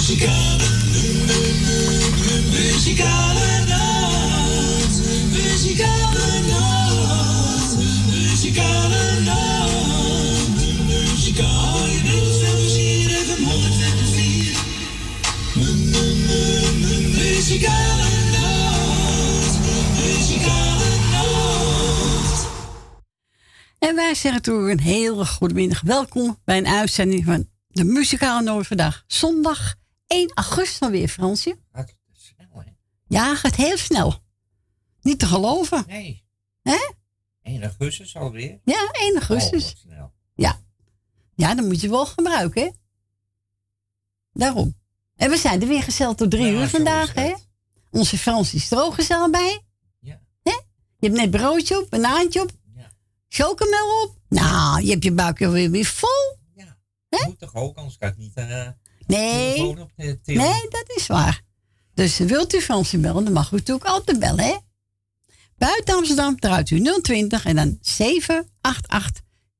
En wij zeggen toe een hele goede middag. Welkom bij een uitzending van de Muzikale Noord vandaag. Zondag 1 augustus alweer, Fransje. Gaat snel, hè? Ja, gaat heel snel. Niet te geloven. Nee. Hè? 1 augustus alweer? Ja, 1 augustus. Oh, snel. Ja. Ja, dan moet je wel gebruiken, hè? Daarom. En we zijn er weer gezellig tot 3 uur vandaag, hè? Onze Frans is er ook gezellig bij. Ja. Hè? Je hebt net broodje op, banaantje op. Chocomel op? Nou, je hebt je buik weer vol. Ja, hè? Moet toch ook, anders kan ik niet nee, op de nee, dat is waar. Dus wilt u Fransje bellen, dan mag u natuurlijk altijd bellen, hè? Buiten Amsterdam, eruit u 020 en dan 788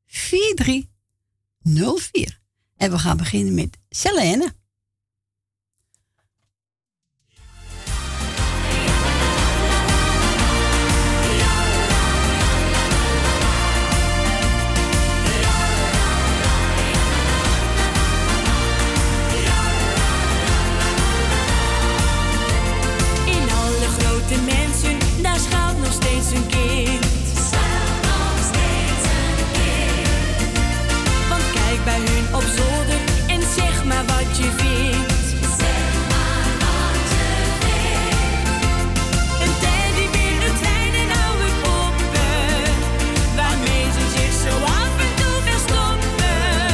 4304. En we gaan beginnen met Selene. De mensen, daar schuilt nog steeds een kind. Schuilt nog steeds een kind. Want kijk bij hun op zolder en zeg maar wat je vindt. Zeg maar wat je vindt. Een teddybeer, een trein en oude poppen, waarmee ze zich zo af en toe verstoppen.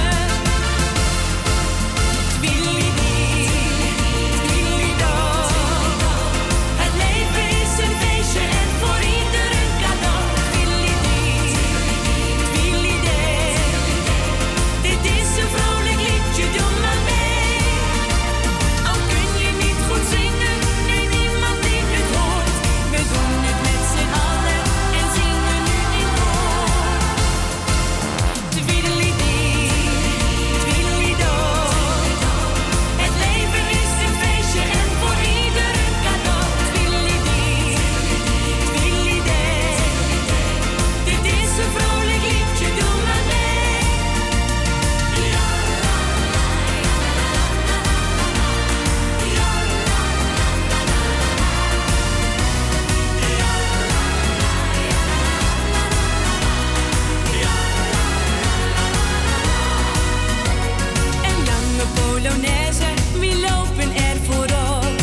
Twiedelidee, twiedelidoo. Het leven is een feestje en voor ieder een cadeau. Twiedelidee, twiedelidee. Dit is een vrolijk liedje, doe maar mee. Al kun je niet goed zingen, nee niemand die het hoort. We doen het met z'n allen en zingen nu in koor. Twiedelidee, twiedelidoo. Het leven is een feestje en voor ieder een cadeau. Twiedelidee, twiedelidee. Dit is een vrolijk liedje, doe maar mee. Een lange polonaise, wie lopen er voorop?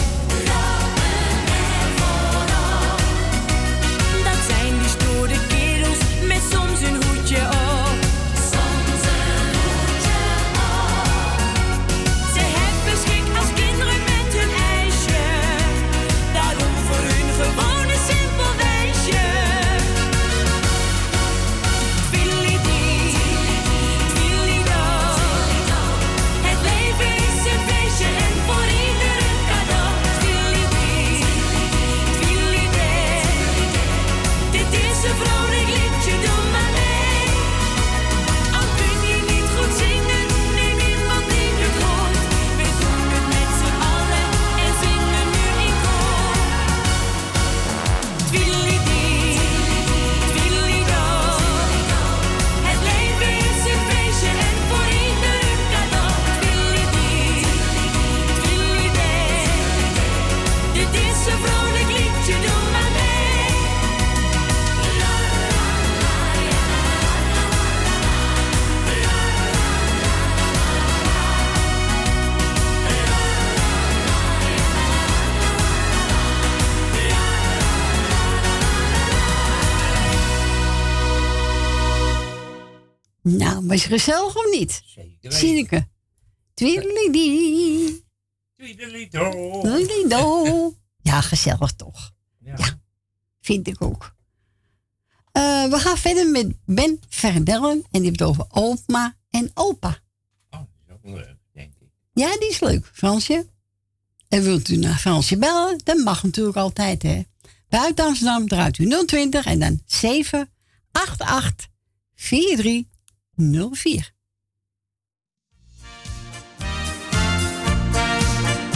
Dat zijn die stoere kerels met soms een hoedje op. Soms een hoedje op. Ze hebben schik als kinderen met hun ijsje. Daarom voor hun gewoon een simpel wijsje. Twiedelidee, twiedelidoo. Het leven is een feestje en voor ieder een cadeau. Twiedelidee, twiedelidee. Dit is een vrolijk liedje, doe maar mee. Al kun je niet goed zingen, nee niemand die het hoort. We doen het met z'n allen en zingen nu in koor. Twiedelidee, twiedelidoo. Het leven is een feestje en voor ieder een cadeau. Twiedelidee, twiedelidee. Dit is een vrolijk liedje, doe maar mee. Nou, was je gezellig of niet? Zeker weten. Sineke. Twiedelidee. Twiedelidoo. Twiedelidoo. Ja, gezellig toch. Ja. Vind ik ook. We gaan verder met Ben Verdellen. En die heeft het over oma en opa. Oh, dat is ook leuk, denk ik. Ja, die is leuk, Fransje. En wilt u naar Fransje bellen? Dat mag natuurlijk altijd, hè. Buiten Amsterdam draait u 020 en dan 788 4304.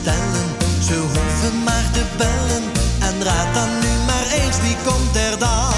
bestellen. Ze hoeven maar te bellen en raad dan nu maar eens wie komt er dan.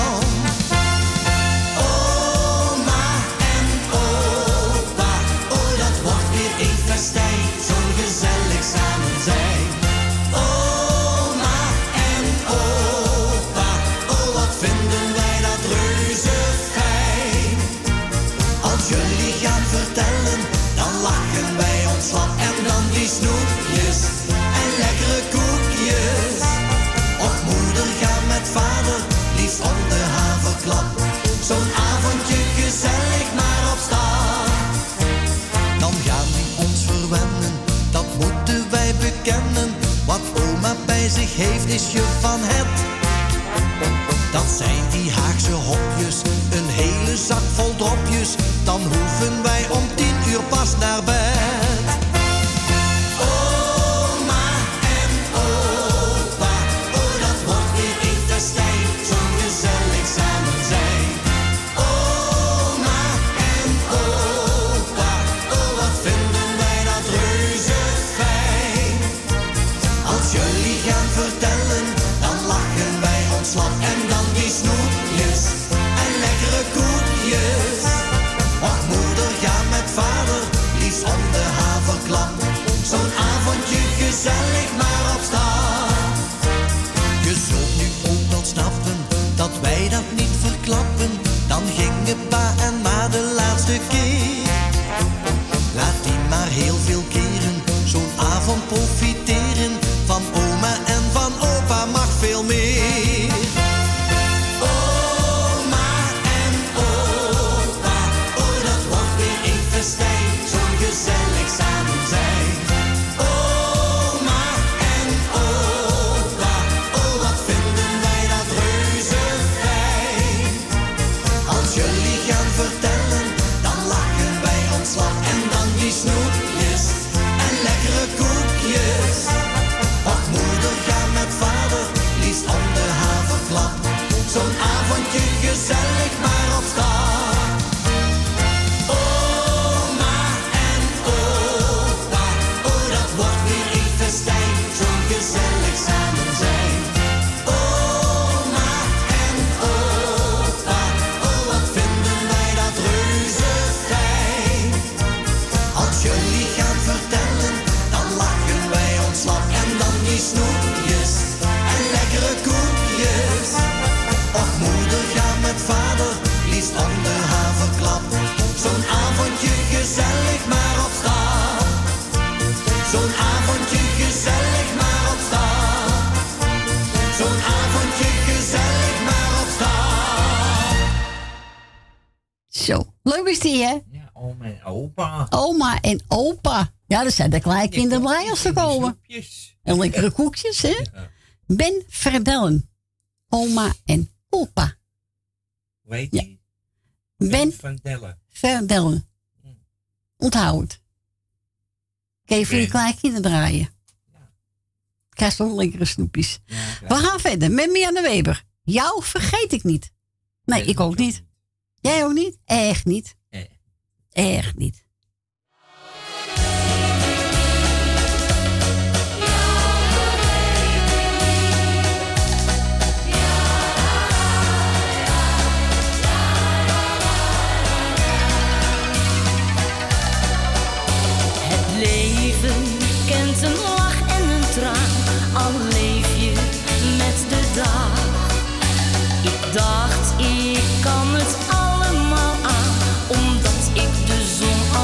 Oma en opa, oh dat wordt weer een festijn, zo'n gezellig samen zijn. Oma en opa, oh wat vinden wij dat reuze fijn. Als jullie gaan vertellen, dan lachen wij ons slap en dan die snoepjes en lekkere koekjes. Och moeder, ga met vader, liefst om de haverklap. Zo'n avondje gezellig maar op stap. Dan gaan die ons verwennen, dat moeten wij bekennen. Wat oma bij zich heeft is je van het. Dat zijn die Haagse hopjes, een hele zak vol dropjes. Dan hoeven wij om 10:00 pas naar bed. Oma en opa, oh dat wordt weer een festijn, zo'n gezellig samen zijn. Oma en opa, oh wat vinden wij dat reuze fijn. Als jullie gaan vertellen, dan lachen wij ons slap en dan die snoepjes en lekkere koekjes. Och moeder, ga met vader, liefst om de haverklap. Zo'n avondje gezellig maar op stap. Je zult nu ook wel snappen, dat wij dat niet verklappen. Dan gingen pa en ma de laatste keer. Laat die maar heel veel keren, zo'n avond profiteren. Van oma en van opa mag veel meer. Oma en opa, oh dat wordt weer een festijn, zo'n gezellig samen zijn. Oma en opa, oh wat vinden wij dat reuze fijn. Als jullie gaan vertellen, dan lachen wij ons slap en dan die snoepjes en lekkere koekjes. Och moeder, ga met vader, liefst om de haverklap. Zo'n avondje gezellig maar op stap. Oma en opa, oh dat wordt weer een festijn, zo'n gezellig samen zijn. Oma en opa, oh wat vinden wij dat reuze fijn. Als jullie gaan vertellen, dan lachen wij ons slap en dan die snoepjes en lekkere koekjes. Och moeder, ga met vader, liefst om de haverklap. Zo'n avondje gezellig maar op stap. Zo'n avondje gezellig maar op stap. Zo'n avondje gezellig maar op stap. Zo, leuk is die, hè? Ja, oma en opa. Oma en opa. Ja, dat zijn de kleinkinderen blij als ze komen. Snoepjes. En lekkere koekjes, hè? Ja. Ben Verdellen. Oma en opa. Hoe heet Ja. die? Ben van Dellen. Verdellen. Onthoud het. Kun je voor je Ben. kleinkinderen draaien. Ja. Krijg je lekkere snoepjes. Ja, We gaan verder met Mianne Weber. Jou vergeet ik niet. Nee, ik ook niet. Jij ook niet? Echt niet. Echt niet. Het leven kent een lach en een traan, al leef je met de dag. Ik dacht, ik kan het allemaal aan, omdat ik de zon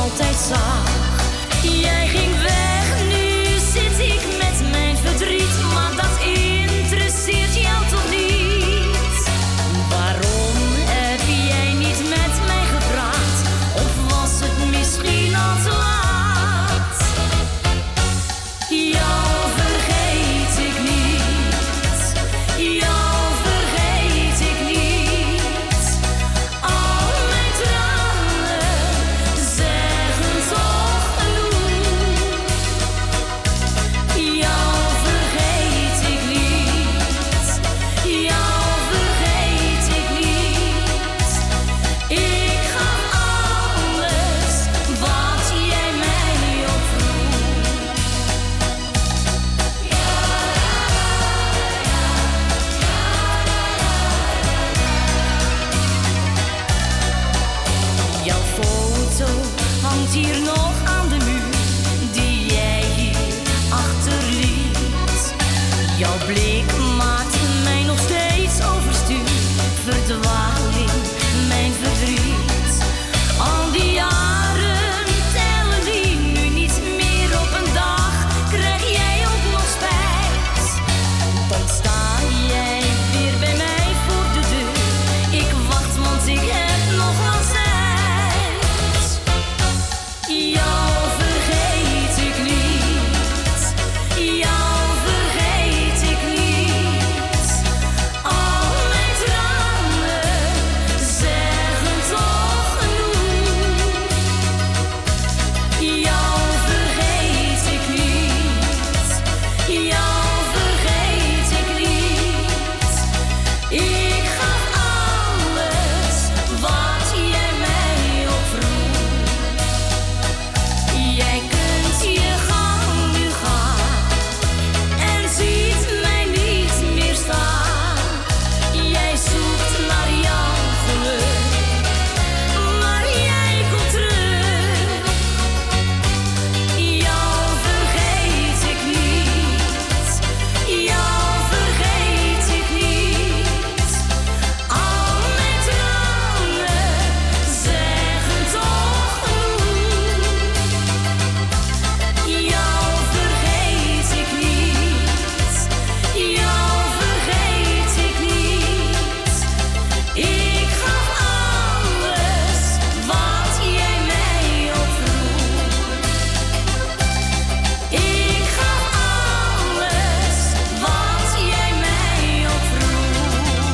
blik maakt mij nog steeds overstuur. Verdwaling, mijn verdriet. Al die jaren tellen die nu niet meer op een dag. Krijg jij ook nog spijt? Dan sta jij weer bij mij voor de deur. Ik wacht, want ik heb nog wat tijd. Jou vergeet ik niet. Jou vergeet ik niet. Al mijn tranen zeggen toch genoeg. Jou vergeet ik niet. Jou vergeet ik niet. Ik gaf alles wat jij mij opvroeg. Jij kunt je gang nu gaan en ziet mij niet meer staan. Jij zoekt naar jouw geluk, maar jij komt terug. Jou vergeet ik niet. Jou vergeet ik niet. Al mijn tranen zeggen toch genoeg. Jou vergeet ik niet. Jou vergeet ik niet. Ik gaf alles wat jij mij opvroeg. Ik gaf alles wat jij mij opvroeg.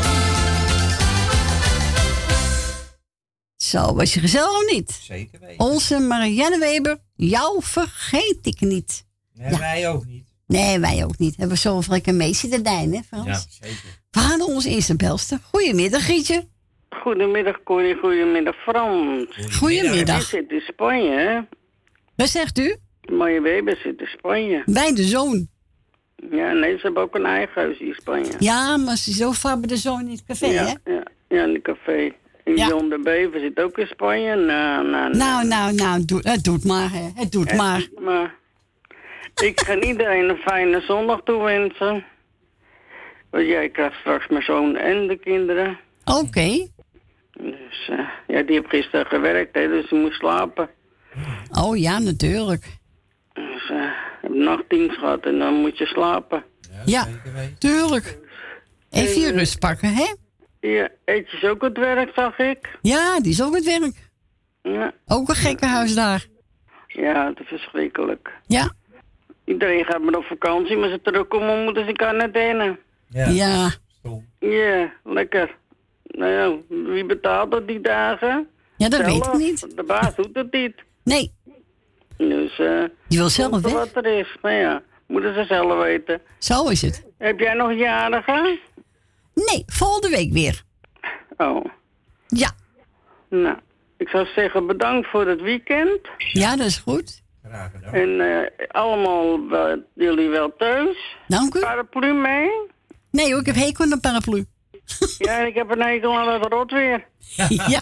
Zo, was je gezellig of niet? Zeker weten. Onze Marianne Weber, jou vergeet ik niet. Nee, Ja. wij ook niet. Nee, wij ook niet. Hebben we zo lekker mee zitten dijnen, hè, Frans? Ja, zeker. We gaan naar onze eerste belster. Goedemiddag, Gietje. Goedemiddag Corrie, goedemiddag Frans. Die Goedemiddag. zit in Spanje, hè? Wat zegt u? Mooie Weber zit in Spanje. Bij de zoon. Ja, nee, ze hebben ook een eigen huis in Spanje. Ja, maar ze zo vaak bij de zoon in het café, hè? Ja, in de café. En Ja. John de Bever zit ook in Spanje. Nou, het doet maar, hè. Het doet maar. Maar ik ga iedereen een fijne zondag toewensen. Want jij krijgt straks mijn zoon en de kinderen. Oké. Dus ja, die heeft gisteren gewerkt, hè, dus die moest slapen. Oh ja, natuurlijk. Dus heb nachtdienst gehad en dan moet je slapen. Ja, Zeker weten. tuurlijk. Even je rust pakken, hè? Ja, Eetje is ook aan het werk, zag ik. Ja, die is ook het werk. Ja, Ook een gekkenhuis daar. ja, het is verschrikkelijk. Ja. Iedereen gaat maar op vakantie, maar ze terugkomen moeten ze quarantaine. Ja. Ja. Stom. Ja, lekker. Nou ja, wie betaalt dat die dagen? Ja, dat weet ik Zelf. niet. De baas doet het niet. Nee, Dus die wil zelf weg. wat er is. Maar ja, moeten ze zelf weten. Zo is het. Heb jij nog jarigen? Nee, volgende week weer. Oh, Ja. nou. Ik zou zeggen bedankt voor het weekend. Ja, dat is goed. Graag gedaan. En allemaal jullie wel thuis. Dank u. Paraplu mee. Nee hoor, ik heb hekel aan een paraplu. Ja, ik heb een hekel aan het rotweer. Ja.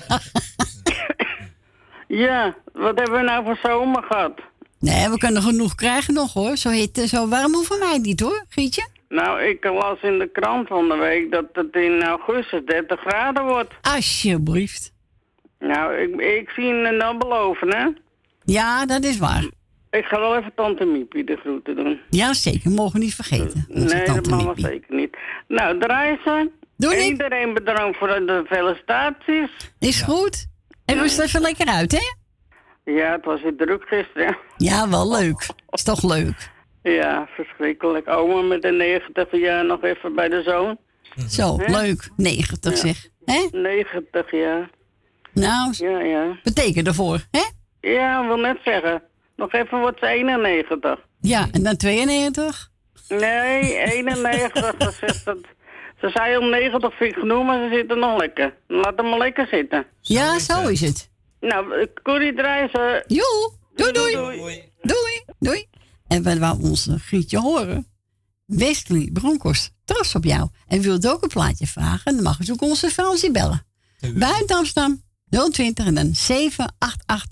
Ja, wat hebben we nou voor zomer gehad? Nee, we kunnen genoeg krijgen nog hoor. Zo heet zo warm hoeven wij niet hoor, Gietje. Nou, ik las in de krant van de week dat het in augustus 30 graden wordt. Alsjeblieft. Nou, ik zie een dan beloven, hè. Ja, dat is waar. Ik ga wel even tante Miepie de groeten doen. Ja, zeker. Mogen we niet vergeten. Onze Nee, dat tante mag wel Miepie. zeker niet. Nou, draaien ze. Doe ik. Iedereen bedankt voor de felicitaties. Is goed. En rust even lekker uit, hè? Ja, het was weer druk gisteren. Ja, wel leuk. Is toch leuk. Ja, verschrikkelijk. Oma met de 90 jaar nog even bij de zoon. Zo, leuk. 90 zeg. Hè? 90 jaar. Nou, Ja. betekent ervoor, hè? Ja, ik wil net zeggen. Nog even wordt ze 91. Ja, en dan 92? Nee, 91. Ze zei om 90 vind ik genoeg, maar ze zitten nog lekker. Laat hem maar lekker zitten. Ja, zo is het. Nou, Corrie draaien ze. Joe, doei doei. Doei. Doei, doei. En we wou onze Grietje horen. Wesley Bronkhorst, trots op jou. En wilt ook een plaatje vragen, dan mag u ook onze Fransie bellen. Buiten Amsterdam 020 en dan 788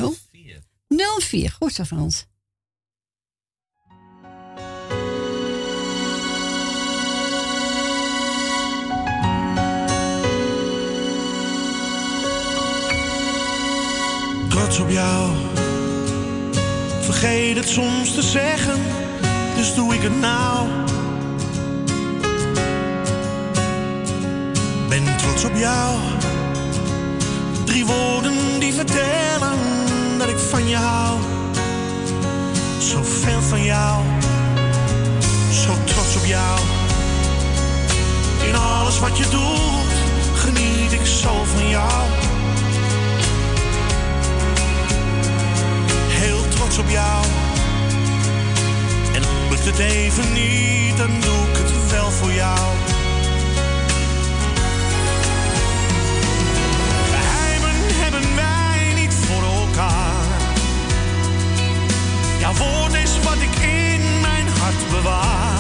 4304. Goed zo, Frans. trots op jou. Vergeet het soms te zeggen, dus doe ik het nou. Ben trots op jou. 3 woorden die vertellen dat ik van je hou. Zoveel van jou. Zo trots op jou. In alles wat je doet, geniet ik zo van jou. Heel trots op jou. En lukt het even niet, dan doe ik het wel voor jou. Geheimen hebben wij niet voor elkaar. Jouw woord is wat ik in mijn hart bewaar.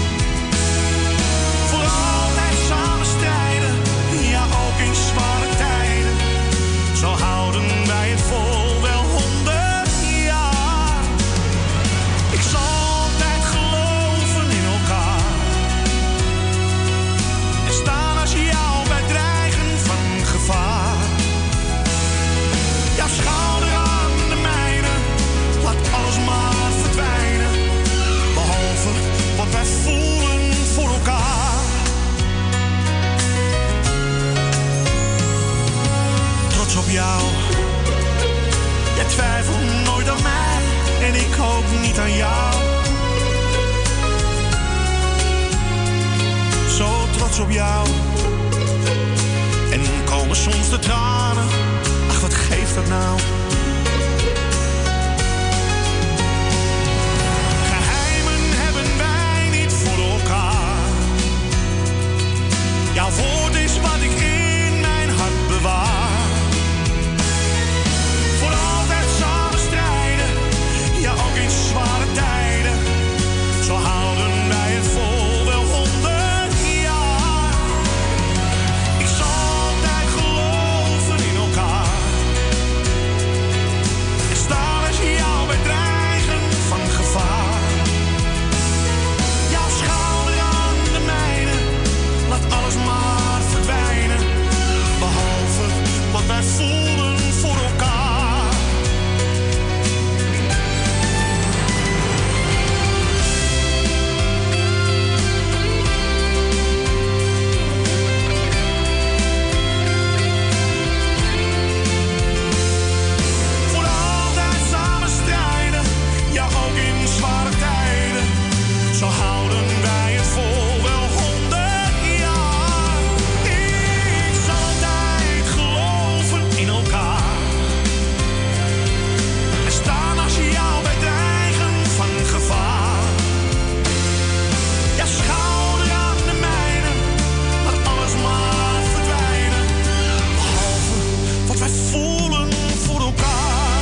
Voor altijd samen strijden, ja ook in zware tijden. Zo houden wij het vol wel 100 jaar. Ik zal altijd geloven in elkaar. En staan als jou bij dreigen van gevaar. Jouw schouder aan de mijne, laat alles maar verdwijnen. Behalve wat wij voelen voor elkaar. Trots op jou. Jij twijfelt nooit aan mij en ik ook niet aan jou. Zo trots op jou. En komen soms de tranen. Ach, wat geeft dat nou? Geheimen hebben wij niet voor elkaar. Jouw woord is wat ik in mijn hart bewaar. Voor altijd samen strijden, ja ook in zware tijden. Zo houden wij het vol wel 100 jaar. Ik zal altijd geloven in elkaar. En staan als jou bij dreigen van gevaar. Jouw schouder aan de mijne, laat alles maar verdwijnen. Behalve wat wij voelen voor elkaar. Voor altijd samen strijden, ja ook in zware tijden. Zo houden wij het vol wel 100 jaar. Ik zal altijd geloven in elkaar. En staan als jou bij dreigen van gevaar. Ja, schouder aan de mijne, laat alles maar verdwijnen. Behalve wat wij voelen voor elkaar.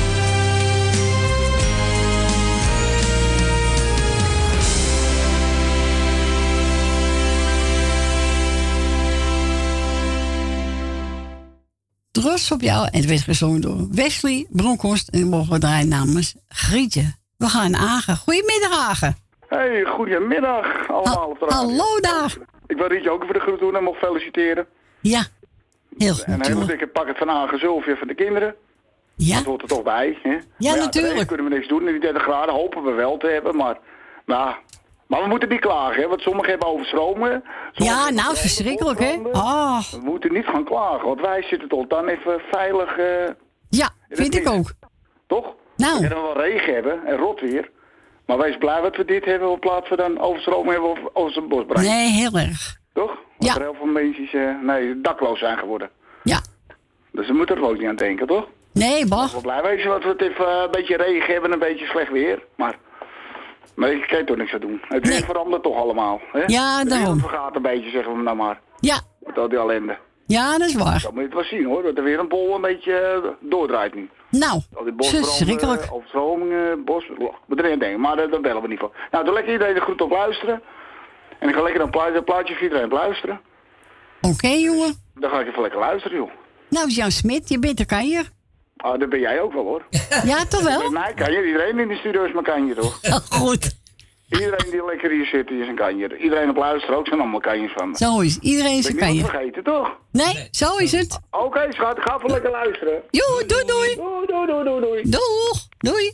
Trots op jou. En het werd gezongen door Wesley Bronkhorst. En we mogen draaien namens Grietje. We gaan naar Agen. Goedemiddag, Agen. Hey, goedemiddag allemaal op de radio. Hallo daar. Ik wil Rietje ook voor de groet doen en mocht feliciteren. Ja, heel En een goed. hele Hoor. dikke pakket van Aangezulfje voor de kinderen. Ja, Dat hoort er toch bij. Hè? Ja, Maar natuurlijk. Daar kunnen we niks doen. In die 30 graden hopen we wel te hebben. Maar we moeten niet klagen, hè? Want sommigen hebben overstromen. ja sommigen nou, hebben verschrikkelijk, hè? bosbranden. Oh, We moeten niet gaan klagen, want wij zitten tot dan even veilig. ja, het vind ik midden. ook. Toch? Nou. We kunnen wel regen hebben en rot weer. Maar wees blij dat we dit hebben in plaats van dan overstromen hebben of over zijn bosbrand. Nee, heel erg. Toch? Want Ja. er heel veel mensen dakloos zijn geworden. Ja. Dus we moeten er ook niet aan denken, toch? Nee, bah. Wel blij wezen dat we het even een beetje regen hebben en een beetje slecht weer. Maar ik kan toch niks aan doen. Het weer verandert toch allemaal. Hè? Ja, De daarom. wereld vergaat een beetje, zeggen we nou maar. Ja, Met al die ellende. ja, dat is waar. Zo moet je het wel zien hoor, dat er weer een bol een beetje doordraait nu. Nou, Al die bosbranden, verschrikkelijk. overstromingen, bos... Moet er niet aan denken, maar daar bellen we niet van. Nou, doe lekker iedereen er goed op luisteren. En ik ga lekker een plaatje voor iedereen luisteren. Oké, jongen. Dan ga ik even lekker luisteren, joh. Nou, Jan Smit, je bent er, kan je? Ah, dat ben jij ook wel, hoor. Ja, toch wel? Met mij kan je. Iedereen in de studio is maar kan je, toch? Goed. Iedereen die lekker hier zit, is een kanjer. Iedereen op luisteren ook zijn allemaal kanjers van me. Zo is iedereen zijn Ben je niet kanjer. vergeten, toch? Nee, zo is het. Oké, schat, ga even lekker luisteren. Jo, doei doei. Doei, doei, doei, doei, doei. Doeg, doei.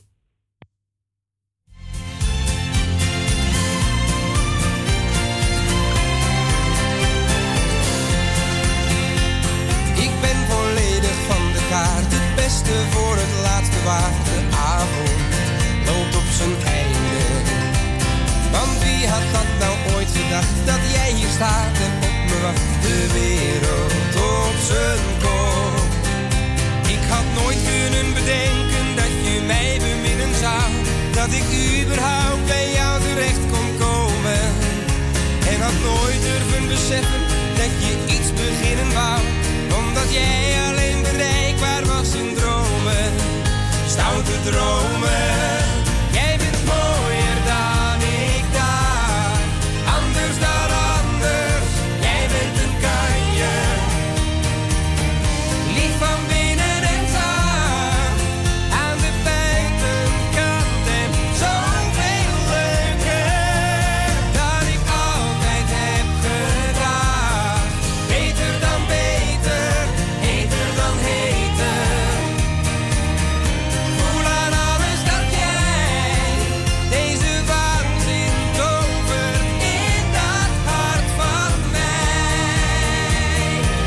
Ik ben volledig van de kaart, het beste voor het laatste waard. De avond loopt op zijn einde. Want wie had dat nou ooit gedacht, dat jij hier staat en op me wacht. De wereld op zijn kop. Ik had nooit kunnen bedenken dat je mij beminnen zou. Dat ik überhaupt bij jou terecht kon komen. En had nooit durven beseffen dat je iets beginnen wou. Omdat jij alleen bereikbaar was in dromen. Stoute dromen. Jij bent mooier dan ik dacht. Anders dan anders. Jij bent een kanje. Lief van binnen en zacht. Aan de buitenkant en zoveel leuker. Dan ik altijd heb gedacht. Beter dan beter, heter dan heter. Voel aan alles dat jij deze waanzin tovert in dat hart van mij.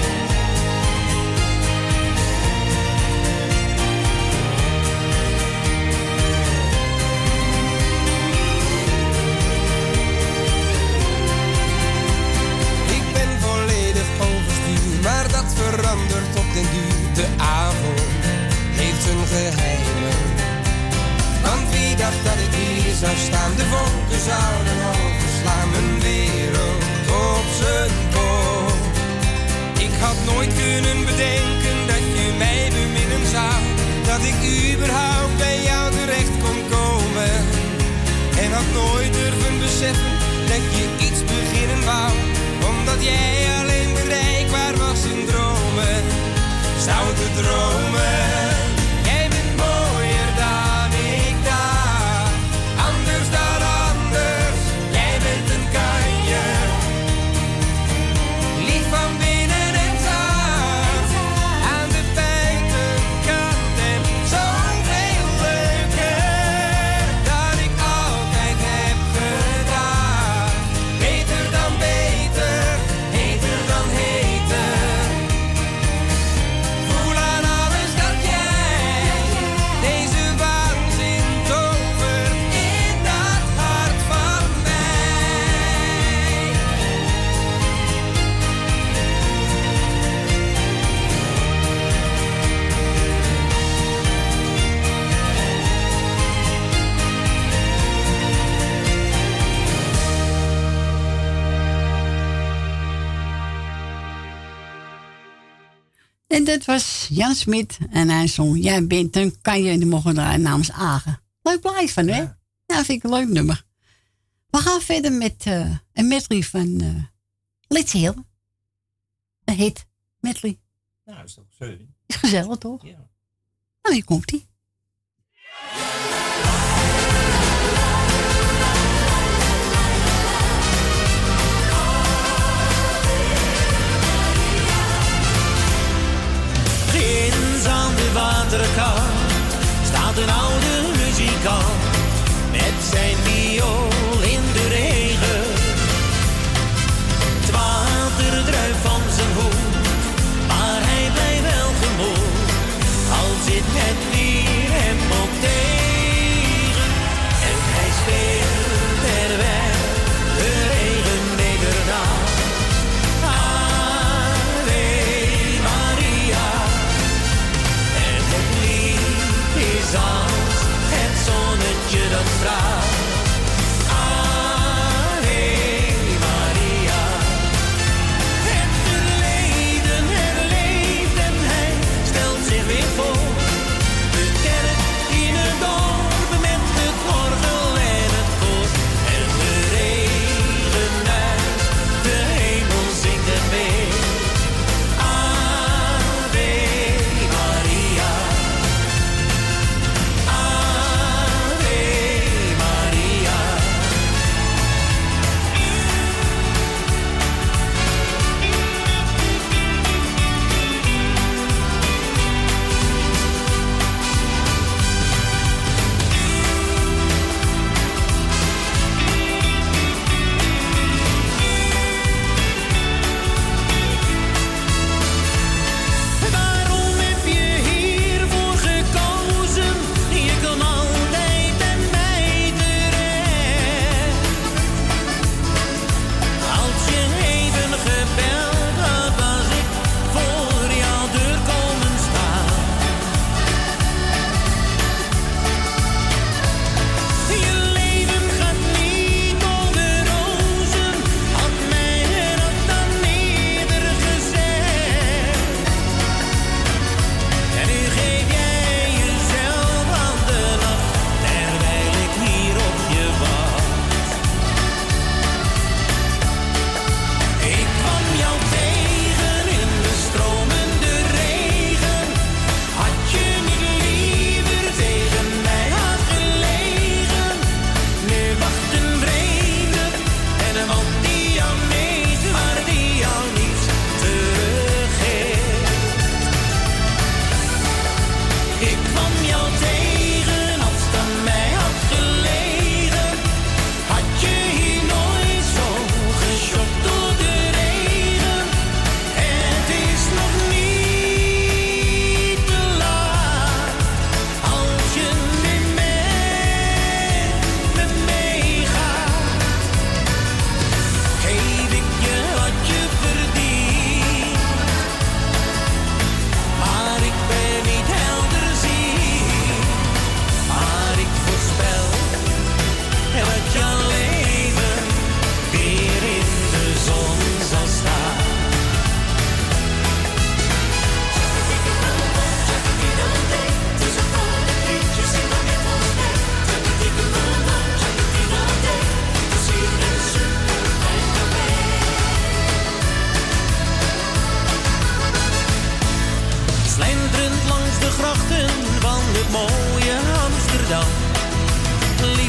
Ik ben volledig overstuur, maar dat verandert op den duur. De avond heeft zijn geheimen. Want wie dacht dat ik hier zou staan? De wolken zouden overslaan. Mijn wereld op zijn kop. Ik had nooit kunnen bedenken dat je mij beminnen zou. Dat ik überhaupt bij jou terecht kon komen. En had nooit durven beseffen dat je iets beginnen wou. Omdat jij alleen bereikbaar was in dromen. Stoute dromen. Jij bent mooier dan ik dacht. Anders dan anders. Jij bent een kanje. Lief van binnen en zacht. Aan de buitenkant en zoveel leuker. Dan ik altijd heb gedacht. Beter dan beter, heter dan heter. Voel aan alles dat jij deze waanzin tovert in dat hart van mij. En dat was Jan Smit en hij zong Jij bent een kan je, die mogen draaien namens Agen. Leuk plaatje van hè? Ja, vind ik een leuk nummer. We gaan verder met een medley van Let's Hill. Een hit medley. Nou, is toch schön. Is gezellig toch? Ja. Nou, hier komt ie. Ginds aan de waterkant staat een oude muzikant met zijn viool in de regen. Het water druipt van zijn hoed, maar hij blijft wel gemoed, al zit het weer hem op tegen. En hij speelt terwijl de regen neerdaalt. Ave Maria. En het lied is als het zonnetje dat straalt. Ave Maria. Het verleden herleeft en hij stelt zich weer voor. De kerk in het dorp met het orgel en het koor. En de regen uit de hemel zingt het mee. Ave Maria. Ave Maria.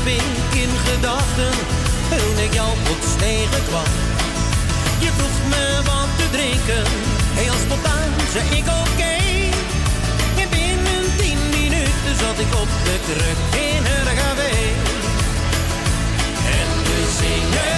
liep ik in gedachten toen ik jou plots tegenkwam. Je vroeg me wat te drinken, heel spontaan zei ik oké. En binnen 10 minuten zat ik op de kruk in het café. En we zingen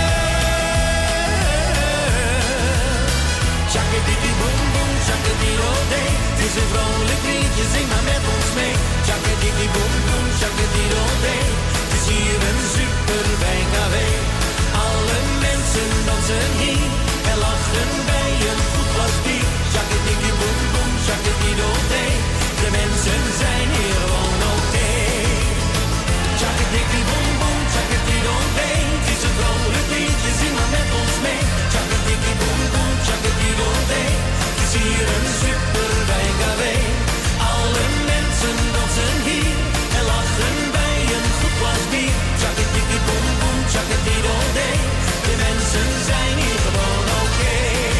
Tjakkadikkie boem boem, tjakkadiddodee. Het is een vrolijk liedje, zing maar met ons mee. Tjakkadikkie boem boem, tjakkadiddodee. Het is hier een super café. Alle mensen dansen hier en lachen bij een goed glas bier. Tjakkadikkie boem boem, tjakkadiddodee. De mensen zijn hier gewoon oké. Tjakkadikkie boem boem, tjakkadiddodee. Het is een vrolijk liedje, zing maar met ons mee. Tjakkadikkie boem boem, tjakkadiddodee. Het is hier een super café. Alle mensen dansen hier en lachen bij een goed glas bier. Tjakkadikkie boem boem, tjakkadiddodee. De mensen zijn hier gewoon oké.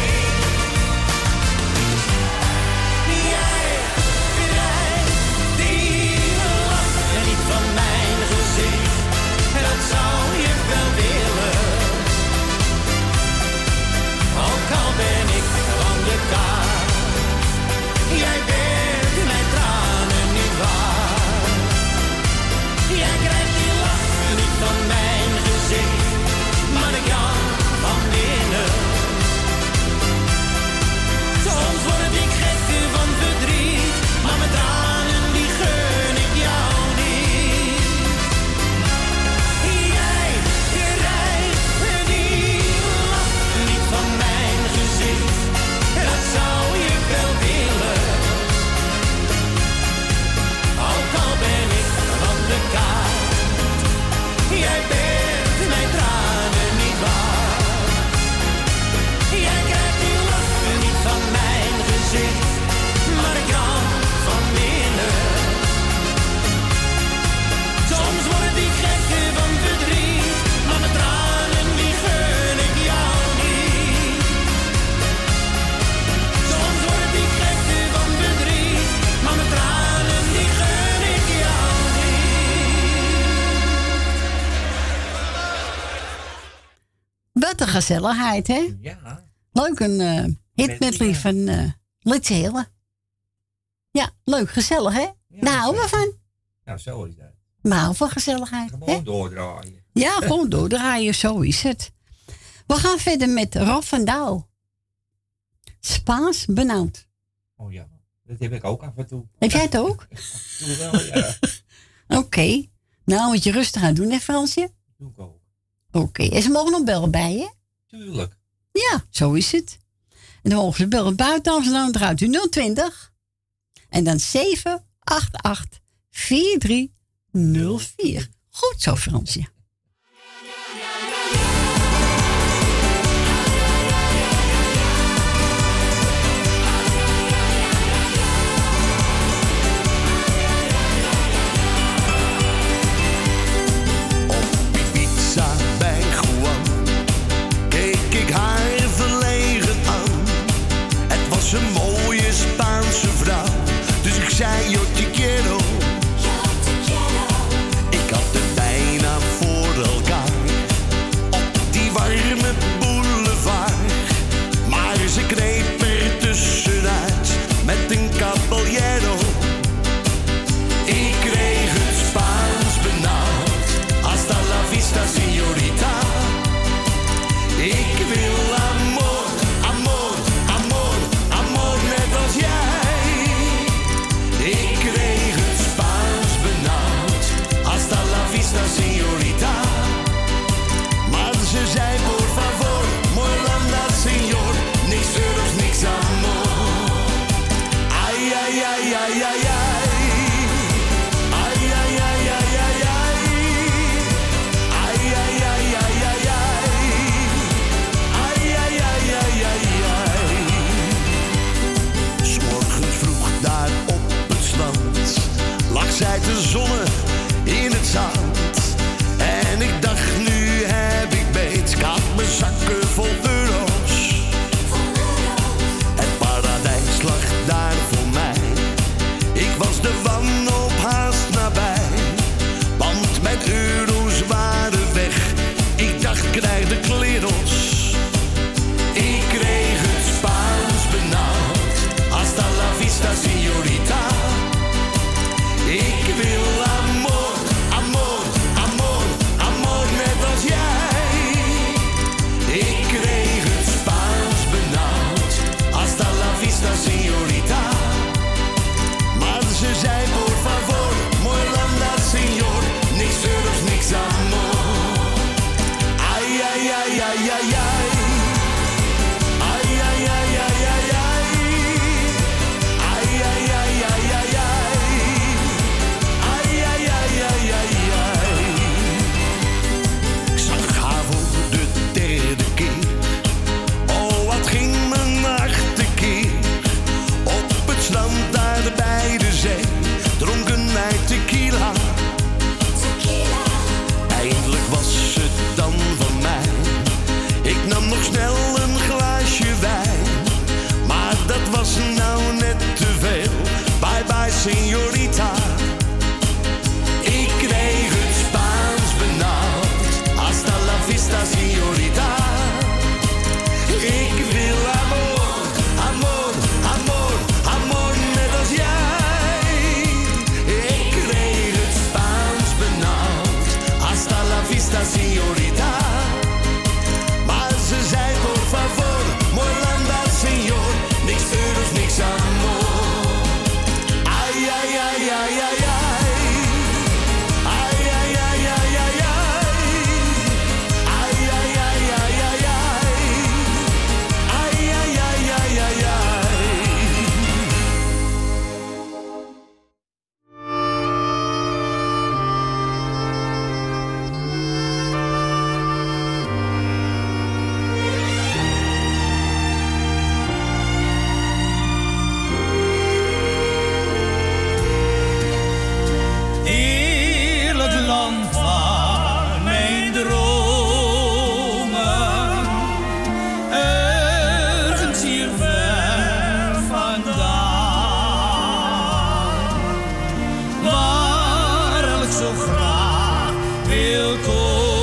Jij, die lacht en niet van mijn gezicht. Dat zou je wel willen. Ook al ben ik van de kaart. Jij bent mijn tranen niet waard. Jij krijgt die lach niet van mijn gezicht, maar ik jou van binnen. Soms word ik gek van verdriet, maar mijn tranen die gun ik jou niet. Jij krijgt die lach niet van mijn gezicht, dat zou je wel willen. Ook al ben ik van de kaart, jij bent mijn tranen niet waard. Jij krijgt die lach niet van mijn gezicht, maar ik jou van binnen. Soms word ik gek van verdriet, maar mijn tranen die gun ik jou niet. Soms word ik gek van verdriet, maar mijn tranen die gun ik jou niet. Wat een gezelligheid, hè? Ja. Leuk, een hitmedley van Litse Hille. Ja, leuk, gezellig, hè? Daar houden we van. Nou, zo is dat. We houden van gezelligheid. Gewoon Hè? doordraaien. Ja, gewoon doordraaien, zo is het. We gaan verder met Rob van Daal. Spaans benauwd. Oh ja, dat heb ik ook af en toe. Heb jij het ook? Doe wel, ja. Oké. Nou, moet je rustig aan doen, hè Fransje? Doe ik ook. Oké. En ze mogen nog bellen bij je? Tuurlijk. Ja, zo is het. En dan mogen ze bellen buiten Amsterdam, eruit u 020. En dan 788 4304. Goed zo, Fransje. Ibiza bij Juan keek ik haar verlegen aan. Het was een mooie Spaanse vrouw, dus ik zei yo te quiero. Ik had het bijna voor land van mijn dromen, ergens hier ver vandaan, waar ik zo graag wil komen.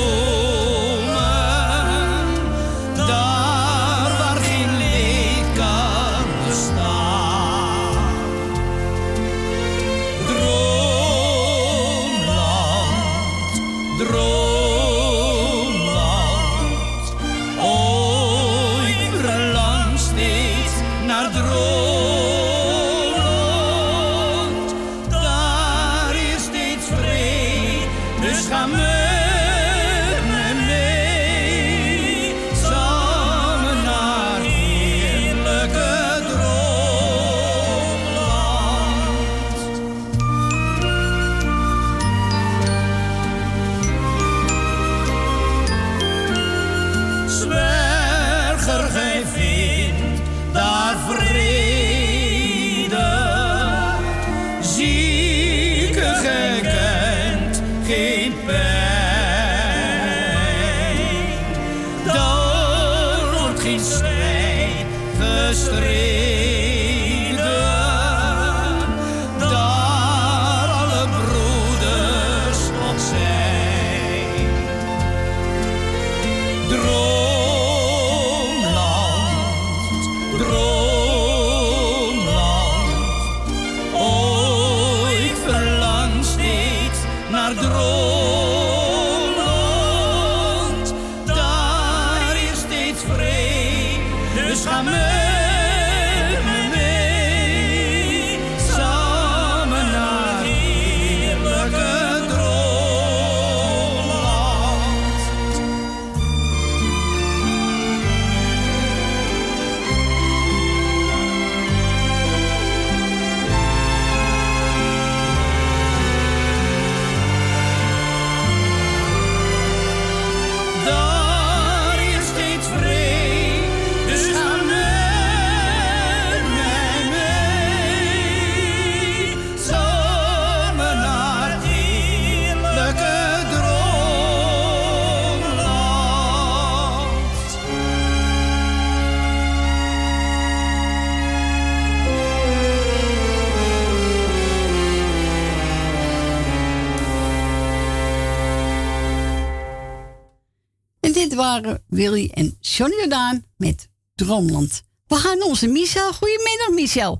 Dit waren Willy en Johnny Jordaan met Droomland. We gaan onze Michel. Goedemiddag, Michel.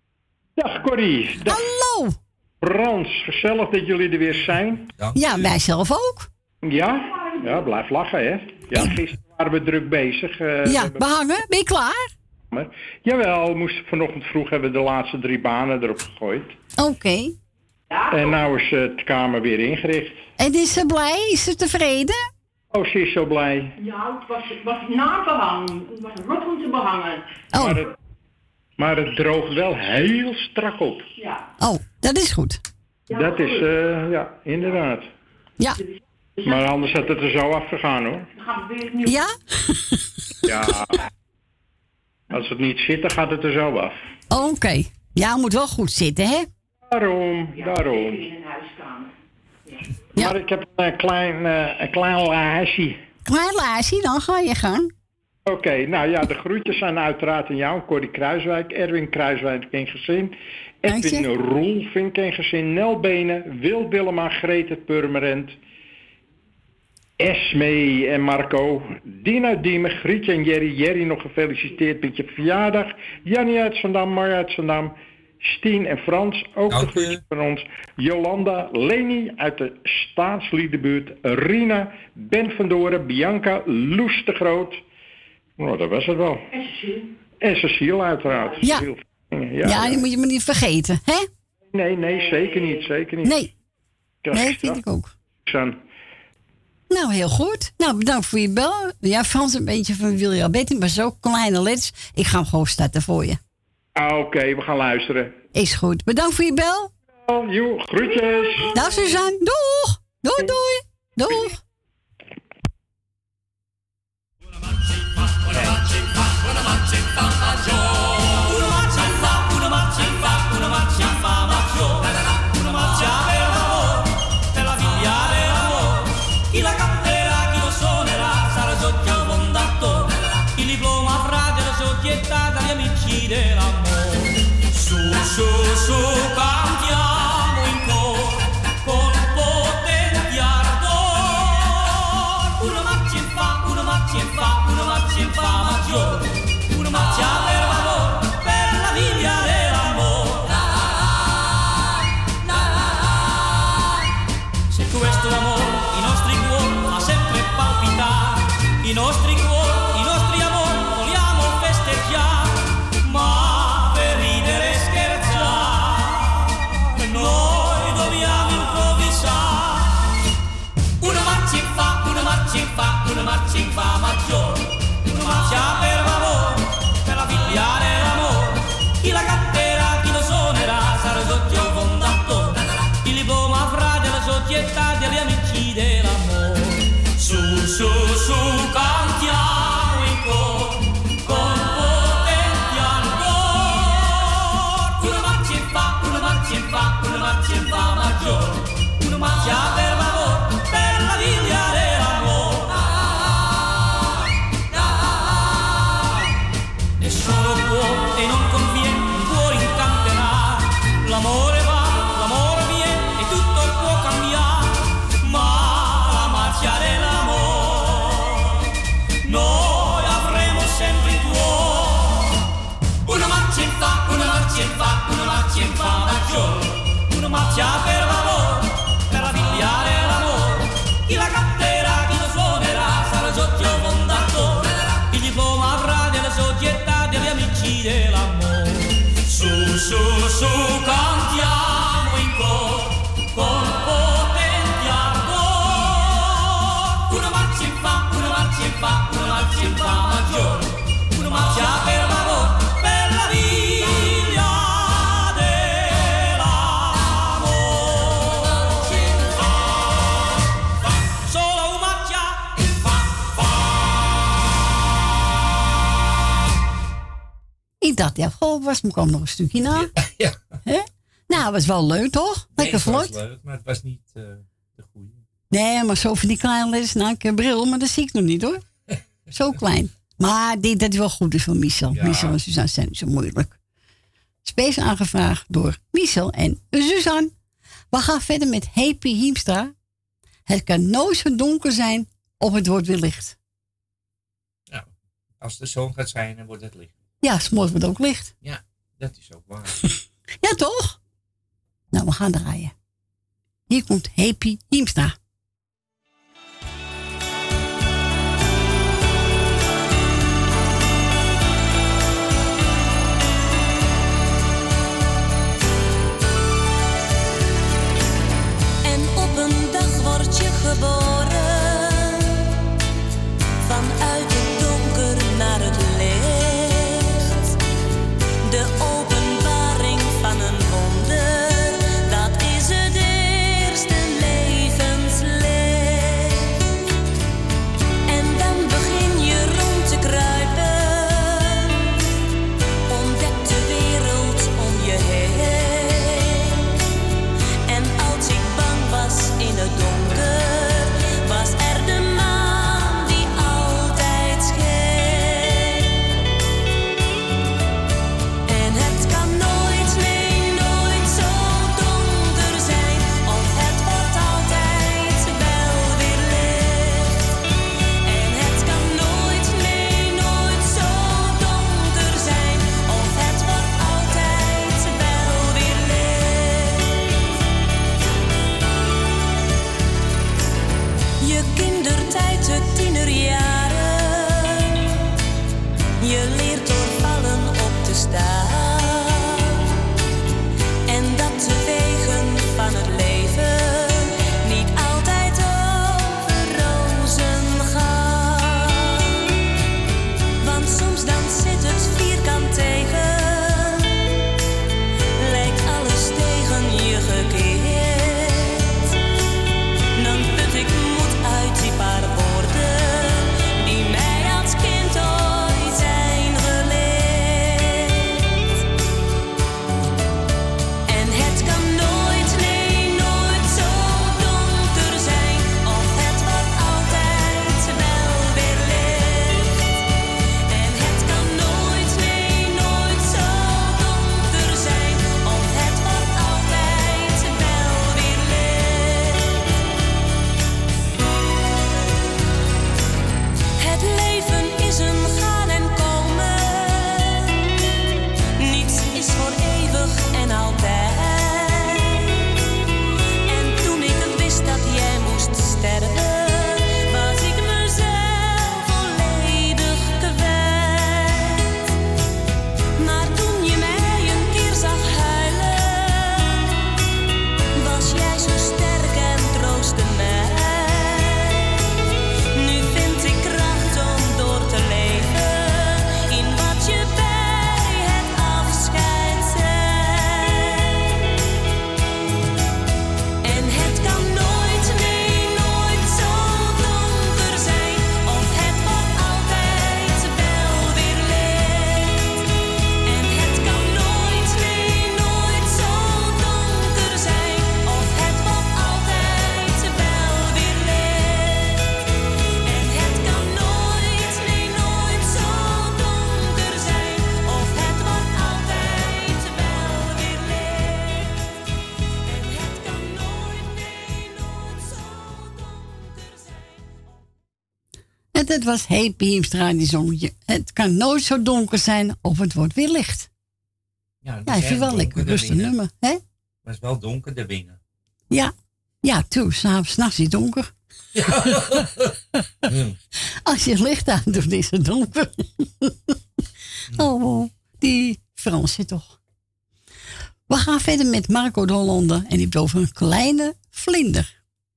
Dag, Corrie. Dag. Hallo. Frans, gezellig dat jullie er weer zijn. Ja, wij zelf ook. Ja? Ja, blijf lachen, hè. Ja, gisteren waren we druk bezig. Ja, behangen. Ben je klaar? Jawel, vanochtend vroeg hebben we de laatste 3 banen erop gegooid. Oké. En nou is de kamer weer ingericht. En is ze blij? Is ze tevreden? Oh, ze is zo blij. Ja, het was na behangen. Het was rot om te behangen. Oh. Maar het droogt wel heel strak op. Ja. Oh, dat is goed. Ja, dat is, ja, inderdaad. Ja. Maar anders had het er zo afgegaan, hoor. Dan gaan we weer opnieuw. Ja? Ja. Als het niet zit, dan gaat het er zo af. Oké. Ja, het moet wel goed zitten, hè? Daarom. In een huiskamer. Ja. Maar ik heb een klein laarsje. Klein laarsje, dan ga je gang. Oké, nou ja, de groetjes zijn uiteraard aan jou. Corrie Kruiswijk, Erwin Kruiswijk in gezin. Edwin Roel Vink in gezin. Nel Benen, Wil Willema, Grete Purmerend. Esme en Marco. Dina Diemen, Grietje en Jerry. Jerry nog gefeliciteerd met je verjaardag. Jannie uit Zandam, Marja uit Zandam. Stien en Frans, ook de groetjes van ons. Jolanda, Leni uit de Staatsliedenbuurt. Rina, Ben van Doren, Bianca, Loes de Groot. Nou, dat was het wel. En Cecile uiteraard. Ja. Ja, die moet je me niet vergeten, hè? Nee, zeker niet. Nee, vind ik ook. Nou, heel goed. Nou, bedankt voor je bel. Ja, Frans een beetje van Willy Alberti, maar zo kleine letters. Ik ga hem gewoon starten voor je. Oké, we gaan luisteren. Is goed. Bedankt voor je bel. Joe, groetjes. Dag Suzanne. Doeg. Doei. Doeg. Una marcia in fa maggiore, una marcia per l'amore, per la figlia su cantiamo in cor con potenti ardor. Una marcia in fa, una marcia in fa, una marcia in fa maggiore, una marcia per valore, per la via dell'amore. Se questo amore i nostri cuori fa sempre palpitare, i nostri cuori, i nostri amori vogliamo festeggiare, ma per ridere e scherzare noi dobbiamo improvvisare. Una marcia in fa, una marcia in fa, una marcia in fa maggiore, una marcia per valore, per la figlia dell'amore. Chi la canterà, chi lo suonerà, sarà socio fondatore, il diploma fra della società degli amici dell'amore. Su, su, su, cantiamo in cor con potenti ardor. Una marcia in fa, una marcia in fa, una marcia in fa maggiore, una marcia per valore, per la via dell'amore. Nessuno può e non conviene, può incanterare. L'amore va, l'amore viene e tutto può cambiare, ma la marcia dell'amore noi avremo sempre in cuore. Una marcia in fa, una marcia in fa, una marcia in fa maggiore, una marcia per valore, per la figlia dell'amore. Chi la canterà, chi lo suonerà, sarà socio fondatore, il diploma avrà della società degli amici dell'amore. Su, su, su, cantiamo in cor con potenti ardor. Una marcia in fa, una marcia in fa, una marcia in fa maggiore, una marcia per valore, per la via dell'amore. Solo una marcia in fa. Ik dacht, ja, goh, was, maar kwam nog een stukje na. Ja. Hè? Nou, het was wel leuk, toch? Lekker Nee, vlot. het was leuk, maar het was niet de goede. Nee, maar zo van die kleine letters, nou, ik heb bril, maar dat zie ik nog niet, hoor. Zo klein. Maar ik denk dat hij wel goed is van Michel. Ja. Michel en Suzanne zijn niet zo moeilijk. Speciaal aangevraagd door Michel en Suzanne. We gaan verder met Happy Hiemstra. Het kan nooit zo donker zijn of het wordt weer licht. Nou, als de zon gaat schijnen, wordt het licht. Ja, 's morgens wordt ook licht. Ja, dat is ook waar. Ja, toch? Nou, we gaan draaien. Hier komt Happy Hiemstra. En op een dag word je geboren, vanuit het donker naar het licht. De openbaring van een wonder, dat is het eerste levenslicht. En dan begin je rond te kruipen, ontdek de wereld om je heen. En als ik bang was in het donker, was er de maan die altijd scheen. En het kan nooit, nee, nooit zo donker zijn, of het wordt altijd wel weer licht. En het kan nooit, nee, nooit zo donker zijn, of het wordt altijd wel weer licht. Je kindertijd, de tienerjaren, je leert door vallen op te staan. En dat de wegen van het leven niet altijd over rozen gaan. Want soms dan zit het vierkant tegen, lijkt alles tegen je gekeerd. Dan put ik moed uit die paar woorden En dat was Hey Piemstra, die zong. Het kan nooit zo donker zijn of het wordt weer licht. Ja, Ja, ik vind wel lekker rustig nummer. Hè? Maar het is wel donker de binnen. Ja, ja, toe. S'nachts is het donker. Ja. Als je het licht aan doet, is het donker. Oh, die Fransen toch. We gaan verder met Marco de Hollander. En die heeft over een kleine vlinder.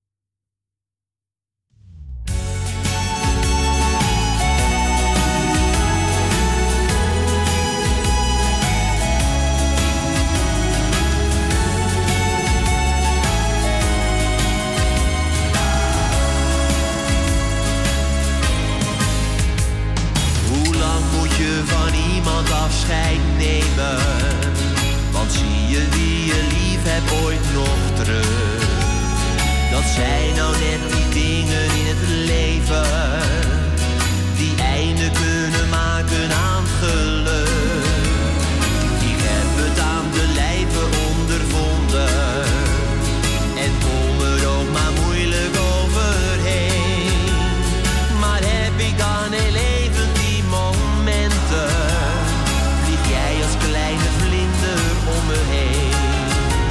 Van iemand afscheid nemen, want zie je wie je lief hebt ooit nog terug? Dat zijn nou net die dingen in het leven die einde kunnen maken aan geluk. Ik heb het aan de lijve ondervonden en kom er ook maar moeilijk overheen. Maar heb ik dan heel even die momenten, vlieg jij als kleine vlinder om me heen.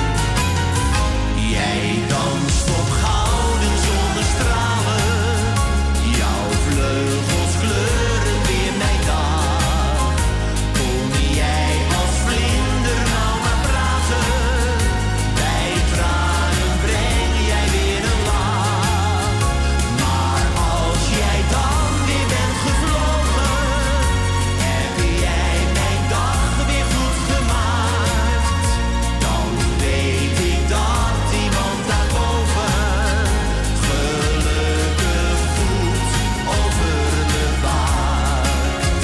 Jij danst op gouden zonnestralen, jouw vleugels kleuren weer mijn dag. Kom jij als vlinder nou maar praten, bij tranen breng jij weer een lach. Maar als jij dan weer bent gevlogen, heb jij mijn dag weer goed gemaakt. Dan weet ik dat iemand daarboven gelukkig goed over me waakt.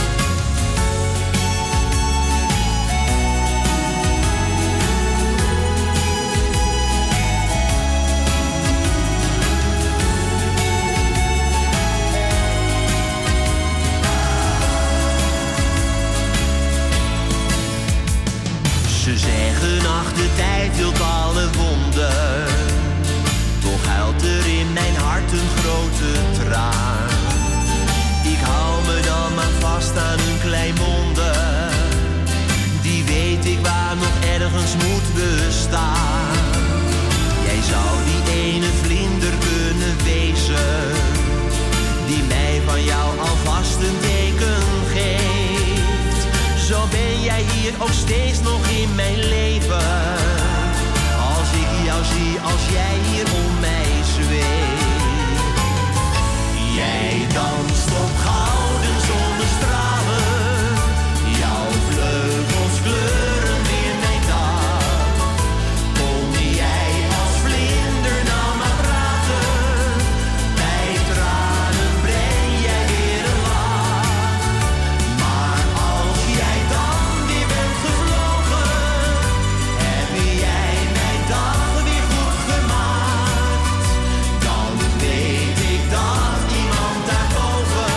Ze zeggen ach, de tijd hield alle wonden, toch huilt er in mijn hart een grote traan. Ik hou me dan maar vast aan een klein wonder, die weet ik waar nog ergens moet bestaan. Jij zou die ene vlinder kunnen wezen, die mij van jou alvast een teken geeft. Zo ben jij hier ook steeds nog in mijn leven, als ik jou zie, als jij hier om mij zweeft. Jij danst op gouden zonnestralen, jouw vleugels kleuren weer mijn dag. Kom jij als vlinder nou maar praten, bij tranen breng jij weer een lach. Maar als jij dan weer bent gevlogen, heb jij mijn dag weer goed gemaakt. Dan weet ik dat iemand daarboven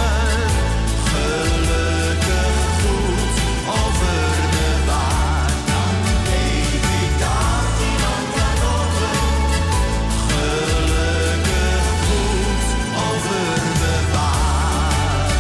gelukkig goed over me waakt. Dan weet ik dat iemand daarboven gelukkig goed over me waakt.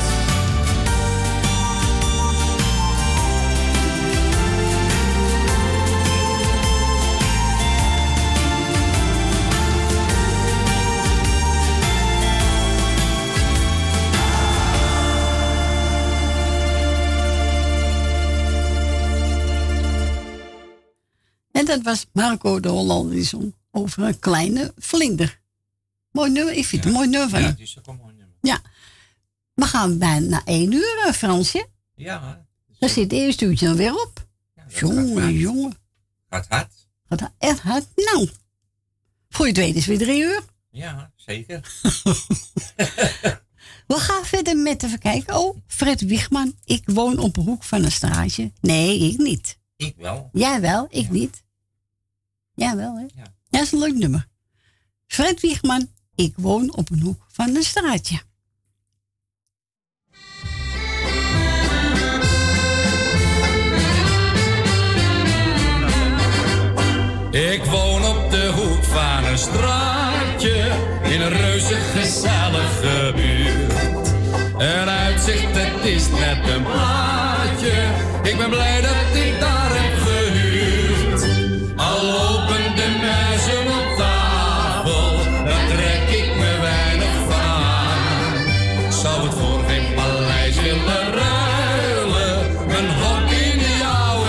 En dat was Marco de Hollander, die zong over een kleine vlinder. Mooi nummer, ik vind het een mooi nummer van Ja, hem. het is ook een mooi nummer. Ja. We gaan bijna 1 uur, Fransje. Ja. Dan zit het eerste uurtje dan weer op. Jongen. Gaat hard. Gaat echt hard. Nou, voor je het weet is het weer 3 uur. Ja, zeker. We gaan verder met even kijken. Oh, Fred Wiegman. Ik woon op een hoek van een straatje. Nee, ik niet. Ik wel. Jij wel, ik niet. Jij wel, hè? Ja. Ja, dat is een leuk nummer. Fred Wiegman. Ik woon op een hoek van een straatje. Ik woon op de hoek van een straatje in een reuze gezellige buurt. net een plaatje. Ik ben blij dat ik daar heb gehuurd. Al lopen de muizen op tafel, daar trek ik me weinig van aan. Zou het voor geen paleis willen ruilen, een hok in de oude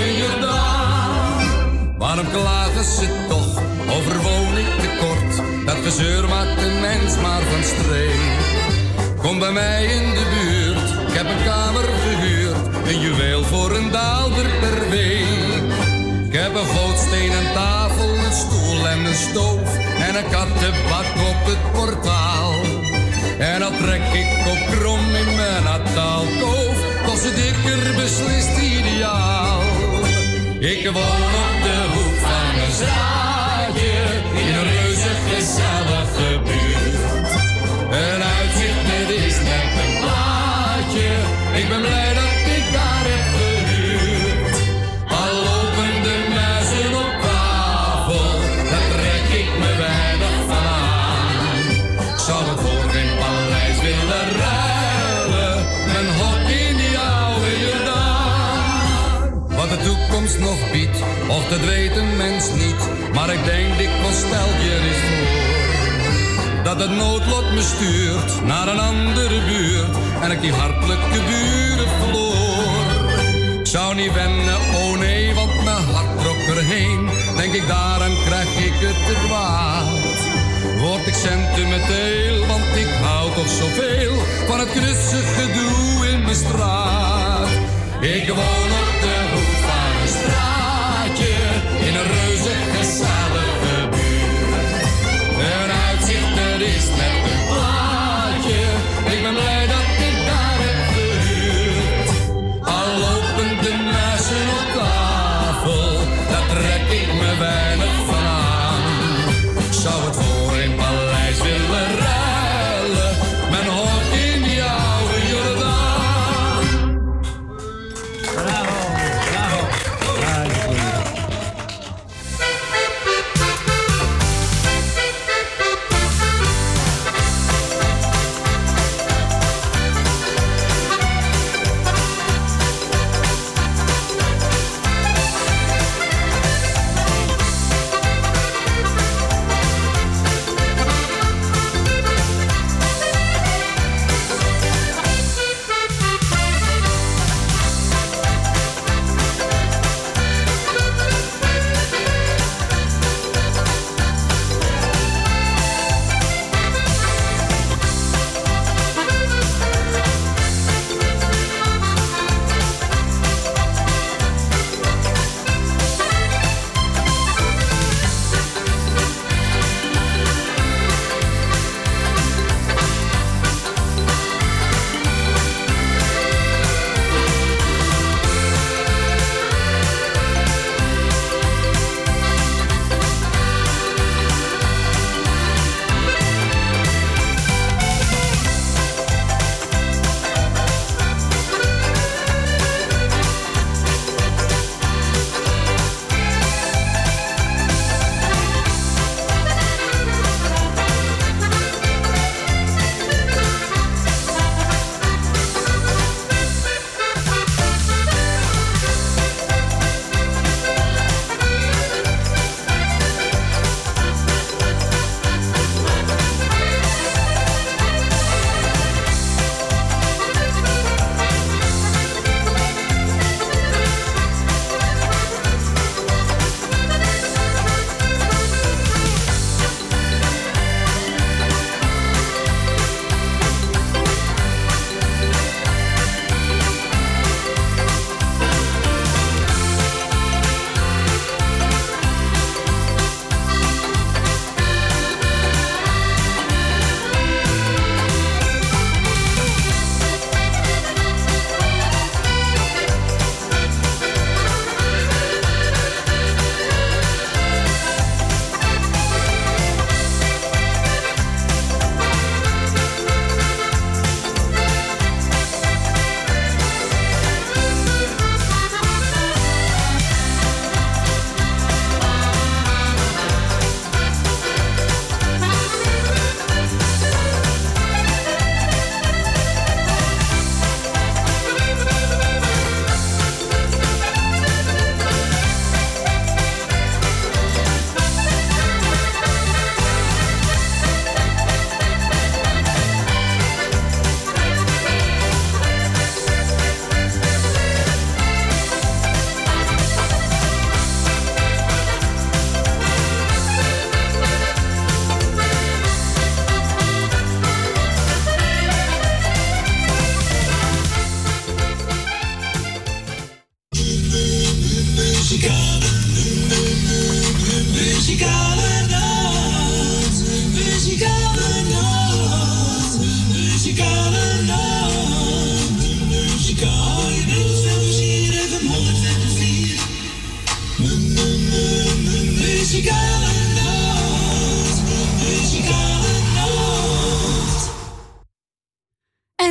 Jordaan. Waarom klagen ze toch over woningtekort? Dat gezeur maakt de mens maar van streek. Kom bij mij in de buurt, ik heb een kamer gehuurd, een juweel voor een daalder per week. Ik heb een gootstenen tafel, een stoel en een stoof en een kattenbak op het portaal. En dan trek ik op krom in mijn nataalkoof, was het dikker beslist ideaal. Ik woon op de hoek van een straatje, in een reuze gezellige buurt. Een uitzicht, dit is net een plaatje, ik ben blij dat ik daar heb gehuurd. Al lopen de muizen op tafel, daar trek ik me weinig van aan. Ik zou het voor geen paleis willen ruilen, mijn hok in die oude Jordaan. Wat de toekomst nog biedt, of dat weet een mens niet, maar ik denk dikwijls stel je eens voor dat het noodlot me stuurt naar een andere buurt en ik die hartelijke buren verloor. Ik zou niet wennen, oh nee, want mijn hart trok erheen. Denk ik daaraan krijg ik het te kwaad. Word ik sentimenteel, want ik hou toch zoveel van het knutsig gedoe in mijn straat. Ik woon op de hoek van een straatje, in een reuze gezellige buurt. Een uitzicht, het is net een plaatje, ik ben blij dat ik daar heb gehuurd. Al lopen de muizen op tafel, daar trek ik me weinig van aan. Ik zou het voor een paleis willen ruilen, mijn hok in die oude Jordaan. Bravo.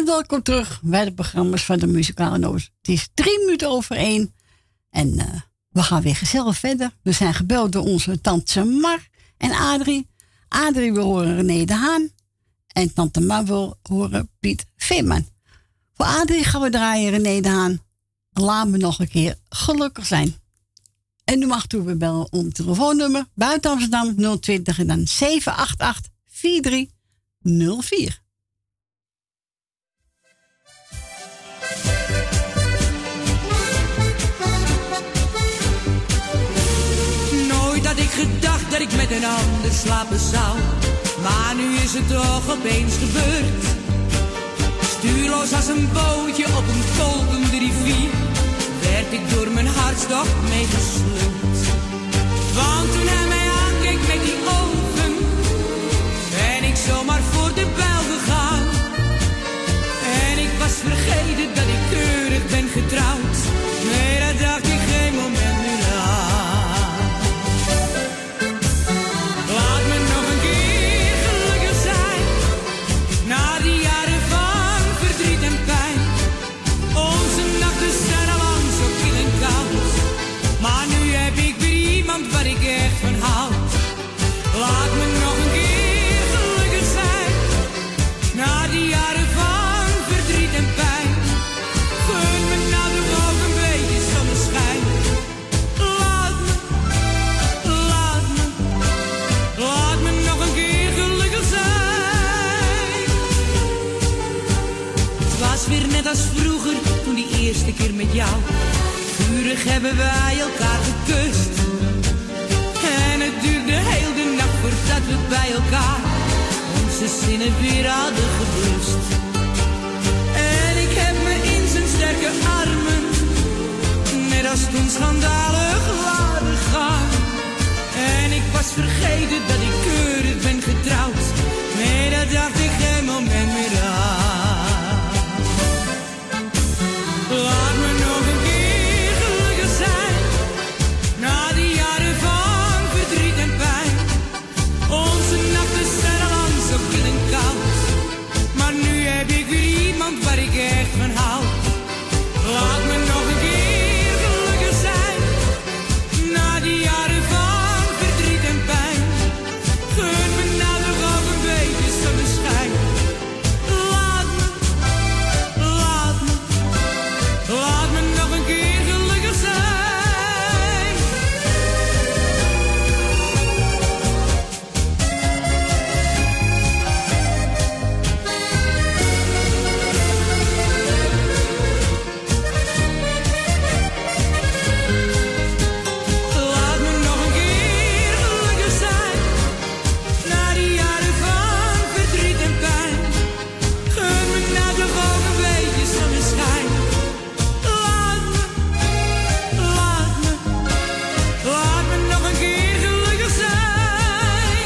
welkom terug bij de programma's van de Muzikale Noot. Het is 1:03 en we gaan weer gezellig verder. We zijn gebeld door onze tante Mar en Adrie. Adrie wil horen René de Haan en tante Mar wil horen Piet Veerman. Voor Adrie gaan we draaien René de Haan. Laat me nog een keer gelukkig zijn. En u mag weer bellen om het telefoonnummer buiten Amsterdam 020 en dan 788 4304. Nooit had ik gedacht dat ik met een ander slapen zou. Maar nu is het toch opeens gebeurd. Stuurloos als een bootje op een kolkende rivier werd ik door mijn hartstocht meegesleurd. Want toen hij mij aankeek met die ogen ben ik zomaar voor de bijl gegaan. En ik was vergeten dat ik keurig ben getrouwd. Nee, dat dacht ik geen moment meer aan. Laat me nog een keer gelukkig zijn, na die jaren van verdriet en pijn. Onze nachten zijn al lang zo kil en koud, maar nu heb ik weer iemand waar ik echt van houd. Laat me nog een keer gelukkig zijn, na die jaren van verdriet en pijn. Gun me nou toch ook een beetje zonneschijn. Laat me nog een keer gelukkig zijn. Het was weer net als vroeger, toen die eerste keer met jou. Vurig hebben wij elkaar gekust. En het duurde heel de nacht voordat we bij elkaar onze zinnen weer hadden geblust. En ik heb me in zijn sterke armen, net als toen schandalig laten gaan. En ik was vergeten dat ik keurig ben getrouwd. Nee, dat dacht ik geen moment meer aan. Laat me nog een keer gelukkig zijn, na die jaren van verdriet en pijn. Onze nachten zijn al lang zo kil en koud, maar nu heb ik weer iemand waar ik echt van hou. Laat me nog een keer gelukkig zijn, na die jaren van verdriet en pijn. Gun me nou toch ook een beetje zonneschijn. Laat me nog een keer gelukkig zijn. Laat me nog een keer gelukkig zijn, na die jaren van verdriet en pijn. Gun me nou toch ook een beetje zonneschijn. Laat me nog een keer gelukkig zijn.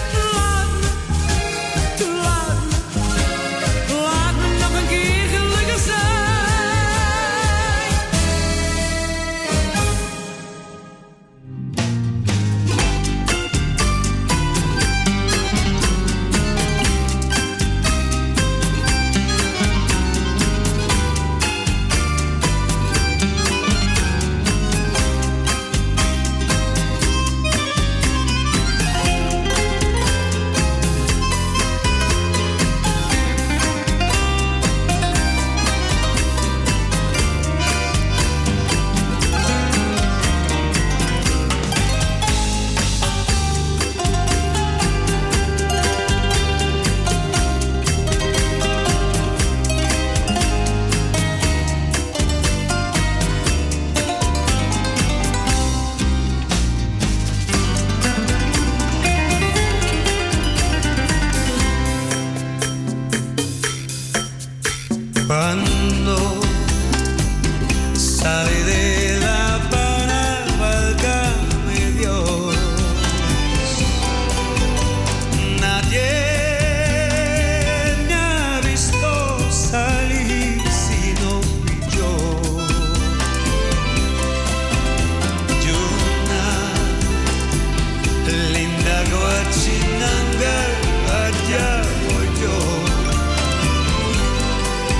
Laat me nog een keer gelukkig zijn. Cuando sale de La Habana, válgame Dios, nadie me ha visto salir sino fui yo. Y una linda guachinanga, allá voy yo.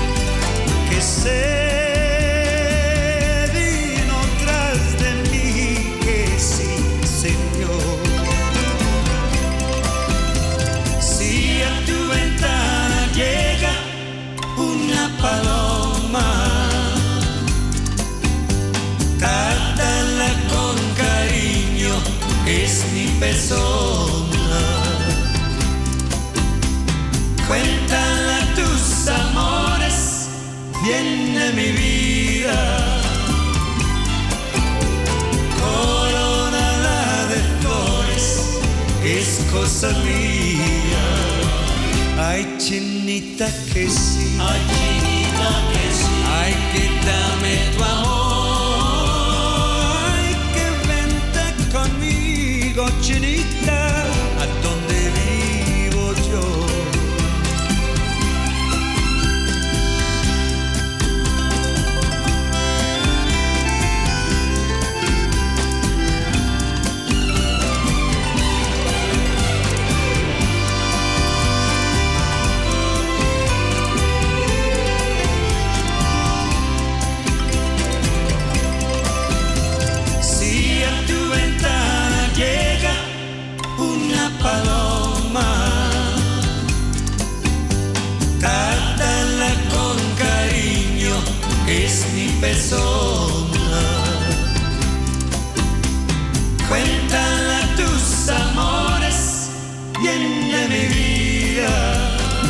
llena mi vida. Coronada de flores, es cosa mía. Ay, chinita que sí. Ay, chinita que sí. Ay, que dame tu amor. Ay, que vente conmigo, chinita, a donde vivo yo. Paloma, trátala con cariño, es mi persona. Cuéntala tus amores, llena mi vida.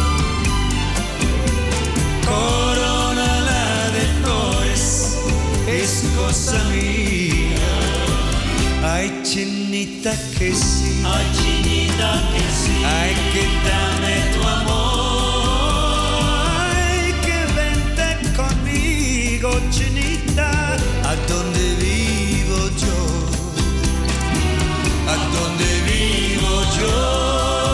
Corónala de flores, es cosa mía. Ay, chinita que sí. Ay, chinita que sí. Ay, que dame tu amor. Ay, que vente conmigo, chinita, a donde vivo yo. A donde vivo yo.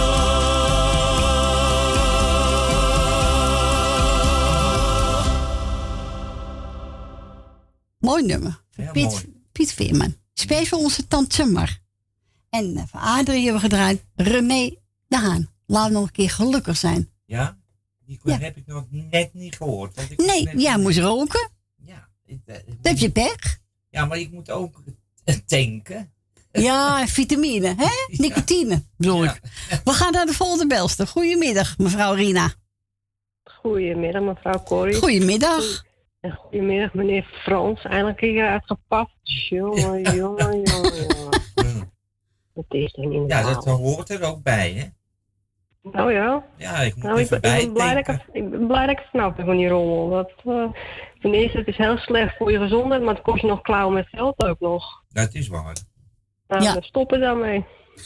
Mooi nummer. Piet Veerman. Speciaal onze tante Mar. En voor Adrie hebben we gedraaid René de Haan. Laat nog een keer gelukkig zijn. Ja? Die heb ik nog net niet gehoord. Want ik nee, jij moest roken. Ja. Dat heb je pech. Ja, maar ik moet ook tanken. Ja, vitamine, hè? Nicotine, bedoel ik. We gaan naar de volgende belster. Goedemiddag, mevrouw Rina. Goedemiddag, mevrouw Corrie. Goedemiddag. En goedemiddag, meneer Frans. Eindelijk hier uitgepakt. Jongen. Dat is toch niet normaal. Ja, dat hoort er ook bij, hè? Oh ja? Ja, ik moet even bij. Ik ben blij dat ik vanaf ben van die rommel. Ten eerste, het is heel slecht voor je gezondheid, maar het kost je nog klauwen met geld ook nog. Dat is waar. Nou, ja. We stoppen daarmee.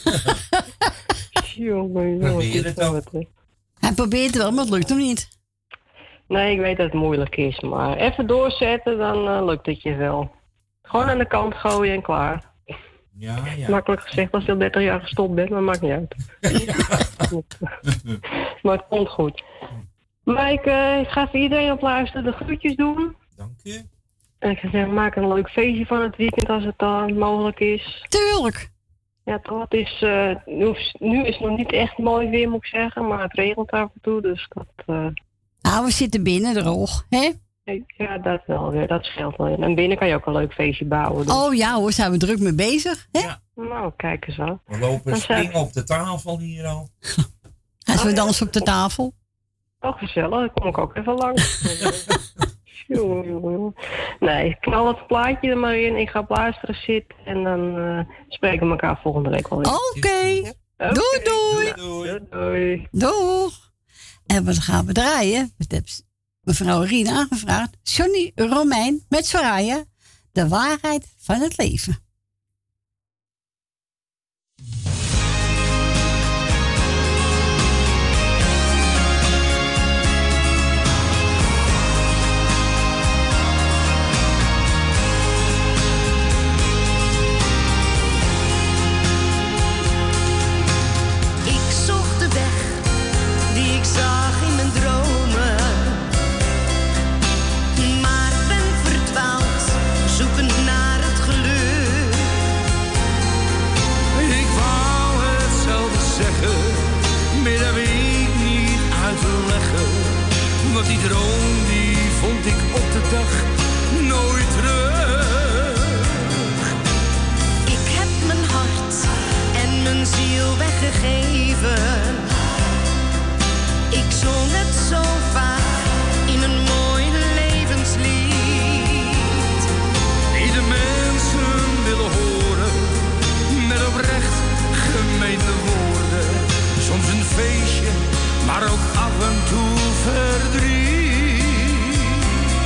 Jongen. Probeer het ook. Hij probeert het wel, maar het lukt hem niet. Nee, ik weet dat het moeilijk is, maar even doorzetten, dan lukt het je wel. Gewoon aan de kant gooien en klaar. Ja. Makkelijk gezegd als je al 30 jaar gestopt bent, maar maakt niet uit. Maar het komt goed. Maar ik ga voor iedereen op luisteren de groetjes doen. Dank u. En ik ga zeggen, maak een leuk feestje van het weekend als het dan mogelijk is. Tuurlijk. Ja, toch, het is, nu is het nog niet echt mooi weer, moet ik zeggen, maar het regent af en toe, dus dat... Nou, we zitten binnen, droog, hè? Ja, dat wel weer, dat scheelt wel. En binnen kan je ook een leuk feestje bouwen. Dus. Oh ja hoor, zijn we druk mee bezig, hè? Ja. Nou, kijk eens aan. We lopen springen op de tafel hier al. Als we dansen op de tafel. Oh, gezellig, dan kom ik ook even langs. Nee, knal het plaatje er maar in. Ik ga op luisteren zitten en dan spreken we elkaar volgende week wel weer. Oké. Doei. Doeg. En wat gaan we draaien? Dat heeft mevrouw Rien aangevraagd. Johnny Romein met Soraya. De waarheid van het leven. Zag in mijn dromen, maar ben verdwaald, zoekend naar het geluk. Ik wou hetzelfde zeggen, maar dat weet ik niet uit te leggen. Want die droom die vond ik op de dag nooit terug. Ik heb mijn hart en mijn ziel weggegeven. Ik zong het zo vaak in een mooi levenslied. Die de mensen willen horen, met oprecht gemeende woorden. Soms een feestje, maar ook af en toe verdriet.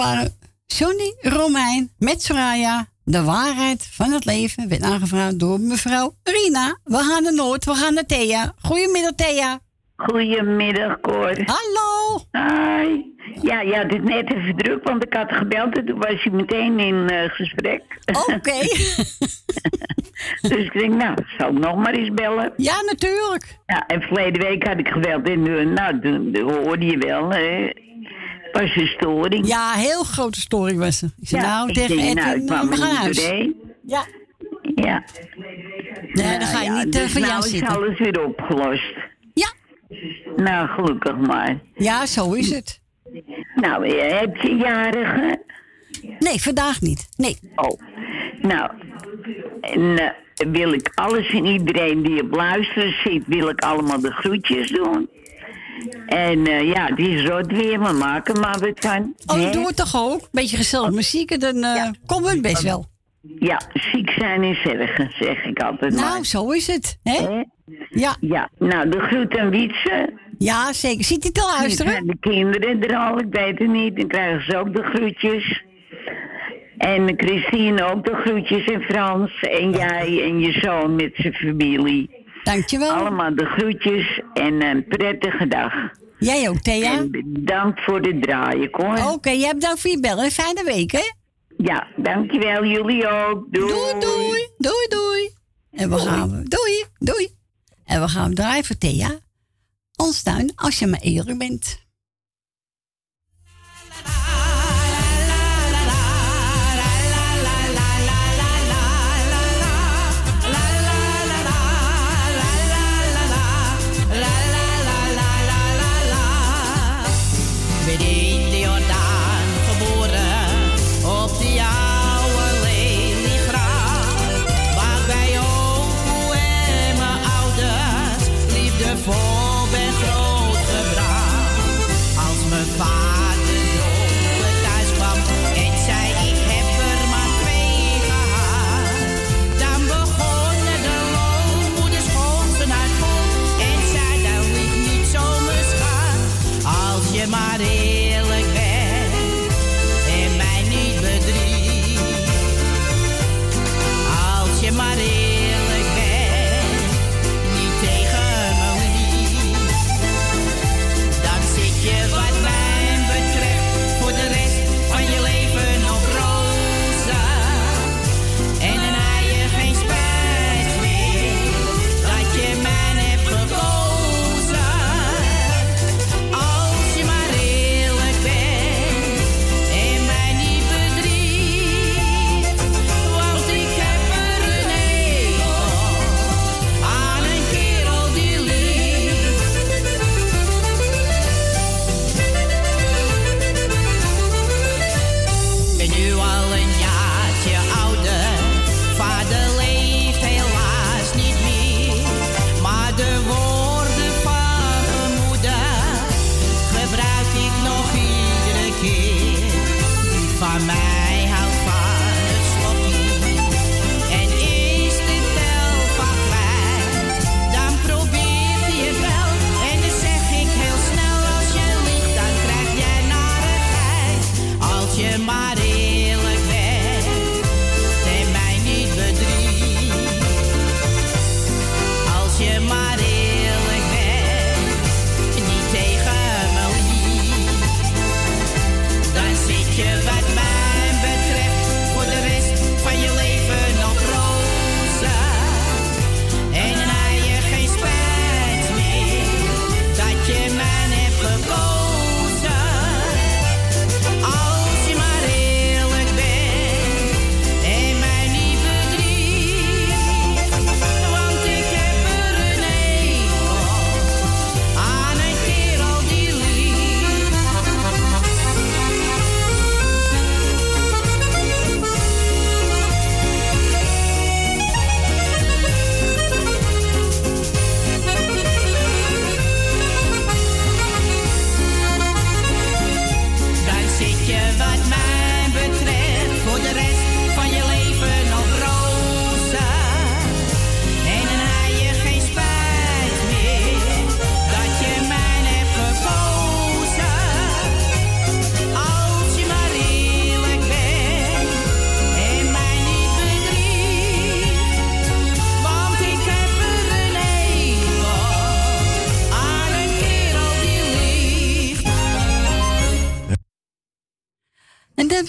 waren Johnny Romein met Soraya. De waarheid van het leven werd aangevraagd door mevrouw Rina. We gaan naar Noord, we gaan naar Thea. Goedemiddag, Thea. Goedemiddag, Cor. Hallo. Hi. Ja, je had het net even druk, want ik had gebeld en toen was je meteen in gesprek. Oké. Dus ik denk, nou, zal ik nog maar eens bellen? Ja, natuurlijk. Ja, en verleden week had ik gebeld en toen hoorde je wel, was een storing. Ja, heel grote storing was er. Ik zei, nou, tegen Edwin, we gaan naar huis. Ja. Ja. Nee, dan ga je niet dus van jou nou zitten. is alles weer opgelost. Ja. Nou, gelukkig maar. Ja, zo is het. Nou, heb je jarigen? Nee, vandaag niet. Nee. Oh, nou, en wil ik alles en iedereen die op luisteren zit, wil ik allemaal de groetjes doen. En ja, het is rot weer, we maken maar wat van. Oh, dat doen we toch ook? Beetje gezellig muziek en dan komen we het best wel. Ja, ziek zijn is erger, zeg ik altijd maar. Nou, zo is het, hè? Ja. Ja, nou, de groet aan Wietse. Ja, zeker. Ziet hij te luisteren? En de kinderen er al, ik weet het niet. Dan krijgen ze ook de groetjes. En Christine ook de groetjes en Frans. En jij en je zoon met zijn familie. Dankjewel. Allemaal de groetjes en een prettige dag. Jij ook, Thea. En bedankt voor de draaien, hoor. Oké, jij bedankt voor je bellen. Een fijne week, hè? Ja, dankjewel. Jullie ook. Doei. Doei, doei. Doei, doei. En we gaan... Doei, doei. En we gaan draaien voor Thea. Ons tuin, als je maar eerlijk bent. Ben in de Jordaan geboren, op de oude leliegraaf, waar bij oom en mijn ouders liefdevol ben grootgebracht.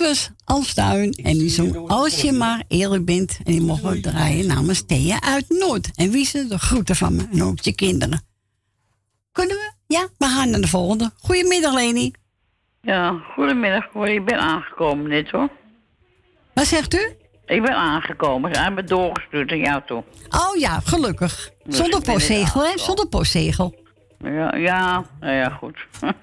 was Alstuin en die zong Als je maar eerlijk bent. En die mogen we draaien namens Thea uit Noord. En wie ze de groeten van me en ook je kinderen. Kunnen we? Ja, we gaan naar de volgende. Goedemiddag, Leni. Ja, goedemiddag hoor. Ik ben aangekomen net hoor. Wat zegt u? Ik ben aangekomen. Hij heeft doorgestuurd naar jou toe. Oh ja, gelukkig. Dus Zonder ik ben postzegel, hè? Zonder postzegel. Ja, goed.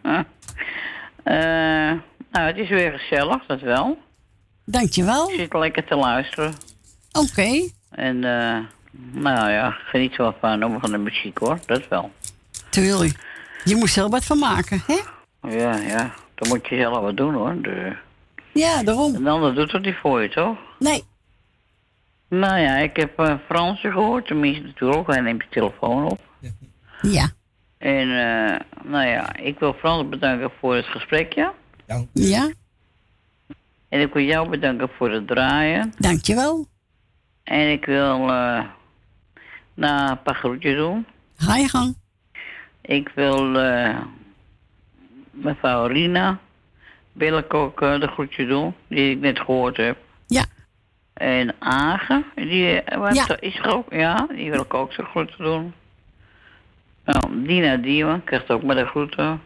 Nou, het is weer gezellig, dat wel. Dankjewel. Ik zit lekker te luisteren. Oké. En, nou ja, geniet wel van de muziek hoor, dat wel. Tuurlijk. Je moet zelf wat van maken, hè? Ja, dan moet je zelf wat doen hoor. Ja, daarom. En ander doet het niet voor je, toch? Nee. Nou ja, ik heb Fransje gehoord, tenminste natuurlijk, hij neemt de telefoon op. Ja. En, nou ja, ik wil Frans bedanken voor het gesprekje. Dank u. Ja. En ik wil jou bedanken voor het draaien. Dankjewel. En ik wil een paar groetjes doen. Ga je gang. Ik wil mevrouw Rina wil ik ook de groetjes doen, die ik net gehoord heb. Ja. En Agen, die is er ook, ja, die wil ik ook de groeten doen. Nou, Dina Diemen krijgt ook maar de groeten.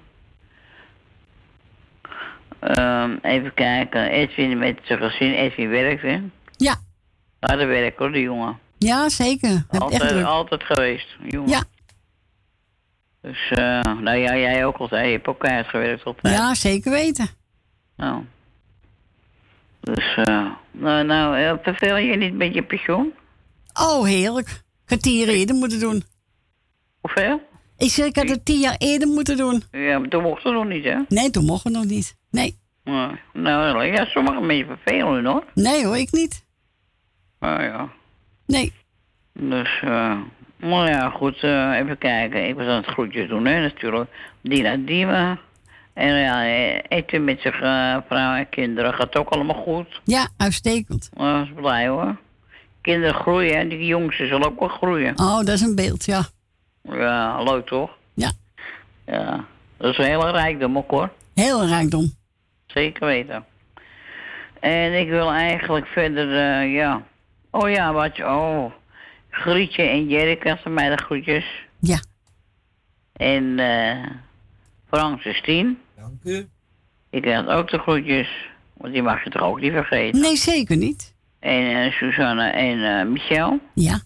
Even kijken, Edwin met zijn gezin, Edwin werkt, hè? Ja. Harde werk hoor, die jongen. Ja, zeker. Altijd geweest, jongen. Ja. Dus, nou ja, jij ook altijd. Je hebt ook keihard gewerkt altijd. Ja, zeker weten. Nou. Dus, verveel je niet met je pensioen? Oh, heerlijk. Kwartier eerder moeten doen. Hoeveel? Ik zeg, ik had het 10 jaar eerder moeten doen. Ja, maar toen mocht het nog niet, hè? Nee, toen mocht het nog niet. Nee. Nou, ja, sommige mensen vervelen, hoor. Nee hoor, ik niet. Ja. Nee. Dus, maar ja, goed, even kijken. Ik was aan het groetjes doen, hè, natuurlijk. Dina Diemen. En ja, eten met zijn vrouw en kinderen gaat ook allemaal goed. Ja, uitstekend. Dat is blij, hoor. Kinderen groeien, hè. Die jongsten zullen ook wel groeien. Oh, dat is een beeld, ja. Ja, leuk, toch? Ja. Ja, dat is een hele rijkdom ook, hoor. Heel rijkdom. Zeker weten. En ik wil eigenlijk verder, ja... Oh ja, Grietje en Jerry krijgen mij de groetjes. Ja. En Frans en Stien. Dank u. Ik krijg ook de groetjes. Want die mag je toch ook niet vergeten? Nee, zeker niet. En Suzanne en Michel. Ja.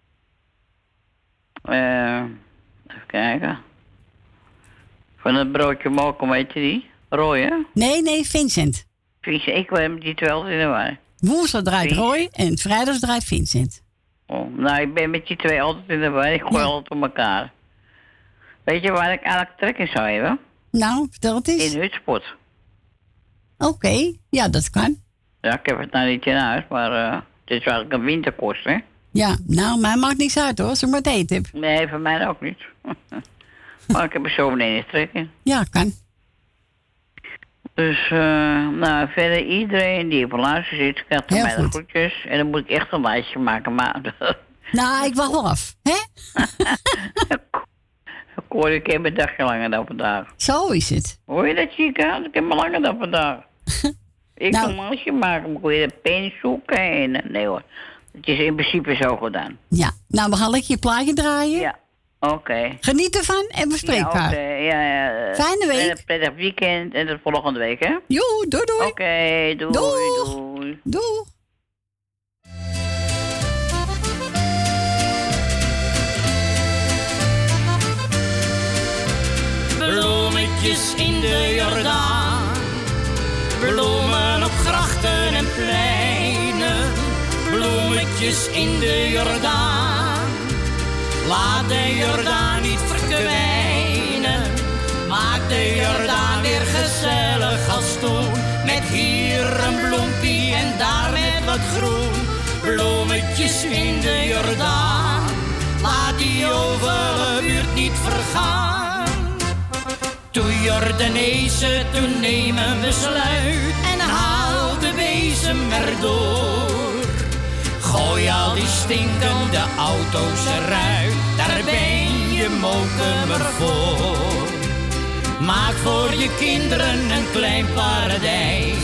Even kijken. Van het broodje Malcolm, weet je die? Roy, hè? Nee, Vincent. Vincent, ik wil die twee altijd in de war. Woensdag draait Roy en vrijdag draait Vincent. Oh, nou, ik ben met die twee altijd in de war. Ik gooi altijd op elkaar. Weet je waar ik eigenlijk trek in zou hebben? Nou, vertel het eens. In Hutspot. Oké, ja, dat kan. Ja, ik heb het nou niet in huis, maar het is eigenlijk een winterkost, hè? Ja, nou, mij maakt niks uit hoor, als ik maar het eten heb. Nee, voor mij ook niet. Maar ik heb er zo meteen eens trek in. Ja, kan. Dus, nou, verder iedereen die op een luister zit, krijgt van mij de groetjes. En dan moet ik echt een lijstje maken, maar... Nou, ik wacht wel af, hè? Ik heb een dagje langer dan vandaag. Zo is het. Hoor je dat, Chica? Ik heb me langer dan vandaag. Ik kan een lijstje maken, maar ik wil een pen zoeken en... Nee hoor, het is in principe zo gedaan. Ja, nou, we gaan lekker je plaatje draaien. Ja, oké. Geniet ervan en we spreken elkaar. Ja. Fijne week. Prettig weekend en tot volgende week, hè? Joe, doei. Oké, doei. Doei. Bloemetjes in de Jordaan, bloemen op grachten en pleinen, bloemetjes in de Jordaan. Laat de Jordaan niet verkwijnen, maak de Jordaan weer gezellig als toen. Met hier een bloempie en daar met wat groen, bloemetjes in de Jordaan. Laat die overle buurt niet vergaan. Toe Jordanezen, toen neem een besluit en haal de bezem erdoor. Gooi al die stinkende auto's eruit, daar ben je Mokumer voor. Maak voor je kinderen een klein paradijs,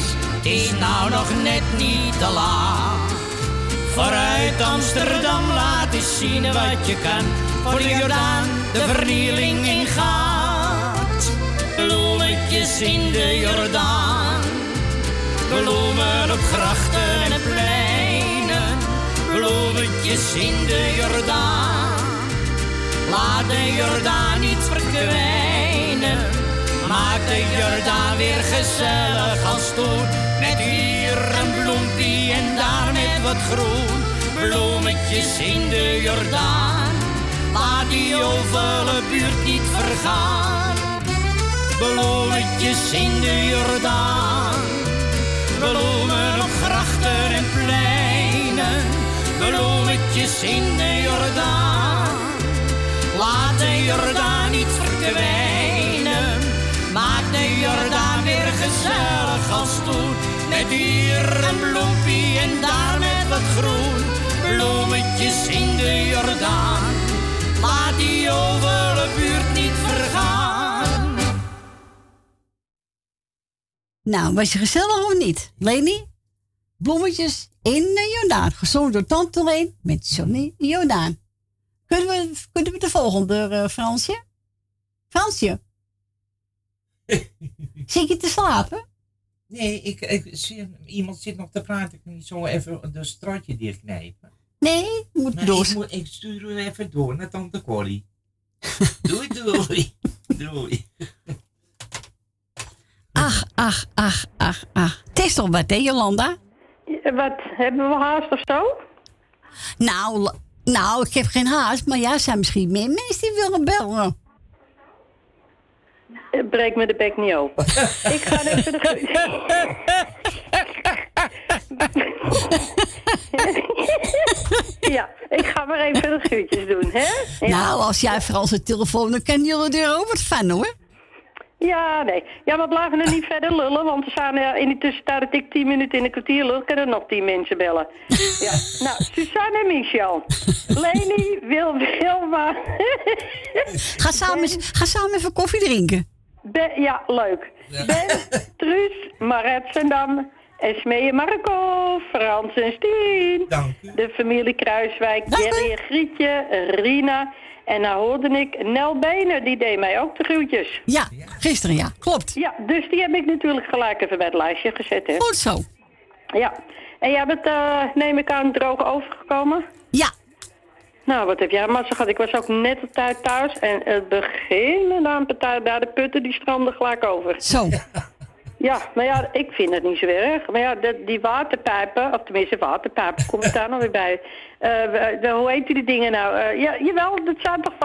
Het is nou nog net niet te laat. Vooruit Amsterdam, laat eens zien wat je kan. Voor de Jordaan de vernieling ingaat. Bloemetjes in de Jordaan. Bloemen op grachten en pleinen. Bloemetjes in de Jordaan. Laat de Jordaan niet verkwijnen. Maak de Jordaan weer gezellig als toen. Met hier een bloempie en daar met wat groen. Bloemetjes in de Jordaan. Laat die ovale buurt niet vergaan. Bloemetjes in de Jordaan. Bloemen op grachten en pleinen. Bloemetjes in de Jordaan. Laat de Jordaan niet verkwijnen. Maak de Jordaan weer gezellig als toen. Met hier een bloempie en daar met wat groen. Bloemetjes in de Jordaan. Laat die ovale buurt niet vergaan. Nou, was je gezellig of niet? Leni? Bloemetjes in de Jordaan. Gezongen door Tante Leen met Johnny Jordaan. Kunnen we de volgende, Fransje? Fransje? Zit je te slapen? Nee, ik zie, iemand zit nog te praten. Ik kan niet zo even de straatje dichtknijpen. Nee, moet door. Ik stuur u even door naar Tante Corrie. Doei. Doei. Ach. Het is toch wat, hè, Jolanda? Wat, hebben we haast of zo? Nou, ik heb geen haast, maar ja, er zijn misschien meer mensen die willen bellen. Breek me de bek niet open. Ik ga even de Ja, ik ga maar even de guurtjes doen, hè? Ja. Nou, als jij Frans de telefoon, dan kennen jullie er ook wat van, hoor. Ja, nee. Ja, maar blijven er niet verder lullen, want er staan in die tussentijd dat ik 10 minuten in een kwartier lul, kunnen er nog 10 mensen bellen. Ja, nou, Suzanne en Michel. Leni, Wilma. Ga samen even koffie drinken. Ja, leuk. Ja. Ben, Truus, Maret Zendam, Esmee en Marco, Frans en Stien. Dank u. De familie Kruiswijk, Jerry en Grietje, Rina. En nou hoorde ik Nel Benen, die deed mij ook de groetjes. Ja, gisteren, ja, klopt. Ja, dus die heb ik natuurlijk gelijk even bij het lijstje gezet, hè. Goed zo. Ja. En jij bent, neem ik aan, droog overgekomen? Ja. Nou, wat heb jij maar gehad? Ik was ook net op tijd thuis. En het begin na een partij daar de putten, die stranden gelijk over. Zo. Ja, maar ja, ik vind het niet zo erg. Maar ja, die waterpijpen, of tenminste waterpijpen, kom ik daar nog weer bij. Hoe heet die dingen nou? Ja, jawel, dat zijn toch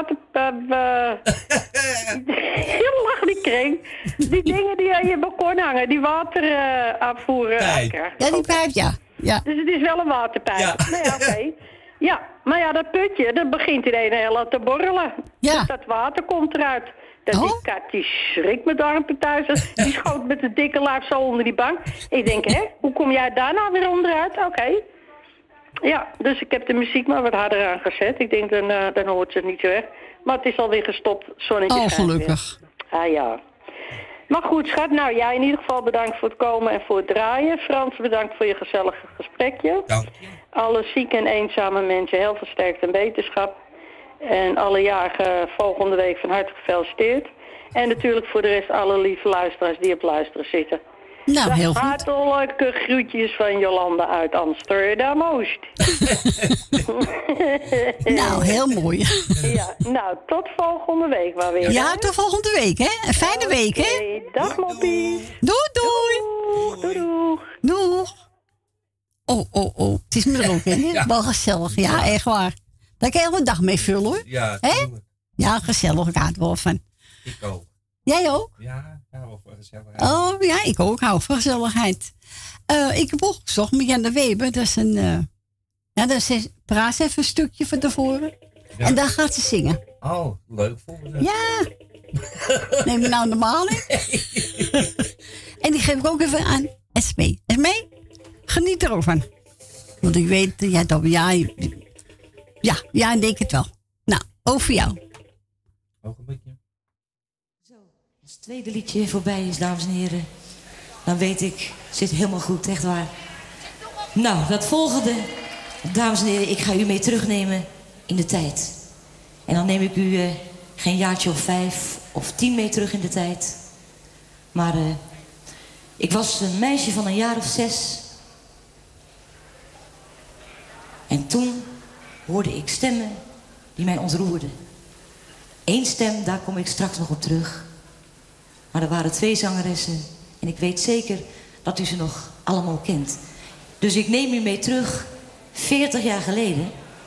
je lacht niet, kring. Die dingen die aan je balkon hangen, die water afvoeren. Ja, die pijp, ja. Dus het is wel een waterpijp. Ja. Nou ja, oké. Ja, maar ja, dat putje, dat begint ineens heel te borrelen. Ja. Dus dat water komt eruit. Die kat, die schrikt me darmpje thuis. Die schoot met de dikke lijf zo onder die bank. Ik denk, hè, hoe kom jij daar nou weer onderuit? Oké. Ja, dus ik heb de muziek maar wat harder aangezet. Ik denk, dan hoort ze het niet zo erg. Maar het is alweer gestopt, zonnetje schijnt gelukkig. Weer. Ah ja. Maar goed, schat, nou jij in ieder geval bedankt voor het komen en voor het draaien. Frans, bedankt voor je gezellige gesprekje. Dank je. Alle zieke en eenzame mensen heel veel sterkte en beterschap. En alle jarigen volgende week van harte gefeliciteerd. En natuurlijk voor de rest alle lieve luisteraars die op luisteren zitten. Nou, heel goed. Hartelijke groetjes van Jolanda uit Amsterdam-Oost. Nou, heel mooi. Ja, nou, tot volgende week maar weer. Ja, tot volgende week, hè. Een fijne week, hè. Dag, moppies. Doei. Doeg. Oh. Het is me er ook, hè. Ja. Wel gezellig. Ja, echt waar. Daar kan je hele dag mee vullen, hoor. Ja, ja, gezellig. Ik hou er wel van. Ik ook. Jij ook? Ja, ik hou van gezelligheid. Oh, ja, ik ook. Hou van gezelligheid. Ik heb ook gezocht met Jan de Weber. Dat is een... praat even een stukje van tevoren. Ja. En dan gaat ze zingen. Oh, leuk. Volgende. Ja. Neem me nou normaal, hè? En die geef ik ook even aan Esmee. Esmee, geniet er ook van. Want ik weet, ja, ik denk het wel. Nou, over jou. Ook een beetje. Zo, als het tweede liedje voorbij is, dames en heren. dan weet ik, zit helemaal goed, echt waar. Nou, dat volgende, dames en heren, ik ga u mee terugnemen in de tijd. En dan neem ik u geen jaartje of 5 of 10 mee terug in de tijd. Maar ik was een meisje van een jaar of 6. En toen hoorde ik stemmen die mij ontroerden. Eén stem, daar kom ik straks nog op terug. Maar er waren 2 zangeressen. En ik weet zeker dat u ze nog allemaal kent. Dus ik neem u mee terug 40 jaar geleden.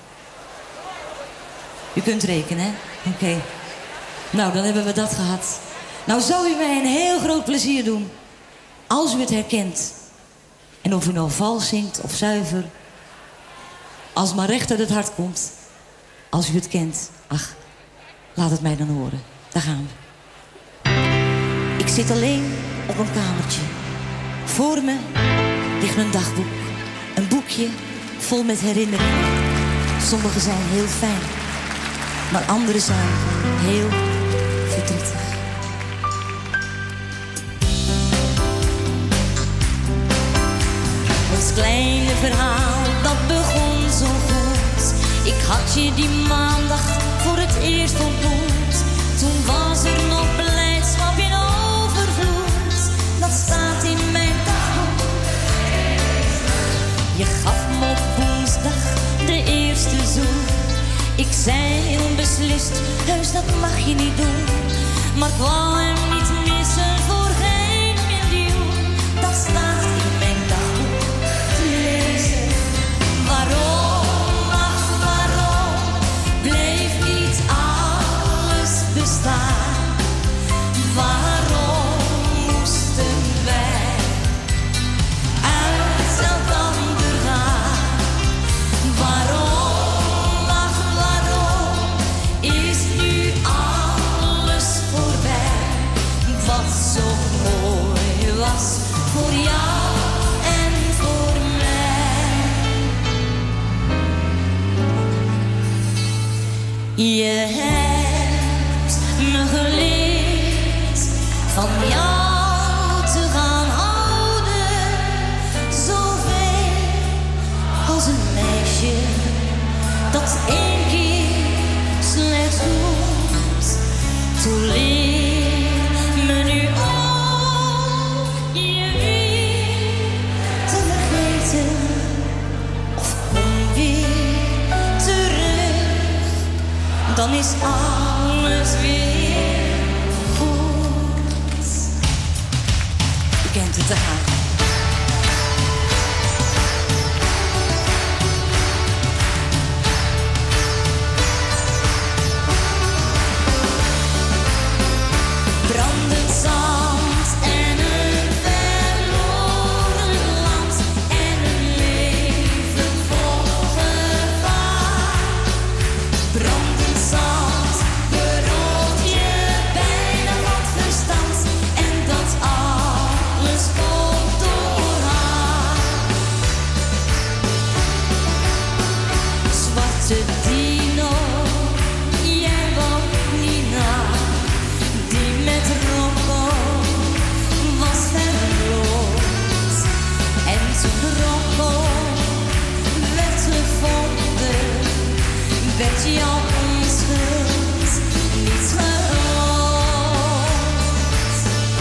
U kunt rekenen, hè? Oké. Nou, dan hebben we dat gehad. Nou zou u mij een heel groot plezier doen als u het herkent. En of u nou vals zingt of zuiver. Als het maar recht uit het hart komt. Als u het kent. Ach, laat het mij dan horen. Daar gaan we. Ik zit alleen op een kamertje. Voor me ligt een dagboek. Een boekje vol met herinneringen. Sommige zijn heel fijn. Maar andere zijn heel verdrietig. Ons kleine verhaal, dat begon zo goed. Ik had je die maandag voor het eerst ontmoet. Toen was er nog blijdschap in overvloed. Dat staat in mijn dagboek. Je gaf me op woensdag de eerste zoen. Ik zei onbeslist, heus dat mag je niet doen. Maar ik wou hem niet missen voor geen miljoen. Dat staat in mijn dagboek te lezen. Waarom, ach waarom, bleef niet alles bestaan? Waarom moesten wij uit elkander gaan? Waarom? Was voor jou en voor mij. Je hebt me geleerd van jou te gaan houden. Zoveel als een meisje dat 1 keer slechts doet. Toen leer me nu dan is alles weer goed. U kent het te gaan. Brandend zand en een verloren land en een leven vol gevaar. Brandend zand berooft je bijna van het verstand en dat alles komt door haar. Zwarte dino, jij woont niet na. Die met Rocco was verloofd. En toen Rocco werd gevonden, werd jouw onschuld niet geloofd.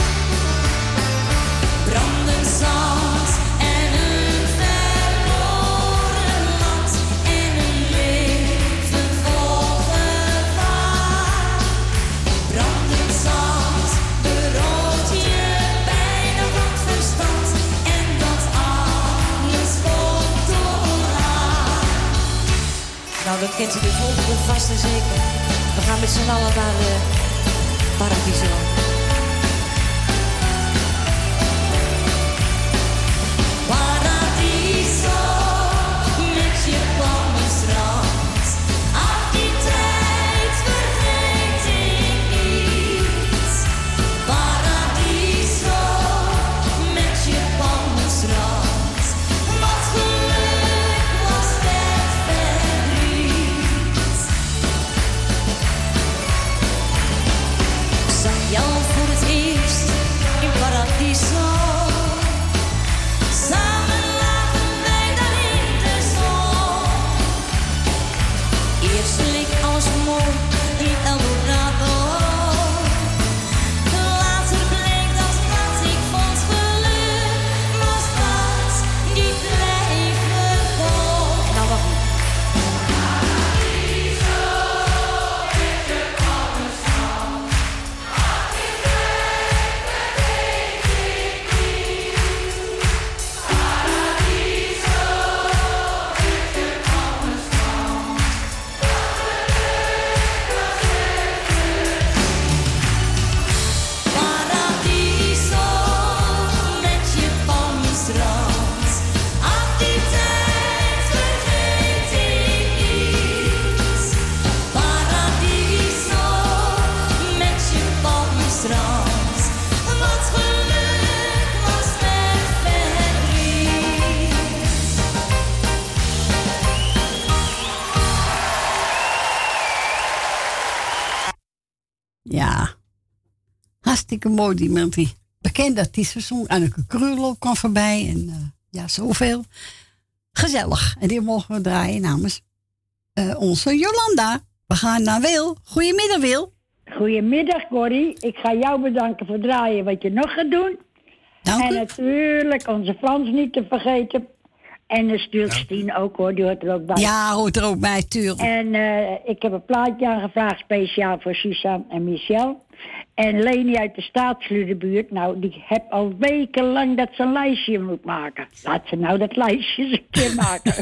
Brandend zand en een verloren land en een leven vol gevaar. Brandend zand berooft je bijna van het verstand en dat alles komt door haar. Nou, dan kent u de volgende vast en zeker. We gaan met z'n allen naar de Paradiso. Paradiso, met je palmenstrand. Ach, die tijd vergeet ik niet. Paradiso, met je palmenstrand. Wat geluk was het verdriet. Ik zag jou Hartstikke mooi, die man die bekende artiesten zong. Anneke Krullo kwam voorbij en ja, zoveel. Gezellig. En die mogen we draaien namens onze Jolanda. We gaan naar Wil. Goedemiddag, Wil. Goedemiddag, Corrie. Ik ga jou bedanken voor draaien wat je nog gaat doen. Dank en u. natuurlijk onze Frans niet te vergeten. En de Stultstien ook, hoor. Die hoort er ook bij. Ja, hoort er ook bij, tuurlijk. En ik heb een plaatje aangevraagd speciaal voor Suzanne en Michel. En Leni uit de Staatsludenbuurt, nou, die heeft al wekenlang dat ze een lijstje moet maken. Laat ze nou dat lijstje eens een keer maken.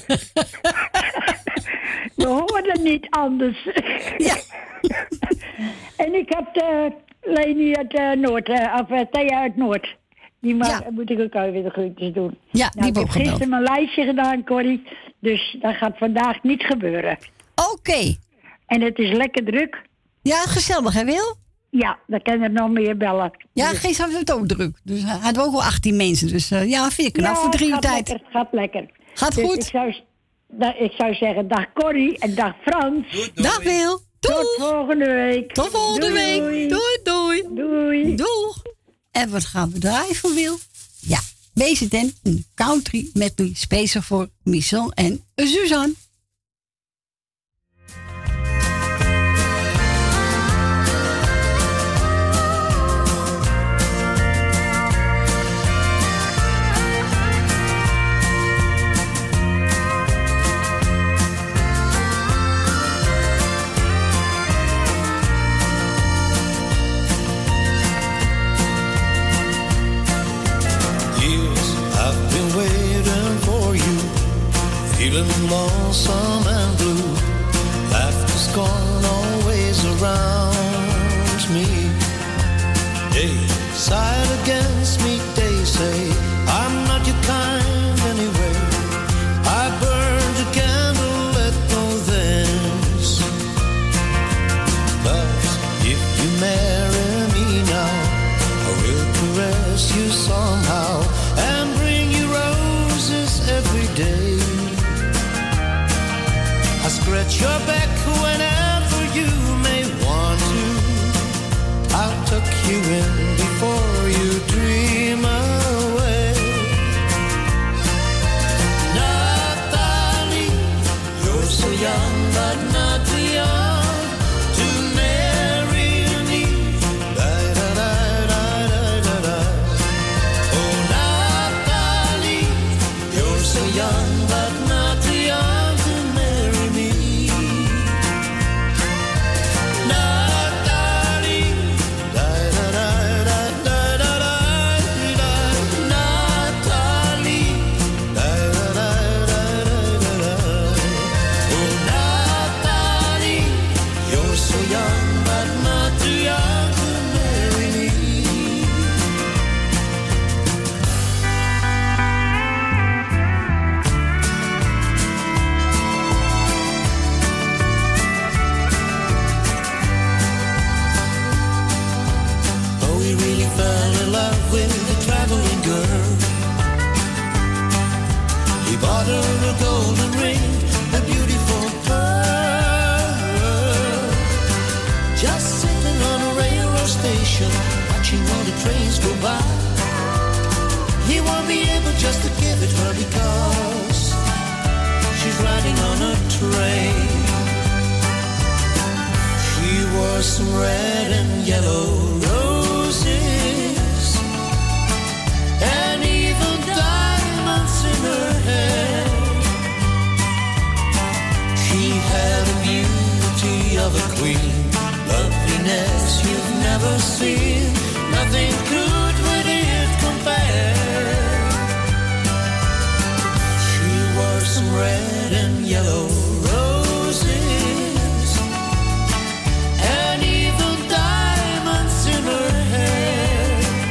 We hoorden niet anders. Ja. En ik heb Leni uit Noord, Thea uit Noord. Die moet ik ook alweer de groetjes doen. Ja, nou, ik heb gebeld. gisteren mijn lijstje gedaan, Corrie. Dus dat gaat vandaag niet gebeuren. Oké. En het is lekker druk. Ja, gezellig, hè, Wil? Ja, dan kan er nog meer bellen. Ja, Dus- gisteren hadden we het ook druk. Dus hadden we ook wel 18 mensen. Dus ja, vind ik knap voor 3 uur tijd. Het gaat lekker. Gaat Dus goed. Ik zou zeggen, dag Corrie en dag Frans. Dag Wil. Doei. Tot volgende week. Tot volgende week. Doei, doei. Doei. Doeg. En wat gaan we draaien voor Wil? Ja, BZN, een country medley speciaal voor Michel en Suzanne. Years I've been waiting for you, feeling lonesome and blue. Laughter's gone always around me. They side against me, they say I'm not your kind anyway. I burned a candle at both ends. But if you marry me now, I will caress you somehow and bring you roses every day. I scratch your back whenever you may want to. I'll tuck you in before you dream away. Natalie, you're so young but not too young to marry me. Da-da-da-da-da-da-da. Oh, Natalie, you're so young but not too young to marry me. Natalie, da-da-da-da-da-da-da-da. Natalie, da-da-da-da-da-da-da. Oh, Natalie, you're so young but not too young to marry me. Oh, we really fell in love with the traveling girl. He bought her a golden ring, a beautiful pearl. Just sitting on a railroad station, watching all the trains go by. He won't be able just to give it her because she's riding on a train. She wore some red and yellow roses and even diamonds in her hair. She had the beauty of a queen, loveliness you've never seen. Nothing could with it compare. She wore some red and yellow roses and even diamonds in her hair.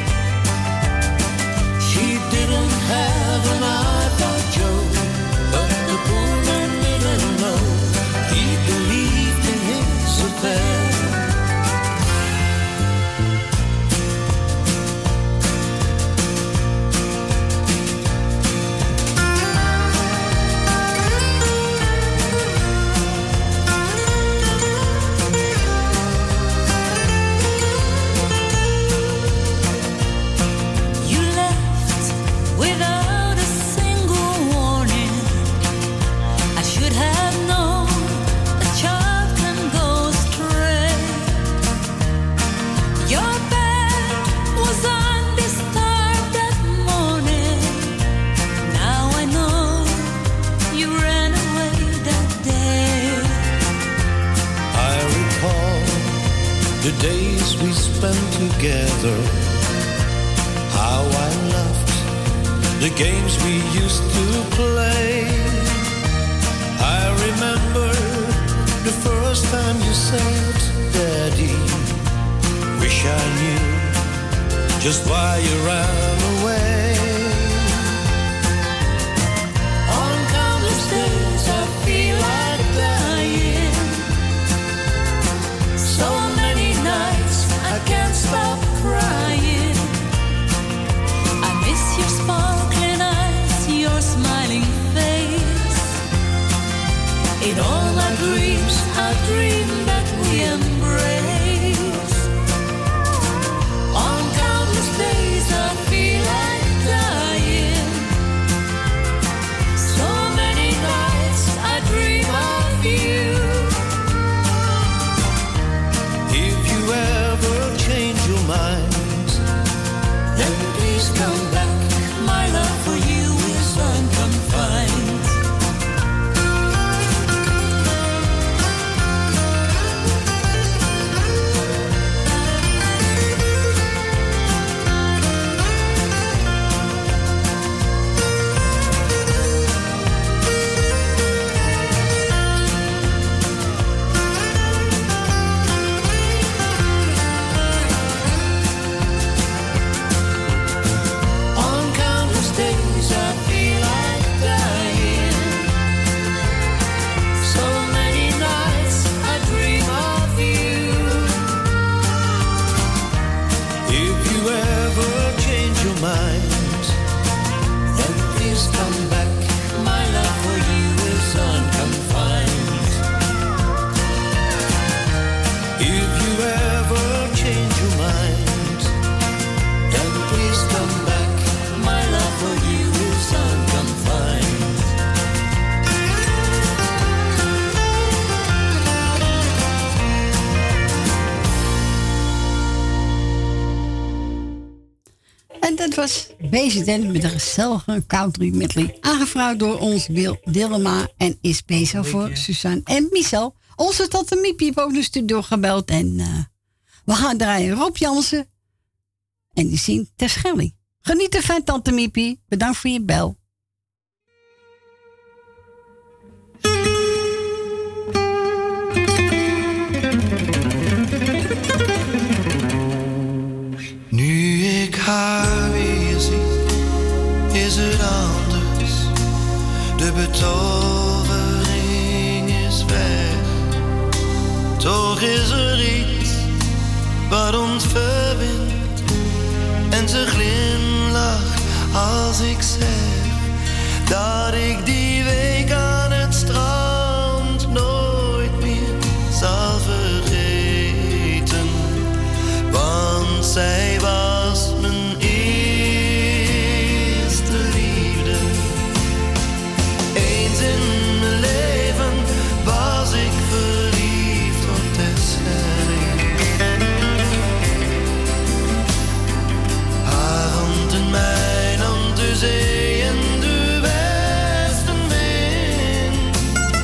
She didn't have an eye for Joe, but the poor man didn't know he believed in his affair. days we spent together. How I loved the games we used to play. I remember the first time you said, Daddy, wish I knew just why you ran away. On countless days I feel like dying. So many nights I can't stop crying. I miss your sparkling eyes, your smiling face. In all my dreams I dream that we embrace. On countless days I feel like dying. So many nights I dream of you. If you ever change your mind, then please come back. My love for you is unconfined. mind, then please come back. My love for you is unconfined. If you ever change your mind, then please come back. My love for you is unconfined. En dat was Bezig met een gezellige country medley. Aangevraagd door ons Wil Dillema en is speciaal voor Suzanne en Michel. Onze tante Miepie heeft ook de studio gebeld. En we gaan draaien Rob Jansen. En die zingt Terschelling. Geniet ervan, tante Miepie. Bedankt voor je bel. Nu ik haar weer zie, is het anders. De betovering is weg. Toch is er iets wat ons verbindt. En ze glimlacht als ik zeg dat ik die week aan het strand nooit meer zal vergeten. Want zij was mijn eerste liefde. Eens in mijn leven was ik verliefd op Terschelling. Haar hand in mijn hand, de zee en de westenwind.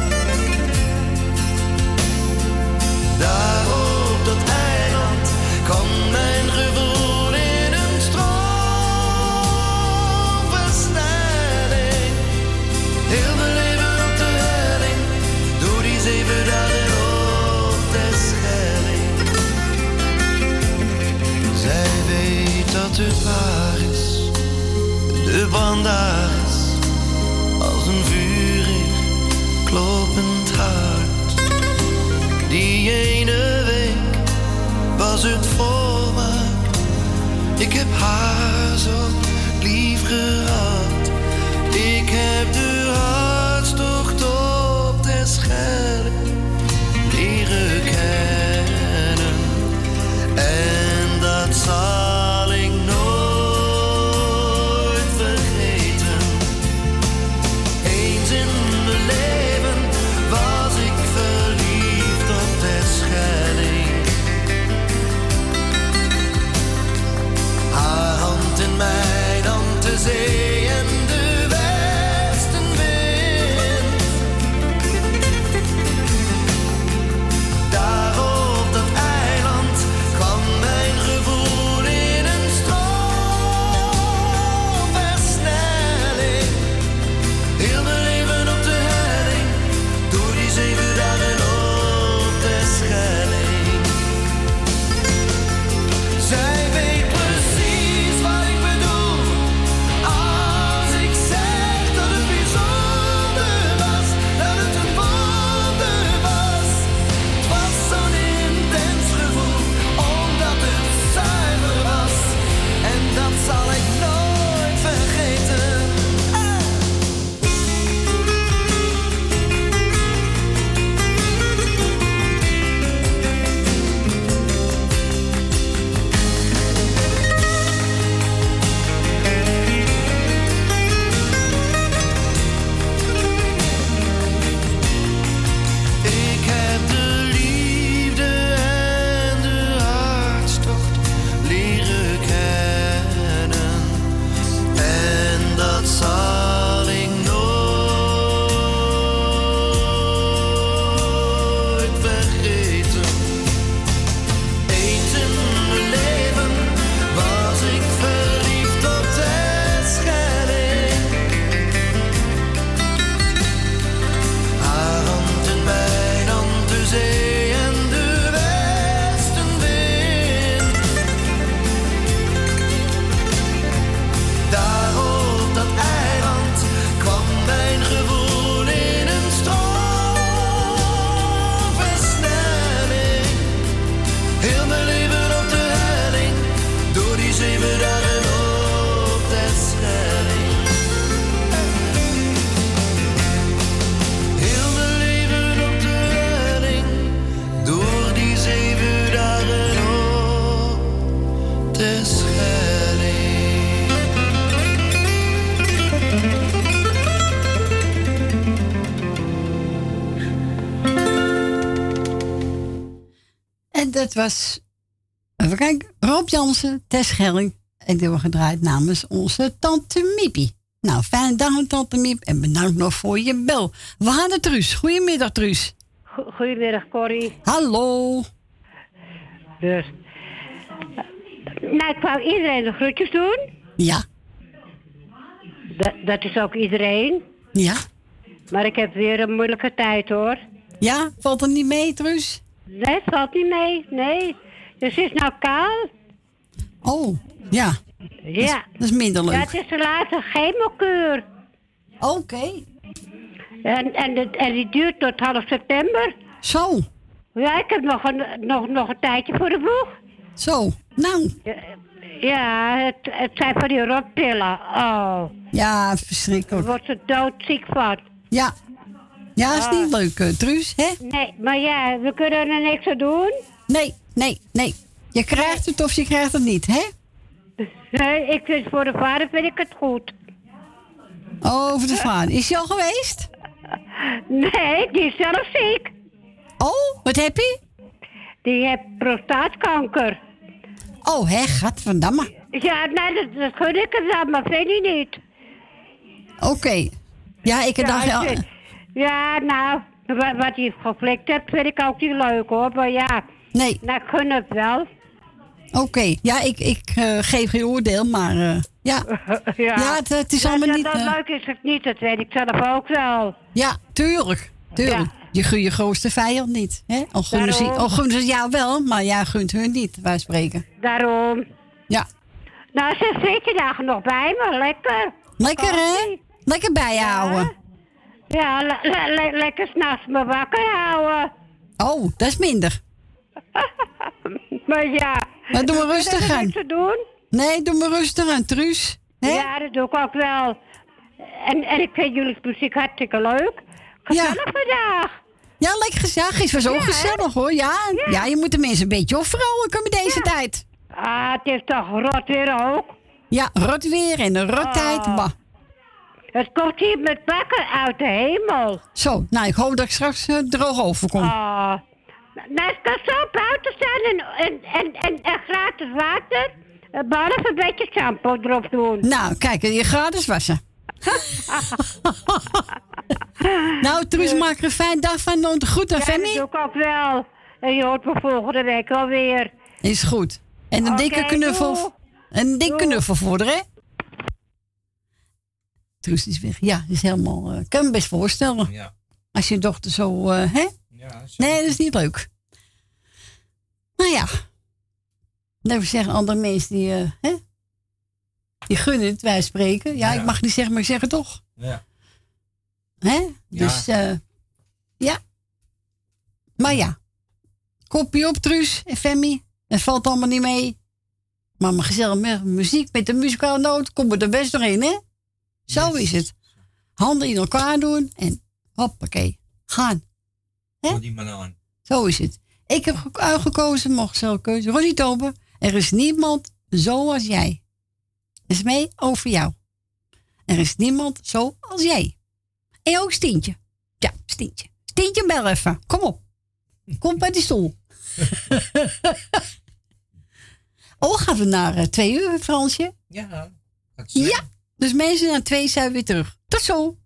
Daar op dat eiland kwam mijn gevoel in een stroomversnelling. Heel mijn leven op de helling, door die 7 dagen op Terschelling. Zij weet dat het waar is, de brand daar is, als een vurig kloppend hart. Die ene week was het volmaakt. Ik heb haar zo lief gehad. Ik heb de hartstocht op Terschelling leren kennen. En dat zal ik nooit vergeten. Eens in mijn leven was ik verliefd op Terschelling. Haar hand in mijn hand, de zee en de westenwind. dat was, even kijken, Rob Jansen, Tess Schelling. En die wordt gedraaid namens onze tante Miepie. Nou, fijne dag tante Miep en bedankt nog voor je bel. We gaan naar Truus. Goedemiddag Truus. Goedemiddag Corrie. Hallo. Dus. Nou, ik wou iedereen de groetjes doen. Ja. Dat is ook iedereen. Ja. Maar ik heb weer een moeilijke tijd hoor. Ja, valt er niet mee Truus? Nee, het valt niet mee. Nee. Dus het is nou kaal. Oh, ja. Ja. Dat is minder leuk. Ja, het is de laatste chemokuur. Oké. En die duurt tot half september. Zo. Ja, ik heb nog een tijdje voor de boeg. Zo, nou. Ja, het zijn van die rotpillen. Oh. Ja, verschrikkelijk. Daar wordt ze doodziek van. Ja. Ja, is niet leuk, Truus, hè? Nee, maar ja, we kunnen er niks aan doen. Nee. Je krijgt het of je krijgt het niet, hè? Nee, ik vind voor de vader vind ik het goed. Oh, voor de vader. Is hij al geweest? Nee, die is zelf ziek. Oh, wat heb je? Die heeft prostaatkanker. Oh, hè, gadverdamme. Ja, nee, dat gun ik hem dan, maar vind je niet. Oké. Ja, ik dacht... Ja, nou, wat hij geflikt hebt, vind ik ook niet leuk, hoor. Maar ja, nee. Nou, ik gun het wel. Oké. Ja, ik geef geen oordeel, maar ja. Ja, het is allemaal niet... Dat leuk is het niet, dat weet ik zelf ook wel. Ja, tuurlijk. Ja. Je gunt je grootste vijand niet, hè? Al gunnen ze jou wel, maar jij gunt hun niet, wij spreken. Daarom. Ja. Nou, ze zit je daar nog bij me, lekker. Lekker, hè? Lekker bijhouden. Ja, lekker 's nachts me wakker houden. Oh, dat is minder. Maar ja. Maar doe maar rustig aan. Te doen? Nee, doe maar rustig aan, Truus. Hè? Ja, dat doe ik ook wel. En ik vind jullie muziek hartstikke leuk. Gezellig vandaag. Ja, lekker gezellig. Het was zo gezellig, hoor. Ja, je moet de mensen een beetje opvrouwen met deze tijd. Ah, het is toch rot weer ook? Ja, rot weer en een rot tijd. Bah. Het komt hier met bakken uit de hemel. Zo, nou, ik hoop dat ik straks droog overkom. Nou, ik kan zo buiten staan en gratis water. Behalve een beetje shampoo erop doen. Nou, kijk, je gratis wassen. Nou, Truus, maak er een fijne dag van. Goed aan Femi. Ja, dat doe ik ook wel. En je hoort me volgende week alweer. Is goed. En een dikke knuffel. Een dikke knuffel voor haar, hè? Truus is weg. Ja, is helemaal... Ik kan me best voorstellen. Ja. Als je dochter zo... hè? Ja, nee, dat is niet leuk. Nou ja. Dat wil zeggen, andere mensen die... hè? Die gunnen het, wij spreken. Ja, ik mag niet zeggen, maar ik zeg het toch. Ja. Hè? Dus, ja. Maar ja. Kopje op, Truus en Femi. Het valt allemaal niet mee. Maar mijn gezellige muziek met de muzikale noot komt er best doorheen, hè? Zo is het. Handen in elkaar doen en hoppakee. Gaan. Hè? Die man aan. Zo is het. Ik heb uitgekozen, mocht zelf keuze. Ronnie Tober, er is niemand zoals jij. Is mee over jou. Er is niemand zoals jij. En ook Stientje. Ja, Stientje. Stientje, bel even. Kom op. Kom bij die stoel. Gaan we naar 2 uur, Fransje? Ja. Ja. Dus mensen, na 2 zijn we weer terug. Tot zo.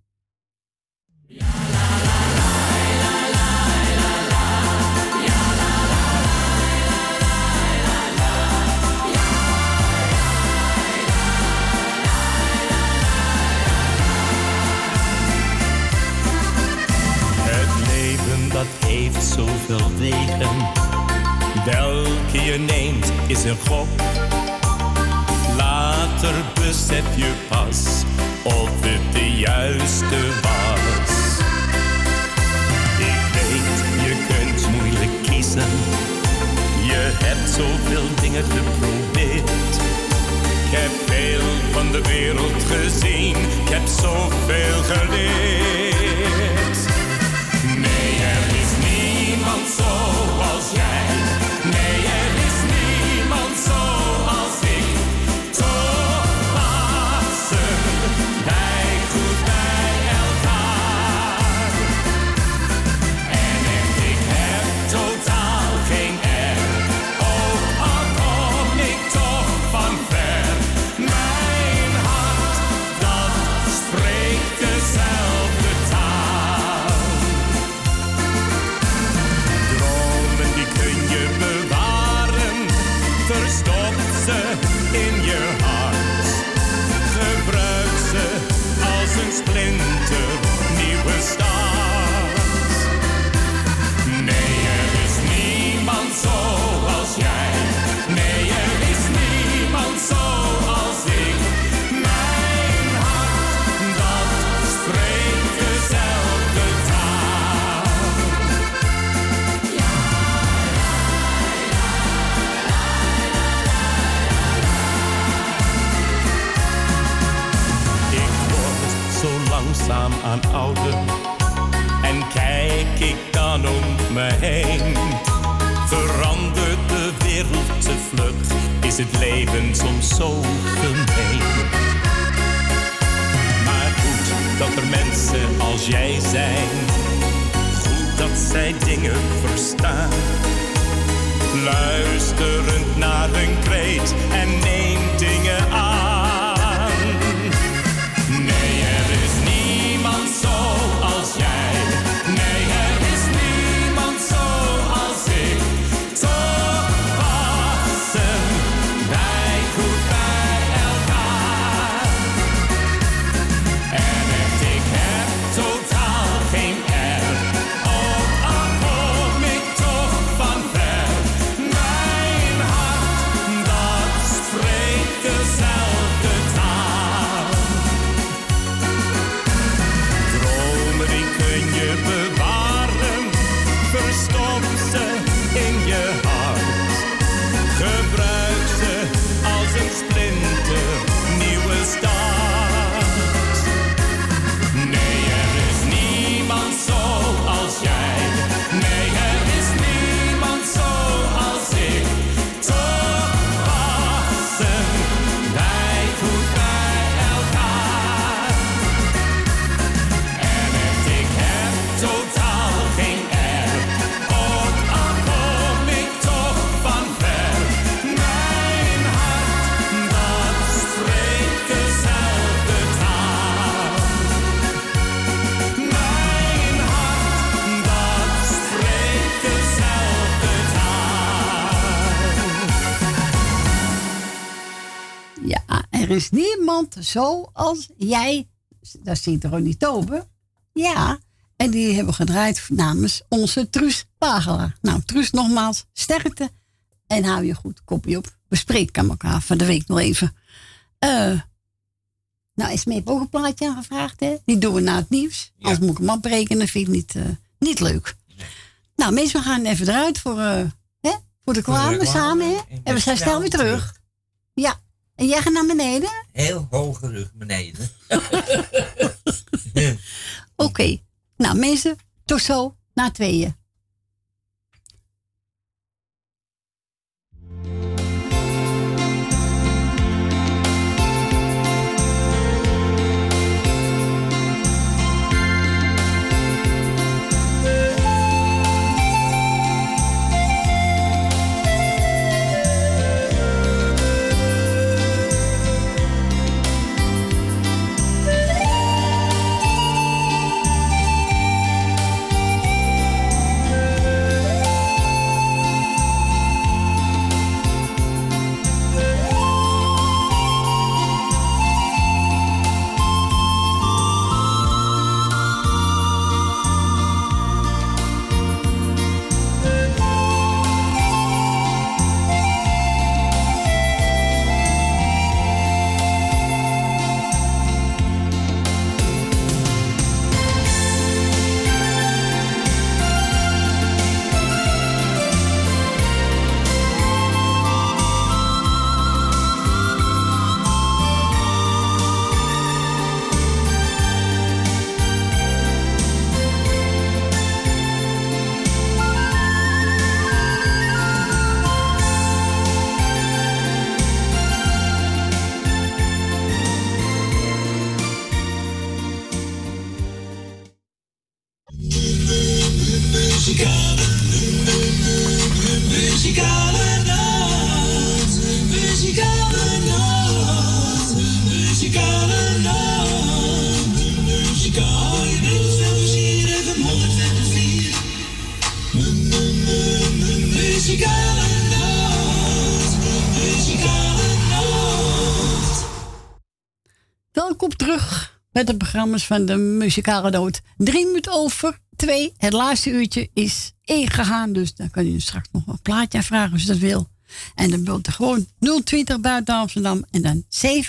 Dat heeft zoveel wegen. Welke je neemt is een gok. Later besef je pas of het de juiste was. Ik weet, je kunt moeilijk kiezen. Je hebt zoveel dingen geprobeerd. Ik heb veel van de wereld gezien. Ik heb zoveel geleerd. Nee, er is niemand zoals jij. Nee, er is niemand zoals ik. Toch passen wij goed bij elkaar. En echt, ik heb totaal geen erg aan ouder. En kijk ik dan om me heen, verandert de wereld te vlug, is het leven soms zo gemeen. Maar goed dat er mensen als jij zijn, goed dat zij dingen verstaan, luisterend naar hun kreet en neemt dingen aan. Nee, er is niemand zoals jij. Nee, er is niemand zoals ik. Toch passen wij goed bij elkaar. En ik heb totaal geen erg, ook al kom ik toch van ver. Mijn hart, dat spreekt dezelfde taal. Dromen die kun je bewaren, verstop ze in je hart. Gebruik ze als een splinter nieuwe start. Nee, er is niemand zoals jij. Nee, er is niemand zoals ik. Toch passen wij goed bij elkaar. En ik heb totaal geen erg, ook al kom ik toch van ver. Mijn hart, dat spreekt dezelfde taal. Mijn hart, dat spreekt dezelfde taal. Ja, er is niemand zoals jij. Daar zit Ronnie Tober. Ja, en die hebben we gedraaid namens onze Truus Pagelaar. Nou, Truus, nogmaals, sterkte. En hou je goed kopje op. We spreken elkaar van de week nog even. Nou, Esmee heeft ook een plaatje aangevraagd, hè? Die doen we na het nieuws. Anders moet ik hem afbreken, dat vind ik niet leuk. Nou, mensen, we gaan even eruit voor de reclame samen, hè? En we zijn snel weer terug. Ja, en jij gaat naar beneden? Heel hoge rug beneden. Oké. Nou, mensen, tot zo na 2:00. Muzikale nacht, muzikale nacht, muzikale nacht, muzikale muzikale nacht, muzikale nacht. Welkom terug met de programma's van de Muzikale Noot. 2:03. Het laatste uurtje is ingegaan, dus dan kan u straks nog een plaatje vragen als u dat wil. En dan belt u gewoon 020 buiten Amsterdam en dan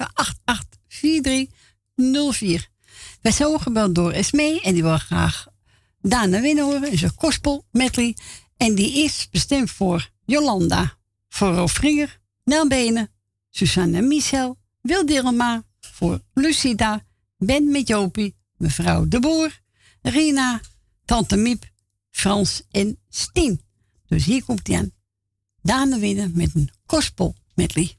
788-4304. Wij zijn ook gebeld door Esmee en die wil graag Dana Winnen horen. Is een gospel medley. En die is bestemd voor Jolanda, voor Rolf Vringer, Nel Benen, Suzanne en Michel, Wil Dilma, voor Lucida, Ben met Jopie, mevrouw De Boer, Rina, tante Miep, Frans en Stien. Dus hier komt hij aan. Daan winnen met een gospel medley.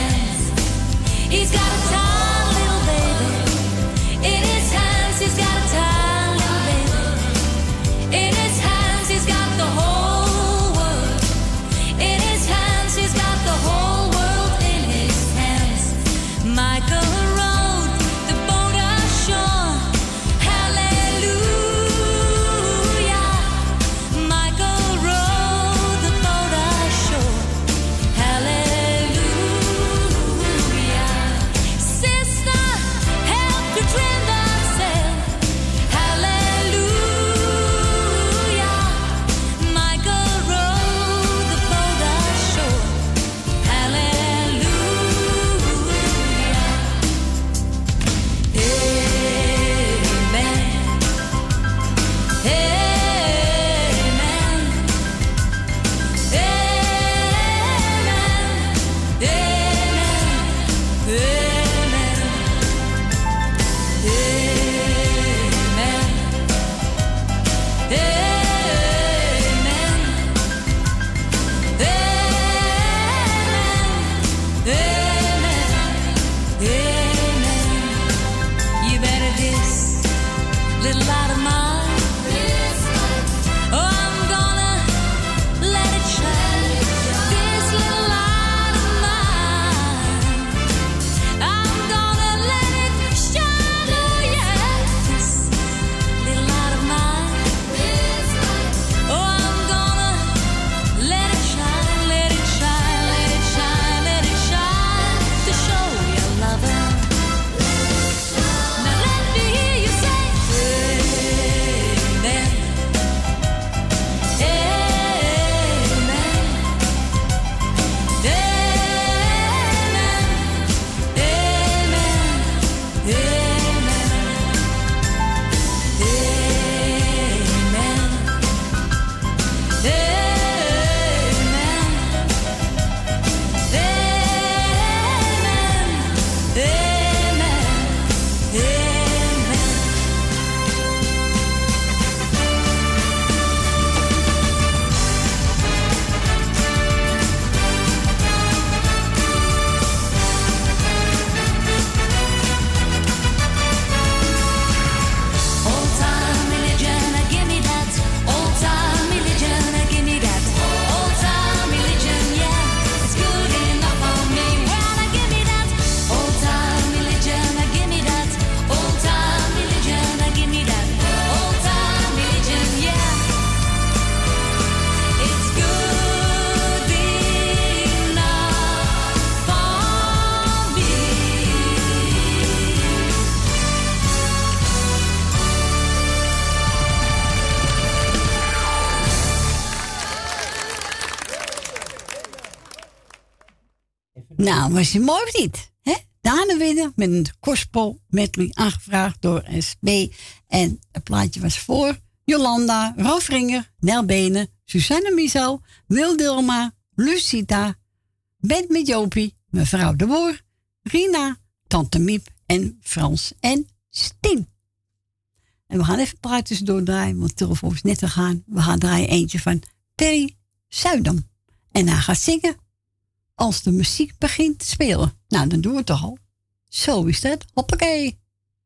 He's got a tiny little baby in his hands. He's got a Nou, was je mooi of niet? Hè? Daan winnen met een gospel medley aangevraagd door SB. En het plaatje was voor Jolanda, Ralf Ringer, Nel Benen, Susanne Mizo, Wil Dilma, Lucita, Bent met Jopie, mevrouw De Boer, Rina, Tante Miep en Frans en Stien. En we gaan even plaatjes doordraaien, want de telefoon is net gegaan. We gaan draaien eentje van Perry Zuidam. En hij gaat zingen als de muziek begint te spelen. Nou, dan doen we het toch al. Zo is dat. Hoppakee.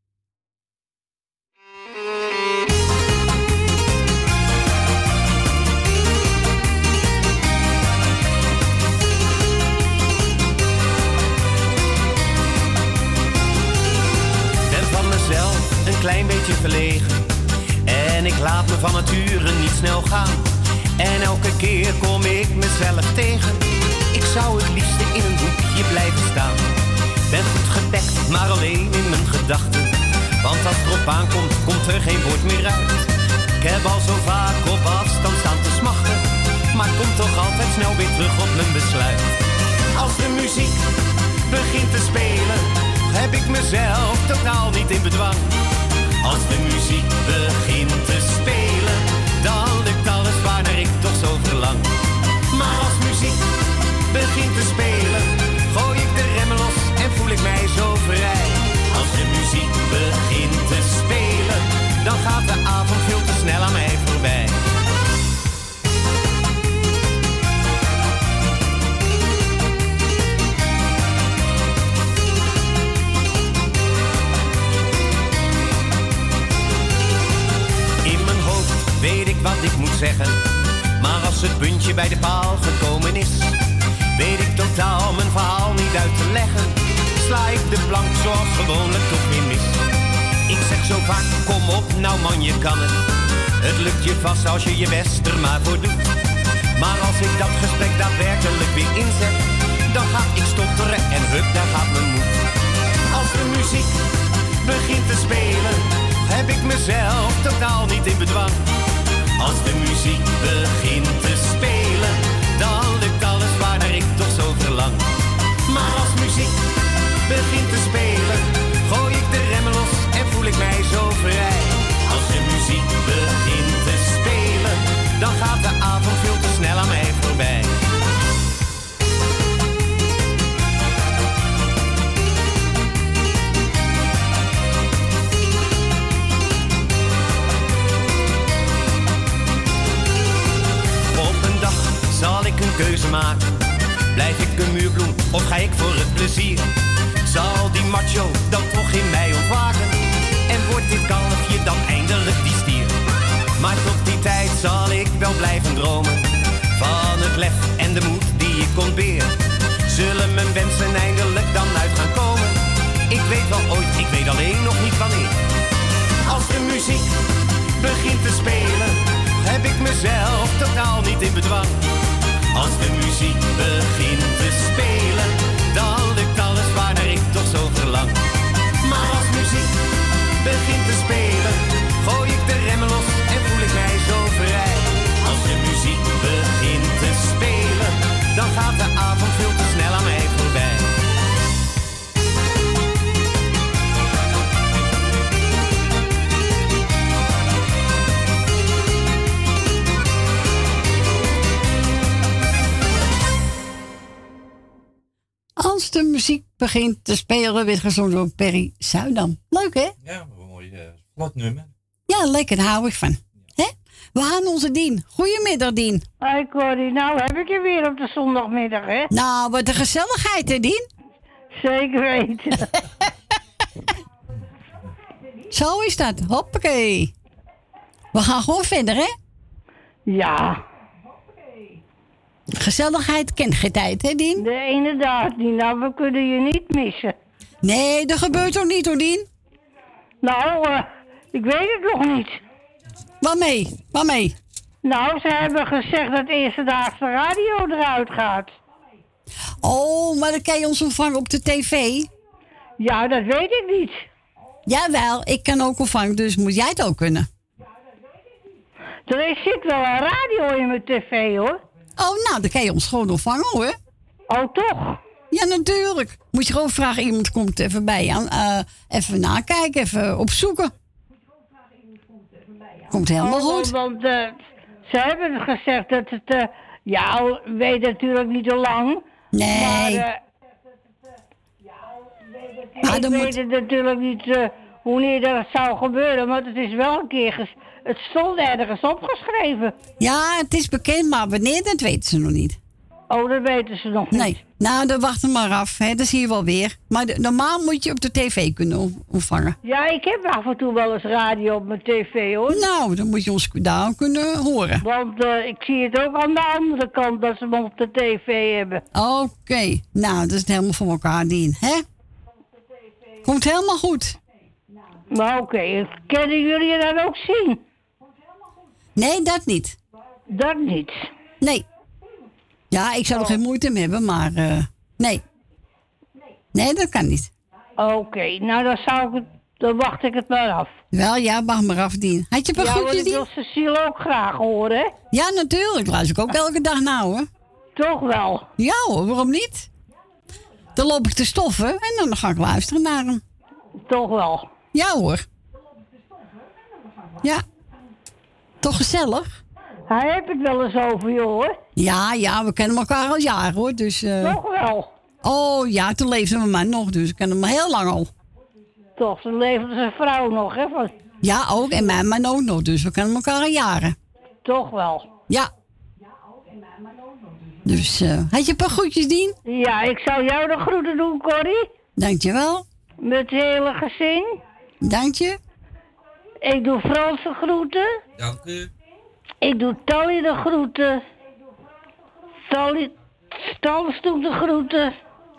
Ben van mezelf een klein beetje verlegen. En ik laat me van nature niet snel gaan. En elke keer kom ik mezelf tegen. Ik zou het liefste in een hoekje blijven staan. Ben goed gedekt, maar alleen in mijn gedachten. Want als het erop aankomt, komt er geen woord meer uit. Ik heb al zo vaak op afstand staan te smachten. Maar kom toch altijd snel weer terug op mijn besluit. Als de muziek begint te spelen, heb ik mezelf totaal niet in bedwang. Als de muziek begint te spelen, dan lukt alles waarnaar ik toch zo verlang. Maar als muziek begint te spelen, gooi ik de remmen los en voel ik mij zo vrij. Als de muziek begint te spelen, dan gaat de avond veel te snel aan mij voorbij. In mijn hoofd weet ik wat ik moet zeggen, maar als het puntje bij de paal gekomen is, weet ik totaal mijn verhaal niet uit te leggen. Sla ik de plank zoals gewoonlijk toch weer mis. Ik zeg zo vaak, kom op, nou man je kan het. Het lukt je vast als je je best er maar voor doet. Maar als ik dat gesprek daadwerkelijk weer inzet, dan ga ik stotteren en hup, daar gaat mijn moed. Als de muziek begint te spelen, heb ik mezelf totaal niet in bedwang. Als de muziek begint te spelen, dan lukt alles waarnaar ik toch zo verlang. Maar als muziek begint te spelen, gooi ik de remmen los en voel ik mij zo vrij. Als de muziek begint te spelen, dan gaat de avond veel te snel aan mij voorbij. Zal ik een keuze maken? Blijf ik een muurbloem of ga ik voor het plezier? Zal die macho dan toch in mij ontwaken? En wordt dit kalfje dan eindelijk die stier? Maar tot die tijd zal ik wel blijven dromen van het lef en de moed die ik ontbeer. Zullen mijn wensen eindelijk dan uit gaan komen? Ik weet wel ooit, ik weet alleen nog niet wanneer. Als de muziek begint te spelen, heb ik mezelf totaal niet in bedwang. Als de muziek begint te spelen, dan lukt alles waarnaar ik toch zo verlang. Maar als muziek begint te spelen, gooi ik de remmen los en voel ik mij zo vrij. Als de muziek begint te spelen, dan gaat de avond veel te snel aan mij voorbij. Als de muziek begint te spelen, werd gezongen door Perry Zuidam. Leuk, hè? Ja, een mooi vlot nummer. Ja, lekker, daar hou ik van. Hè? We gaan onze Dien. Goedemiddag, Dien. Hoi Corrie, nou heb ik je weer op de zondagmiddag, hè? Nou, wat een gezelligheid, hè, Dien? Zeker weten. Zo is dat. Hoppakee. We gaan gewoon verder, hè? Ja. Gezelligheid kent geen tijd, hè, Dien? Nee, inderdaad niet. Nou, we kunnen je niet missen. Nee, dat gebeurt toch niet, hoor, Dien? Nou, ik weet het nog niet. Waarmee? Waarmee? Nou, ze hebben gezegd dat eerstedaagse radio eruit gaat. Oh, maar dan kan je ons ontvangen op de tv? Ja, dat weet ik niet. Jawel, ik kan ook ontvangen, dus moet jij het ook kunnen. Er zit wel een radio in mijn tv, hoor. Oh, nou, dan kan je ons gewoon ontvangen, hoor. Oh, toch? Ja, natuurlijk. Moet je gewoon vragen, iemand komt even bij je aan. Even nakijken, even opzoeken. Komt helemaal goed. Want ze hebben gezegd dat het... ja, weet natuurlijk niet hoe lang. Nee. Maar... ik weet het natuurlijk niet wanneer dat zou gebeuren, maar het is wel een keer... Het stond ergens opgeschreven. Ja, het is bekend, maar wanneer, dat weten ze nog niet. Oh, dat weten ze nog niet. Nee, nou, dan wachten maar af. Hè. Dat zie je wel weer. Maar normaal moet je op de tv kunnen ontvangen. Ja, ik heb af en toe wel eens radio op mijn tv, hoor. Nou, dan moet je ons daar kunnen horen. Want ik zie het ook aan de andere kant dat ze hem op de tv hebben. Oké, nou, dat is het helemaal voor elkaar, Dien. Hè? Komt helemaal goed. Nou, oké. Kunnen jullie dat ook zien? Nee, dat niet. Dat niet? Nee. Ja, ik zou er geen moeite mee hebben, maar nee. Nee, dat kan niet. Oké, nou dan wacht ik het maar af. Wel, ja, wacht maar af, Dien. Had je een paar groetjes, Dien? Ja, ik wil Cecile ook graag horen, hè? Ja, natuurlijk. Luister ik ook elke dag naar, hoor. Toch wel? Ja, hoor, waarom niet? Dan loop ik te stoffen en dan ga ik luisteren naar hem. Toch wel? Ja, hoor. Ja. Toch gezellig? Hij heeft het wel eens over je, hoor. Ja, we kennen elkaar al jaren, hoor. Dus, toch wel? Oh, ja, toen leefde mijn man nog, dus ik ken hem heel lang al. Toch, toen leefde zijn vrouw nog, hè? Ja, ook. En mijn man ook nog, dus we kennen elkaar al jaren. Toch wel? Ja. Dus, had je een paar groetjes, Dien? Ja, ik zou jou de groeten doen, Corrie. Dankjewel. Met het hele gezin. Dank je. Ik doe Frans de groeten. Dank u. Ik doe Tally de groeten. Stans doet de groeten.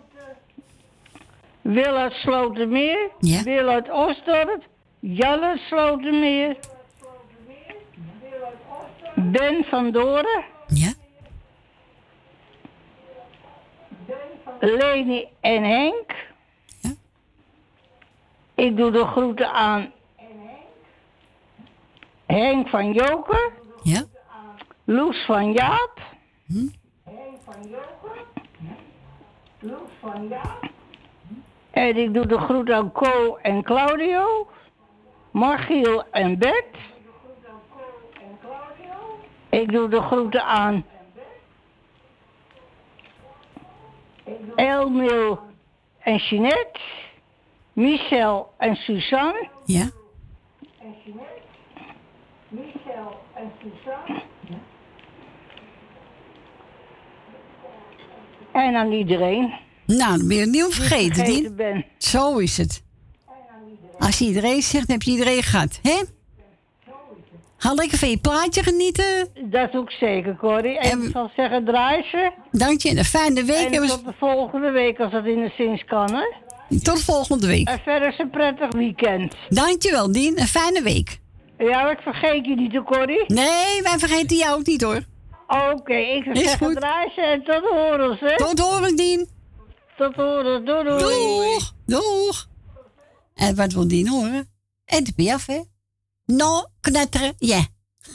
Wil uit Slotermeer. Ja. Wil uit Osdorp. Jan uit Slotermeer. Ben van Doren. Ja. Leni en Henk. Ja. Ik doe de groeten aan Henk van Joker. Ja. Loes van Jaap. Henk van Joker. Loes van Jaap. En ik doe de groeten aan Co en Claudio. Margiel en Bert. Ik doe de groeten aan Elmil en Jeanette. Michel en Suzanne. Ja. Michel en Suzanne. En aan iedereen. Nou, dan ben je het niet vergeten, Dien. Ben. Zo is het. Als je iedereen zegt, dan heb je iedereen gehad, hè? Ga lekker van je plaatje genieten. Dat doe ik zeker, Corrie. En ik zal zeggen, draai ze. Dank je, en een fijne week. En tot de volgende week, als dat in de zins kan, hè? Tot volgende week. En verder een prettig weekend. Dankjewel, Dien. Een fijne week. Ja, ik vergeet je niet, Corrie. Nee, wij vergeten jou ook niet, hoor. Oké, ik zou zeggen, draai ze en tot horens, hè? Tot horens, Dien. Tot horens, doei, doei. Doeg, doeg. En wat wil Dien horen? En de piaf, hè? No, knetteren, ja.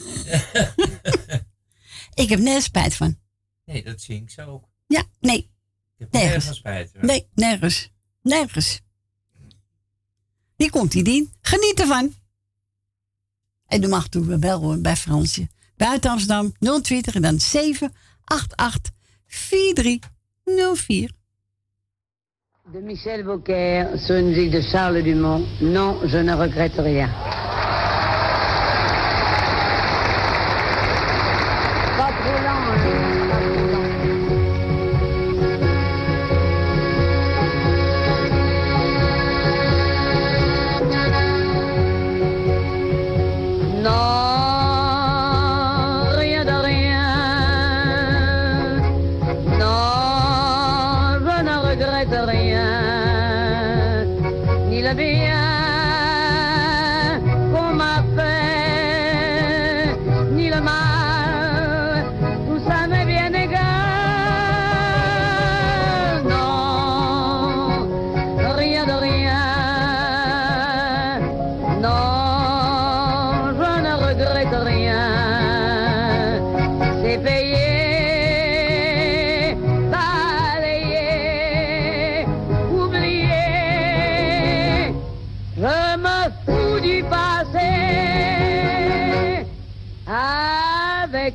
Ik heb nergens spijt van. Nee, dat zingt ze ook. Ja, nee. Ik heb nergens spijt van. Nee, nergens. Nergens. Hier komt die Dien. Geniet ervan. En u mag toe bel hoor, bij Fransje. Buiten Amsterdam 020 en dan 788 4304. De Michel Beaucaire sur une musique de Charles Dumont. Non, je ne regrette rien. Pas trop lent, hein? Non, rien de rien. Non, je ne regrette rien. Ni le bien qu'on m'a fait, ni le mal, tout ça m'est bien égal. Non, rien de rien. Non, je ne regrette rien. C'est payé, balayé,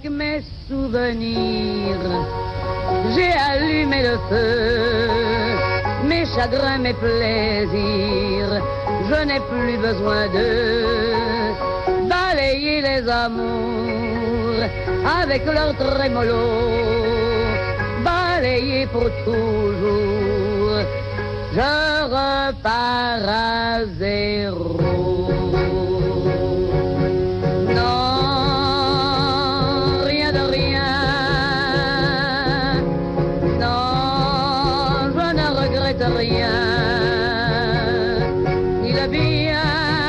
avec mes souvenirs. J'ai allumé le feu, mes chagrins, mes plaisirs. Je n'ai plus besoin de balayer les amours avec leur trémolo, balayer pour toujours. Je repars à zéro. Non, rien de rien. Non, je ne regrette rien. Ni le bien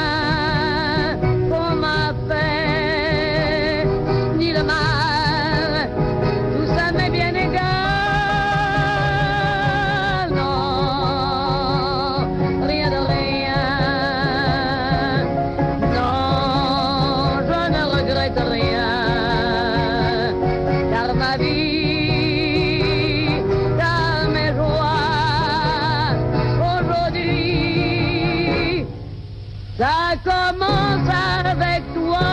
qu'on m'a fait, ni le mal. Tout ça m'est bien égal. Non, rien de rien. Non, je ne regrette rien. Car ma vie, car mes joies, aujourd'hui, ça commence avec toi.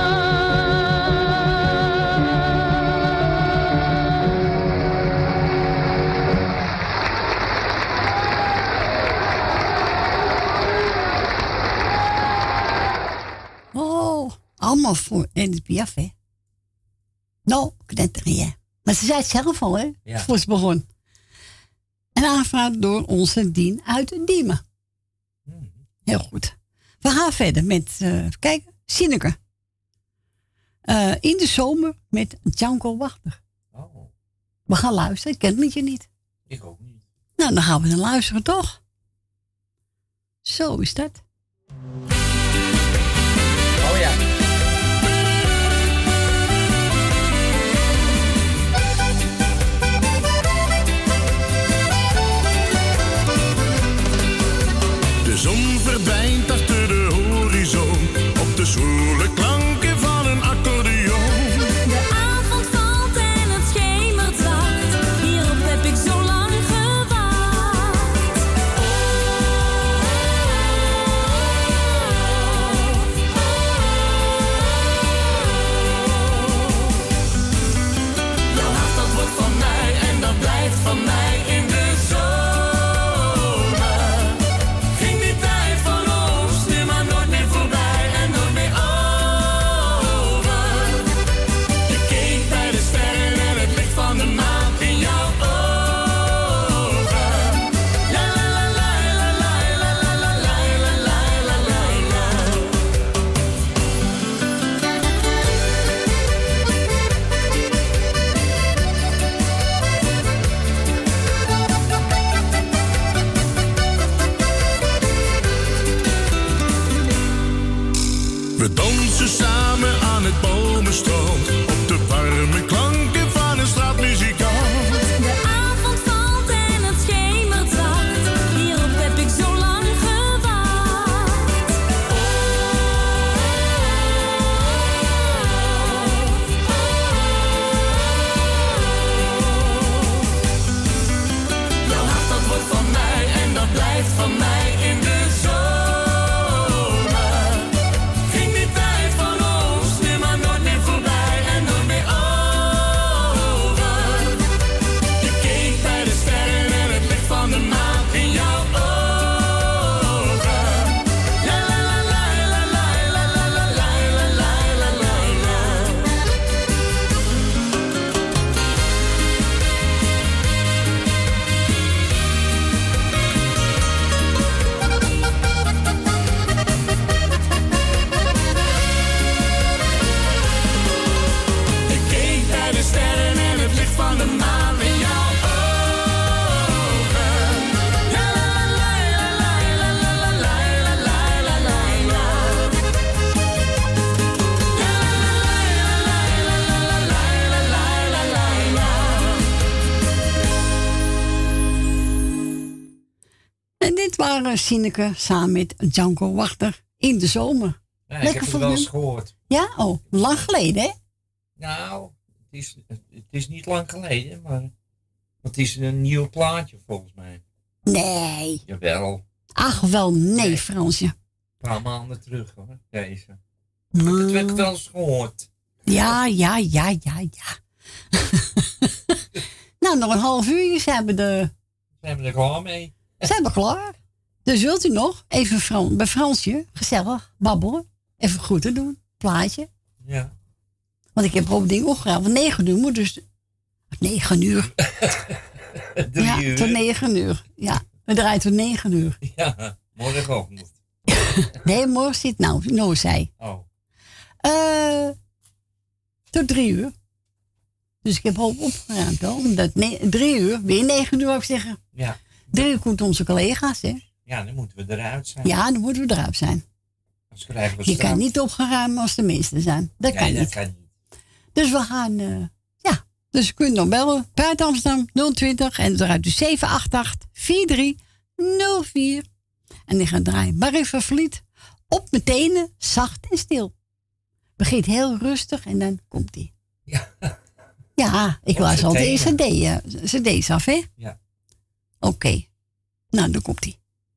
Oh, allemaal voor Edith Piaf, hè? Nou, knetterien. Maar ze zei het zelf al, hè? Ja. Voor ze begon. En aangevraagd door onze Dien uit Diemen. Heel goed. We gaan verder met, kijk, Sineke. In de zomer met Django Wachter. Oh, We gaan luisteren, ik ken het met je niet. ik ook niet. Nou, dan gaan we naar luisteren, toch? Zo is dat. Oh ja. De zon verdwijnt achter de horizon op de zwoele klanken van een accordeon. De avond valt en het schemert zacht. Hierop heb ik zo lang gewacht. Jouw hart dat wordt van mij en dat blijft van mij in de zomer. Ging die tijd van ons nu maar nooit meer voorbij en nooit meer over. Je keek bij de sterren en het licht van de maan in jouw ogen. La la la la la la la la la la la la la. We dansen samen aan het bomenstrand op de warme klanken van een straatmuzikant. De avond valt en het schemert zacht. Hierop heb ik zo lang gewacht. Jouw hart dat wordt van mij en dat blijft van mij in de zomer. Ging die tijd van ons nu maar nooit meer voorbij en nooit meer over. Je keek bij de sterren en het licht van de maan in jouw ogen. La la la la la la la la la la la la la la. Je keek bij de sterren en het licht van de maan in jouw ogen. La la la la la la la la la la la la la. La la la la la la la la la. En dit waren Sineke samen met Django Wachter in de zomer. Ja, ik heb het wel eens gehoord. Ja? Oh, lang geleden, hè? Nou, het is niet lang geleden, maar het is een nieuw plaatje volgens mij. Nee. Jawel, Ach, wel nee, Fransje. een paar maanden terug hoor, deze. Ik heb het wel eens gehoord. Ja. Nou, nog een half uur. Ze hebben er klaar mee. Ze hebben klaar. Dus wilt u nog even bij Fransje gezellig babbelen? Even groeten doen. Plaatje. Ja. Want ik heb op ding opgehaald. Van 9 uur moet dus... 9 uur. 3 uur. Tot 9 uur. Ja, we draaien tot 9 uur. Ja, morgenochtend. Nee, morgen zit nou zij. Oh. Tot 3 uur. Dus ik heb hoop opgeruimd wel. Omdat 3 uur, weer 9 uur, wou ik zeggen. Ja. 3 uur komt onze collega's, hè? Ja, dan moeten we eruit zijn. Ja, dan moeten we eruit zijn. Anders krijgen we Je straf. kan niet opgeruimd als de meesten zijn. Dat kan Nee, niet. dat kan niet. Dus we gaan, dus je kunt nog bellen. Buiten Amsterdam 020 en eruit dus 788-4304. En die gaat draaien. Barry van Vliet. Op mijn tenen, zacht en stil. Begint heel rustig en dan komt die. Ja, ik luister altijd eerst cd's af, hè? Ja. Oké. Nou, dan komt die.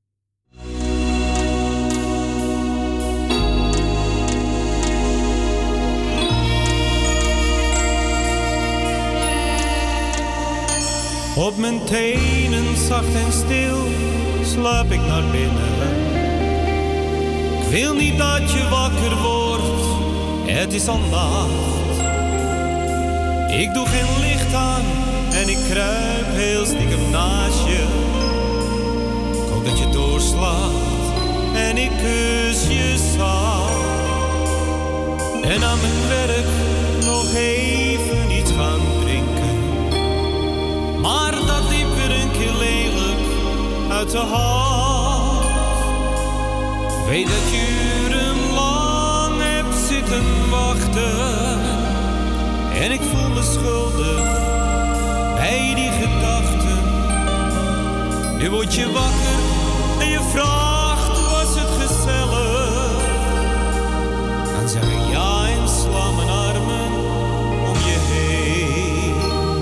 Op mijn tenen zacht en stil slaap ik naar binnen. Ik wil niet dat je wakker wordt, het is al nacht. Ik doe geen licht aan en ik kruip heel stiekem naast je. Ik hoop dat je doorslaapt en ik kus je zacht. En aan mijn werk nog even iets gaan drinken. Maar dat liep weer een keer lelijk uit de hand. Weet dat je urenlang hebt zitten wachten. En ik voel me schuldig bij die gedachten. Nu word je wakker en je vraagt, was het gezellig? Dan zeg ik ja en sla mijn armen om je heen.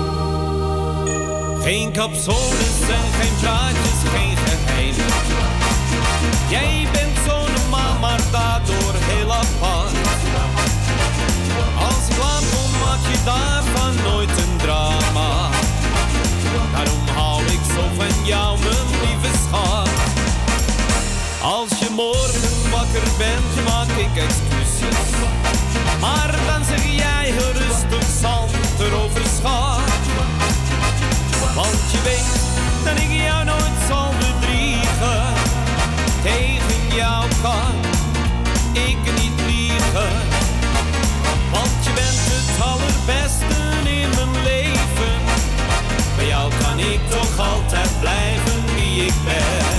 Geen capsules en geen praatjes, geen geheimen. Jij bent zo normaal, maar daardoor heel apart. Als ik laat kom, maak je daarvan nooit een drama. Daarom hou ik zo van jou, mijn lieve schat. Als je morgen wakker bent, maak ik excuses. Maar dan zeg jij heel rustig, zand erover schat. Want je weet dat ik jou nooit zal bedriegen. Tegen jou kan ik niet liegen. Want je bent het allerbeste in mijn leven. Bij jou kan ik toch altijd blijven wie ik ben.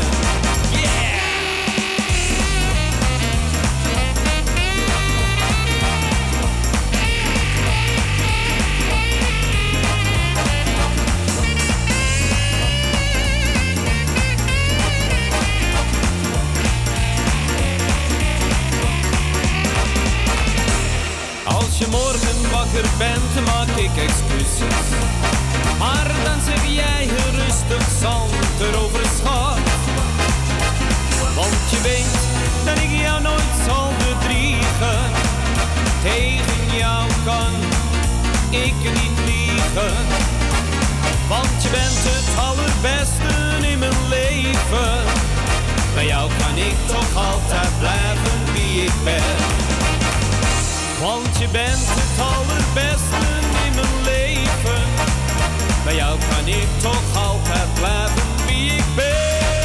Als je morgen wakker bent, maak ik excuses. Maar dan zeg jij heel rustig, zand erover schat. Want je weet dat ik jou nooit zal bedriegen. Tegen jou kan ik niet liegen. Want je bent het allerbeste in mijn leven. Bij jou kan ik toch altijd blijven wie ik ben. Want je bent het allerbeste in mijn leven. Bij jou kan ik toch altijd blijven wie ik ben.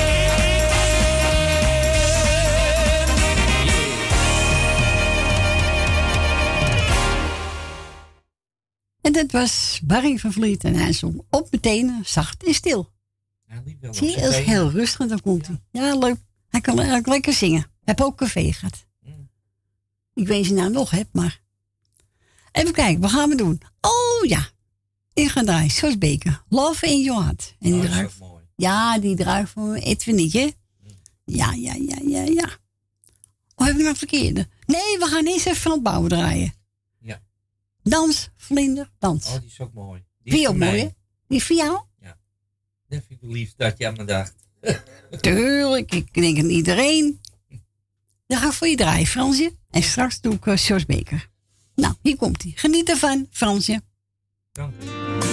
En dat was Barry van Vliet en hij zong op mijn tenen, zacht en stil. Zie je, dat is heel rustig en dan komt hij. Ja, leuk. Hij kan lekker zingen. Heb ook café gehad. Ik weet niet of je nou nog hebt, maar... Even kijken, wat gaan we doen? Oh ja, ik ga draaien. Zoals Beker. Love in your heart. En die draait... Ja, die draait voor Edwin niet, hè? Ja. Oh, heb ik nou verkeerde? Nee, we gaan eerst even van het bouwen draaien. Ja. Dans, vlinder, dans. Oh, die is ook mooi. Die Vind je is ook voor mooi, mij. hè? Die voor jou? Ja. Dat vind ik lief dat je aan me dacht. Tuurlijk, ik denk aan iedereen. Dan ga ik voor je draaien, Fransje. En straks doe ik George Beker. Nou, hier komt hij. Geniet ervan, Fransje. Dank u.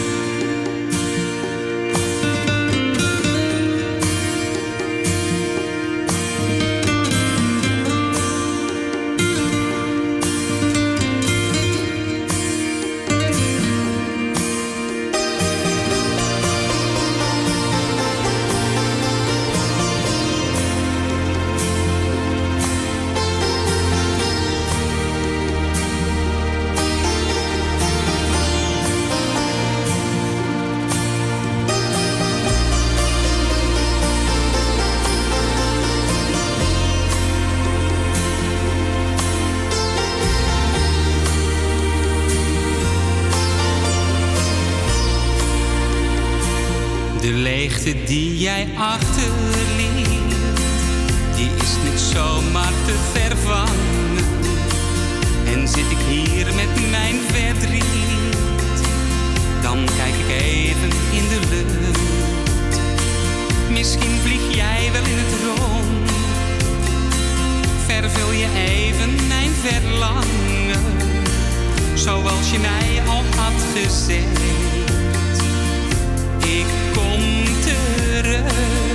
De leegte die jij achterliet, die is niet zomaar te vervangen. En zit ik hier met mijn verdriet, dan kijk ik even in de lucht. Misschien vlieg jij wel in het rond, vervul je even mijn verlangen. Zoals je mij al had gezegd, ik kom terug.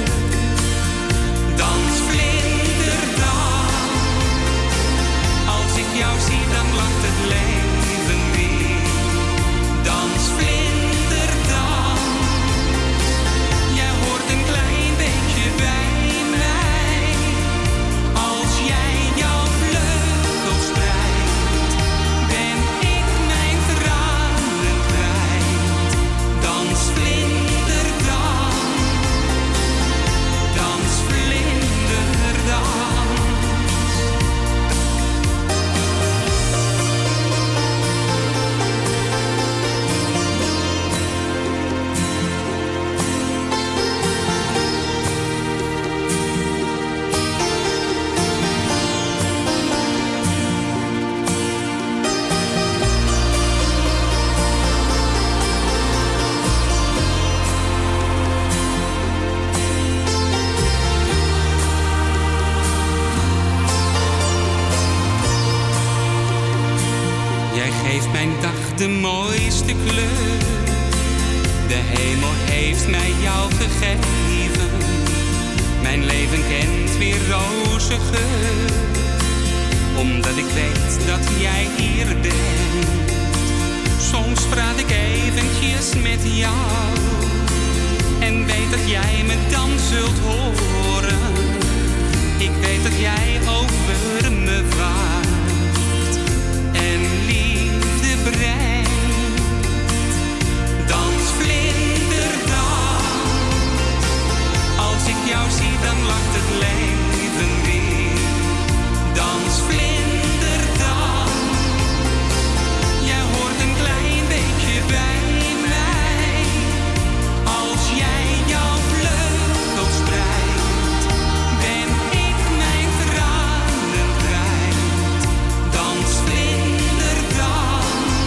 Dans vlinderdam, als ik jou zie dan lacht het leven weer. Dans vlinderdam, jij hoort een klein beetje bij mij. Als jij jouw vleugels spreidt, ben ik mijn tranen kwijt. Dans vlinderdam. Mijn dag de mooiste kleur. De hemel heeft mij jou gegeven. Mijn leven kent weer roze geur. Omdat ik weet dat jij hier bent. Soms praat ik eventjes met jou. En weet dat jij me dan zult horen. Ik weet dat jij over me waakt. En liefde brengt. Dans vlinderdam. Als ik jou zie dan lacht het leven weer. Dans vlinderdam. Jij hoort een klein beetje bij mij. Als jij jouw vleugels spreidt, ben ik mijn tranen kwijt. Dans vlinderdam.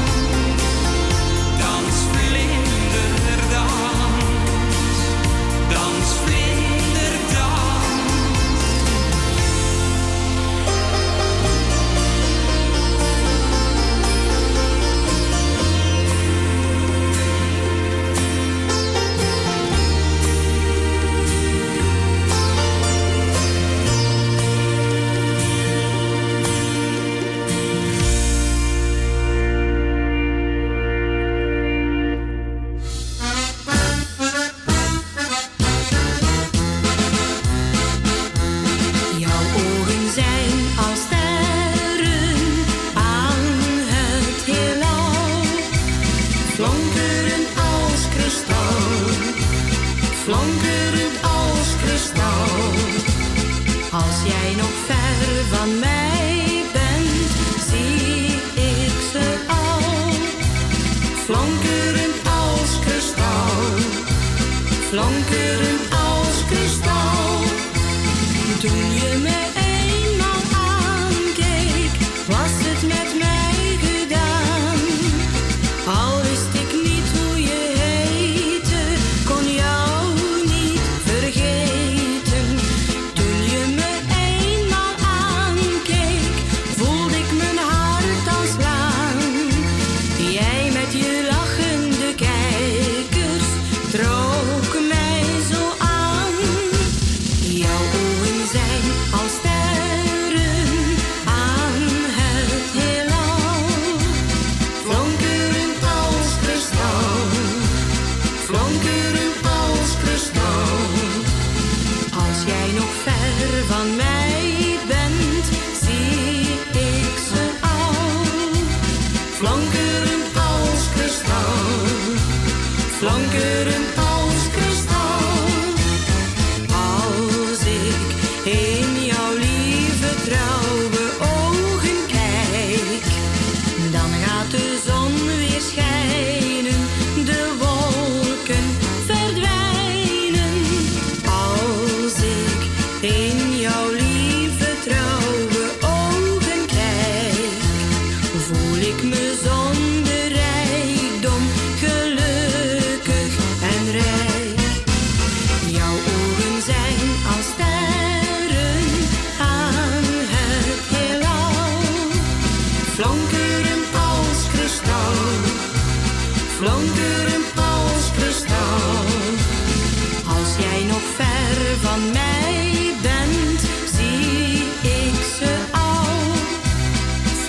Dans vlinderdam. Dans vlinderdam. Jouw ogen zijn als sterren aan het heelal, flonkerend als kristal, flonkerend als kristal. Als jij nog ver van mij bent, zie ik ze al, flonkerend als kristal, flonkerend als kristal. Toen je me eenmaal aankeek, was het met mij gedaan. Al wist ik niet hoe je heette, kon jou niet vergeten. Toen je me eenmaal aankeek, voelde ik mijn hart al slaan.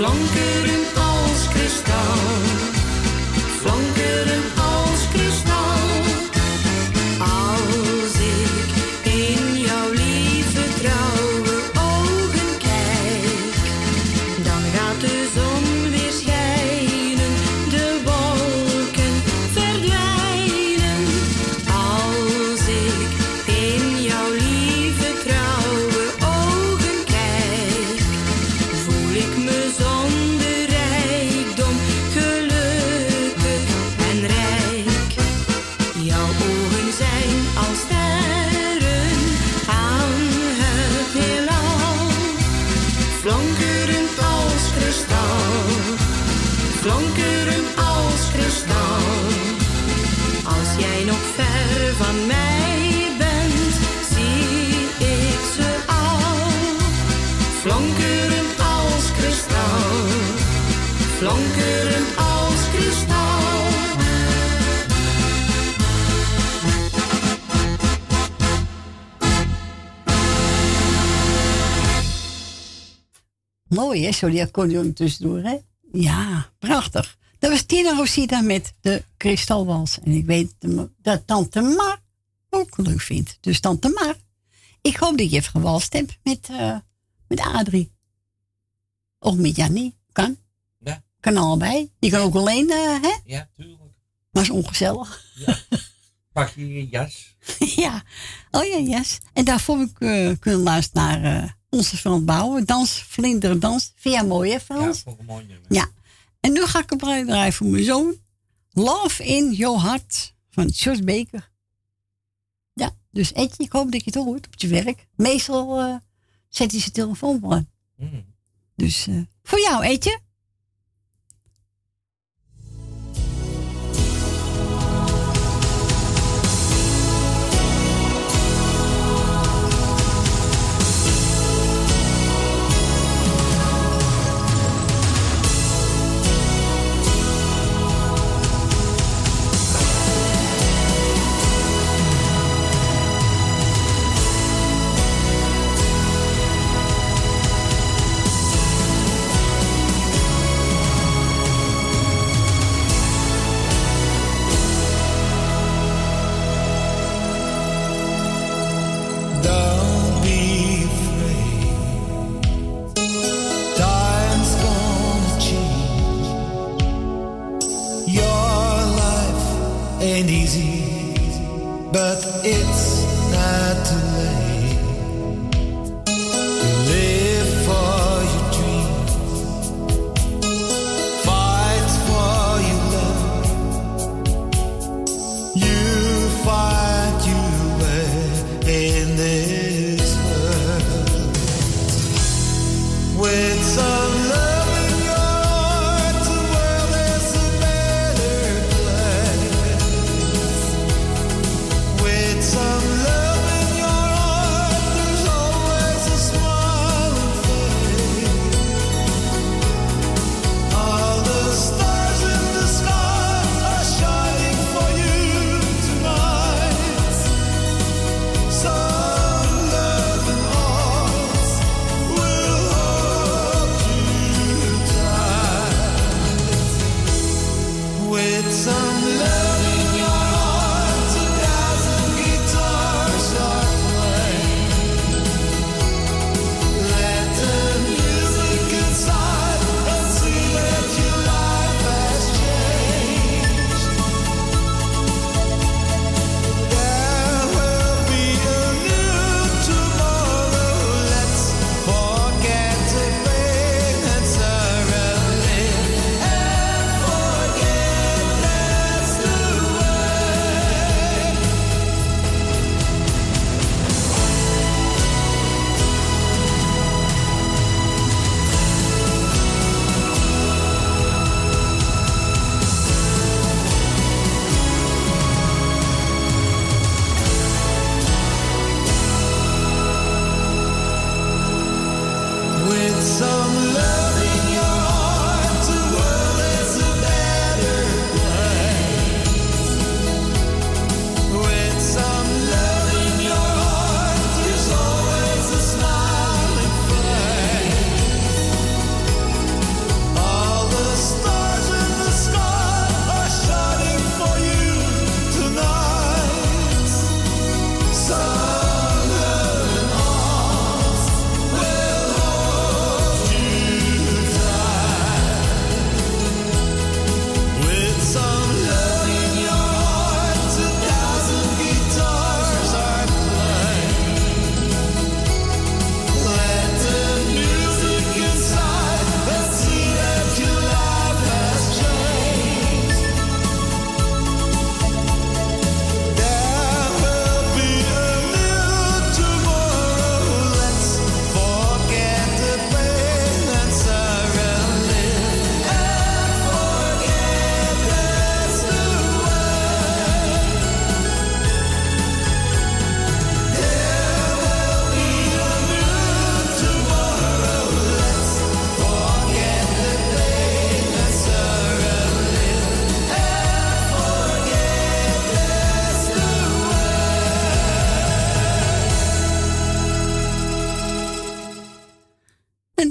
Flonkerend als kristal, flonkerend als kristal. Als ik in jouw lieve trouwe ogen kijk, dan gaat de zon weer schijnen, de wolken verdwijnen. Als ik in jouw lieve trouwe ogen kijk, voel ik me zonder rijkdom gelukkig en rijk. Jouw ogen zijn als sterren aan het heelal, flonkerend als kristal, flonkerend als kristal. Als jij nog ver van mij bent, zie ik ze al, flonkerend als kristal, flonkerend als kristal. Mooi, hè? Zo die accordeon tussendoor, hè? Ja, prachtig. Dat was Tina Rosita met de Kristalwals. En ik weet dat Tante Mar ook leuk vindt. Dus Tante Mar, ik hoop dat je even gewalst hebt met Adrie. Of met Jannie. Kan. Ja. Kan allebei. Je kan ook alleen, hè? Ja, tuurlijk. Maar is ongezellig. Ja. Pak je je jas. Ja. Oh ja, jas. En daarvoor heb ik kunnen luisteren naar onze Frans Bouwen. Dans, vlinderdans. Vind jij mooi, hè, Frans? Ja, vond ik een mooi nummer. Ja. En nu ga ik een draaien voor mijn zoon. Love in Your Heart van Jos Baker. Ja, dus Etje, ik hoop dat je het hoort op je werk. Meestal zet hij zijn telefoon op aan. Dus voor jou, Etje. Don't be afraid. Time's gonna change. Your life ain't easy, but it's not too late. Live for your dreams. Fight for your love. You find your way in this world. With some love in your heart, the world is a better place. With some love in your heart,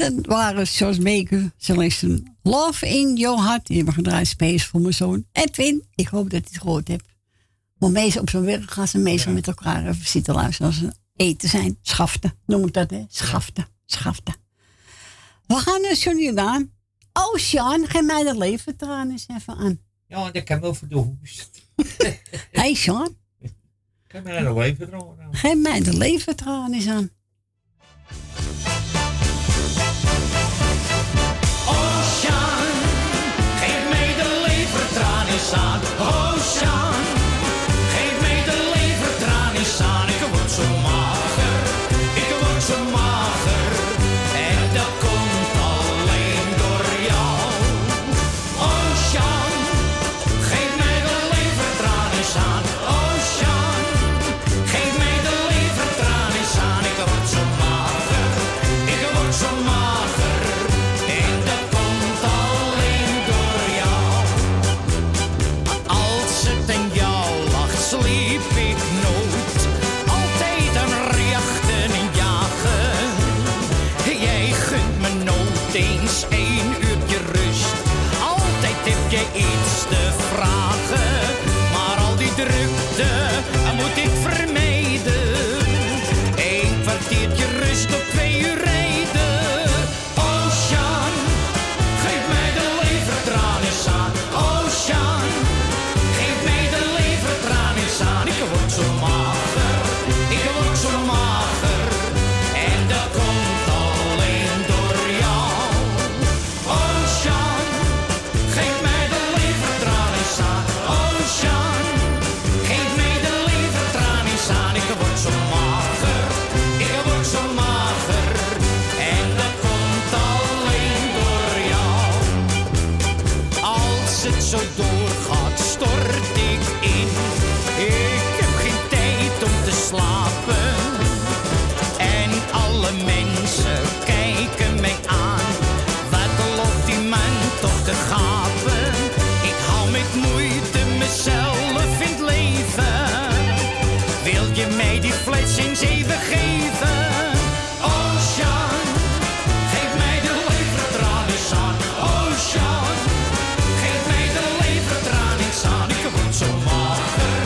dat waren George Baker, Celeste Love in Your Heart. Die hebben gedraaid space voor mijn zoon Edwin. Ik hoop dat hij het gehoord hebt. Maar meestal op zo'n werk gaan ze meestal met elkaar even zitten luisteren als ze eten zijn. Schaften, noem ik dat, hè? Schaften. We gaan naar Johnny Jordaan. Oh, Sean, geef mij de levertraan eens even aan. Ja, dat kan wel voor de hoes. Hey, Sean. Geef mij de levertraan aan. Geef mij de levertraan eens aan. Oceaan, geef mij de levertraan eens aan. Oceaan, geef mij de levertraan eens aan. Ik word zo mager, en dat komt alleen door jou. Oceaan, geef mij de levertraan eens aan. Oceaan, geef mij de levertraan eens aan. Ik word zo mager, en dat komt alleen door jou. Als het aan jou lag, sliep ik nooit. Altijd aan rechten en jagen. Jij gunt me nooit eens 1 uurtje rust. Altijd heb je iets te vragen. Maar al die drukte moet ik vermijden. 1 kwartiertje rust op 2 uur rijden. Oceaan, geef mij de levertraan eens aan. Oceaan, geef mij de levertraan eens aan. Ik word zo mager, en dat komt alleen door jou. Oceaan, geef mij de levertraan eens aan. Oceaan, geef mij de levertraan eens aan. Ik word zo mager, en dat komt alleen door jou. Als het zo doorgaat, stort ik in. Ik heb geen tijd om te slapen. En alle mensen kijken mij aan. Wat loopt die man toch te gapen? Ik hou met moeite mezelf in het leven. Wil je mij die fles eens even geven? Oceaan, geef mij de levertraan eens aan. Oceaan, geef mij de levertraan eens aan. Ik word zo mager,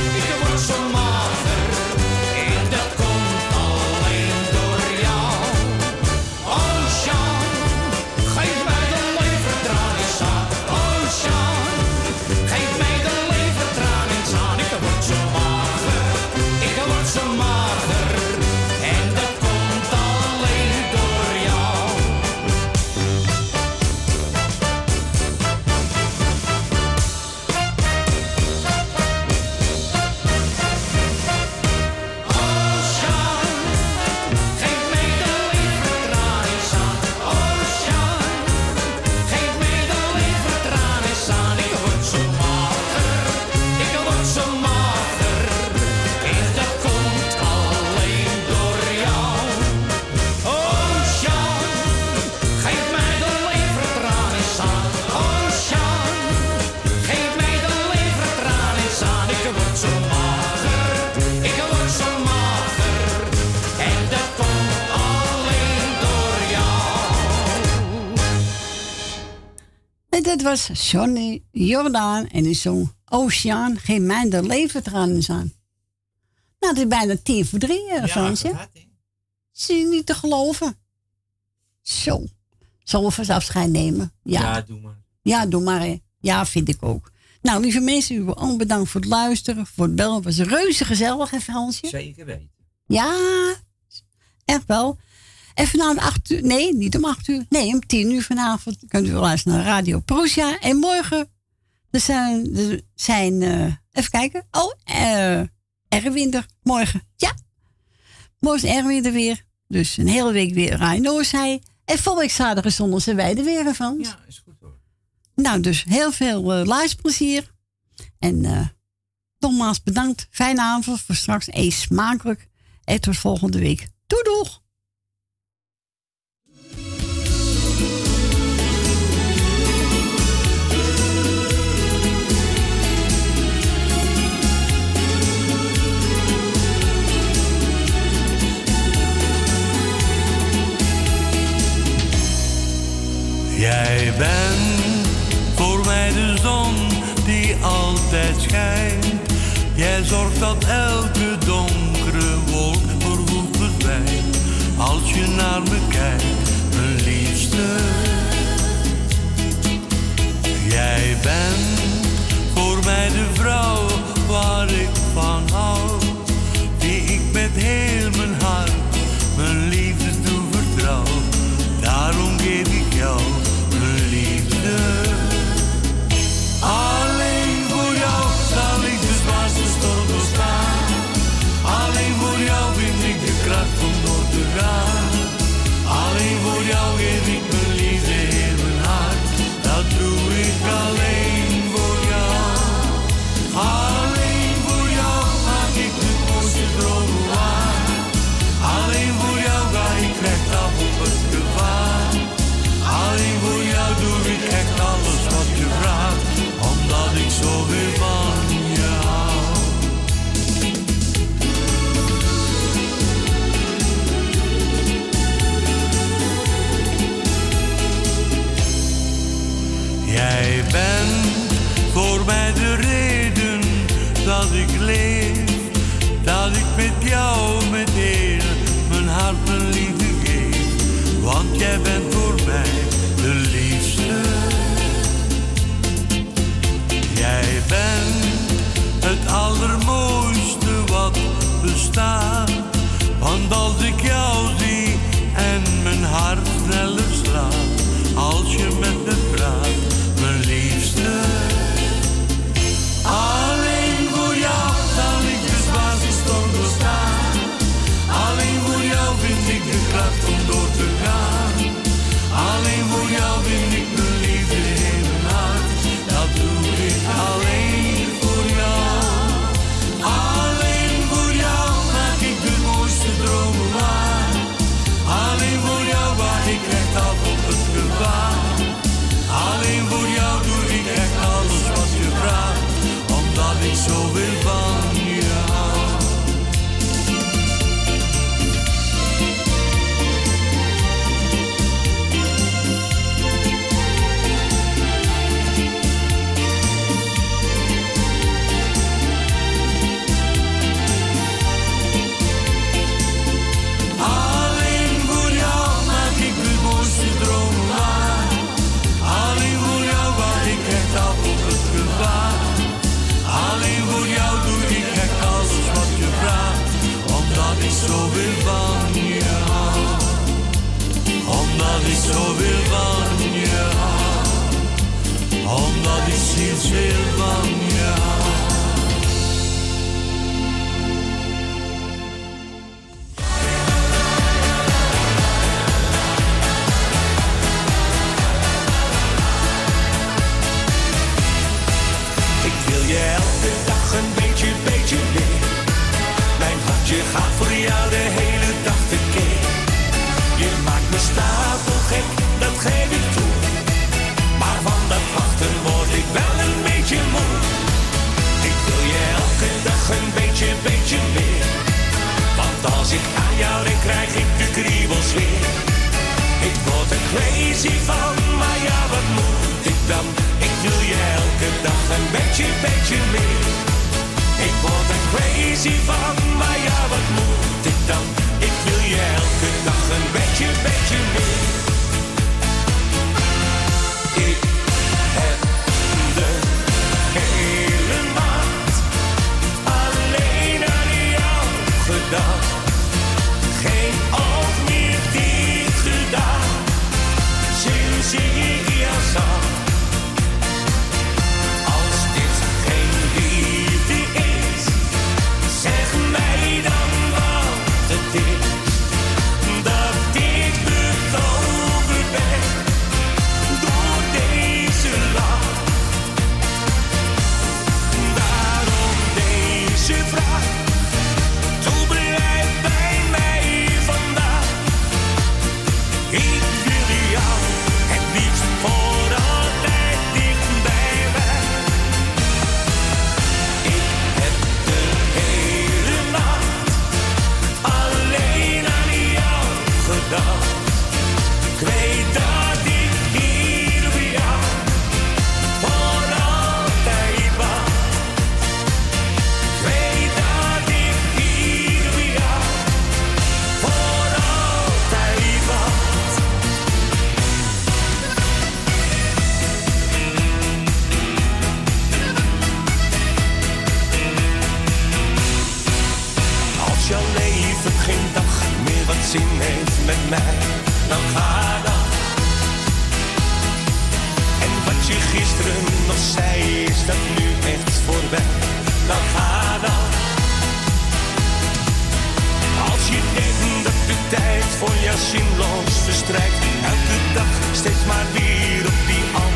en dat komt alleen door jou. Oceaan, geef mij de levertraan eens aan. Oceaan, geef mij de levertraan eens aan. Ik word zo mager, en dat komt alleen door jou. Oceaan, geef mij de levertraan eens aan. Oceaan, geef mij de levertraan eens aan. Ik word zo mager, en dat komt alleen door jou. Oceaan, geef mij de levertraan eens aan. Oceaan, geef mij de levertraan eens aan. Ik word zo mager, en dat komt alleen door jou. En dat was Johnny Jordaan en die zong Oceaan, geef mij de levertraan eens aan. Nou, het is bijna 2:50, Fransje. Zie je niet te geloven? Zo. Zullen we vast afscheid nemen? Ja, doe maar. Ja, doe maar, hè. Ja, vind ik ook. Nou, lieve mensen, u allemaal bedankt voor het luisteren, voor het bellen. Het was reuze gezellig, hè, Fransje? Zeker weten. Ja, echt wel. En vanavond 8 uur, nee, niet om 8 uur. Nee, om 10 uur vanavond kunt u luisteren naar Radio Prussia. En morgen er zijn even kijken. Oh, Erwin er morgen. Ja, morgen is Erwin er weer. Dus een hele week weer Radio Noorzij. En volgende week zaterdag en zondag zijn wij er weer, Frans. Ja, is goed hoor. Nou, dus heel veel luisterplezier. En nogmaals bedankt. Fijne avond voor straks. Eet smakelijk. En tot volgende week. Doei doeg! Jij bent voor mij de zon die altijd schijnt. Jij zorgt dat elke donkere wolk voorgoed verdwijnt. Als je naar me kijkt, mijn liefste. Jij bent voor mij de vrouw waar ik van hou. Die ik met heel mijn hart, mijn liefde toevertrouw. Daarom geef ik jou mijn liefde. Alleen voor jou zal ik de zwaarste storm doorstaan. Alleen voor jou vind ik de kracht om door te gaan. Alleen voor jou geef ik mijn liefde heel mijn hart. Dat doe ik alleen voor jou. Alleen voor jou maak ik de mooiste dromen waar. Alleen voor jou ga ik recht af op het gevaar. Alleen voor jou doe ik echt alles wat je vraagt, omdat ik zoveel van je hou. Jij bent voor mij de reden dat ik leef, dat ik met jou met heel mijn hart mijn liefde geef. Want jij bent voor mij de liefste. Jij bent het allermooiste wat bestaat. Want als ik jou zie en mijn hart sneller slaat, als je met me praat, mijn liefste. Alleen voor jou zal ik de zwaarste storm doorstaan. Alleen voor jou vind ik de kracht om door te gaan. Alleen voor jou vind ik mijn liefde in mijn hart. Dat doe ik alleen voor jou. Alleen voor jou maak ik de mooiste dromen waar. Alleen voor jou wacht ik recht af op het gevaar. Alleen voor jou doe ik echt alles wat je vraagt, omdat ik zoveel van je hou. Alleen voor jou maak ik de mooiste dromen waar. Alleen voor jou wacht ik echt af op het gevaar. Alleen voor jou doe ik echt alles wat je vraagt, omdat ik zoveel van je hou. Omdat ik zoveel van je hou. Omdat ik zielsveel van je hou. Ik wil je elke dag een beetje meer. Mijn hartje gaat voor jou de hele dag tekeer. Je maakt me stapelgek, dat geef ik toe. Maar van dat wachten word ik wel een beetje moe. Ik wil je elke dag een beetje meer. Want als ik aan jou denk, krijg ik de kriebels weer. Ik word er crazy van, maar ja, wat moet ik dan? Ik wil je elke dag een beetje meer. Ik word er crazy van, maar ja, wat moet ik dan? Ik wil je elke dag een beetje meer. Ik heb de hele nacht alleen aan jou gedacht. Geen oog meer dicht gedaan, sinds ik jou zag. Als dit geen liefde is, zeg Als jouw leven geen dag meer wat zin heeft met mij, dan ga dan. En wat je gisteren nog zei, is dat nu echt voorbij, dan ga dan. Als je denkt dat de tijd voor jou zinloos verstrijkt, elke dag steeds maar weer op die andere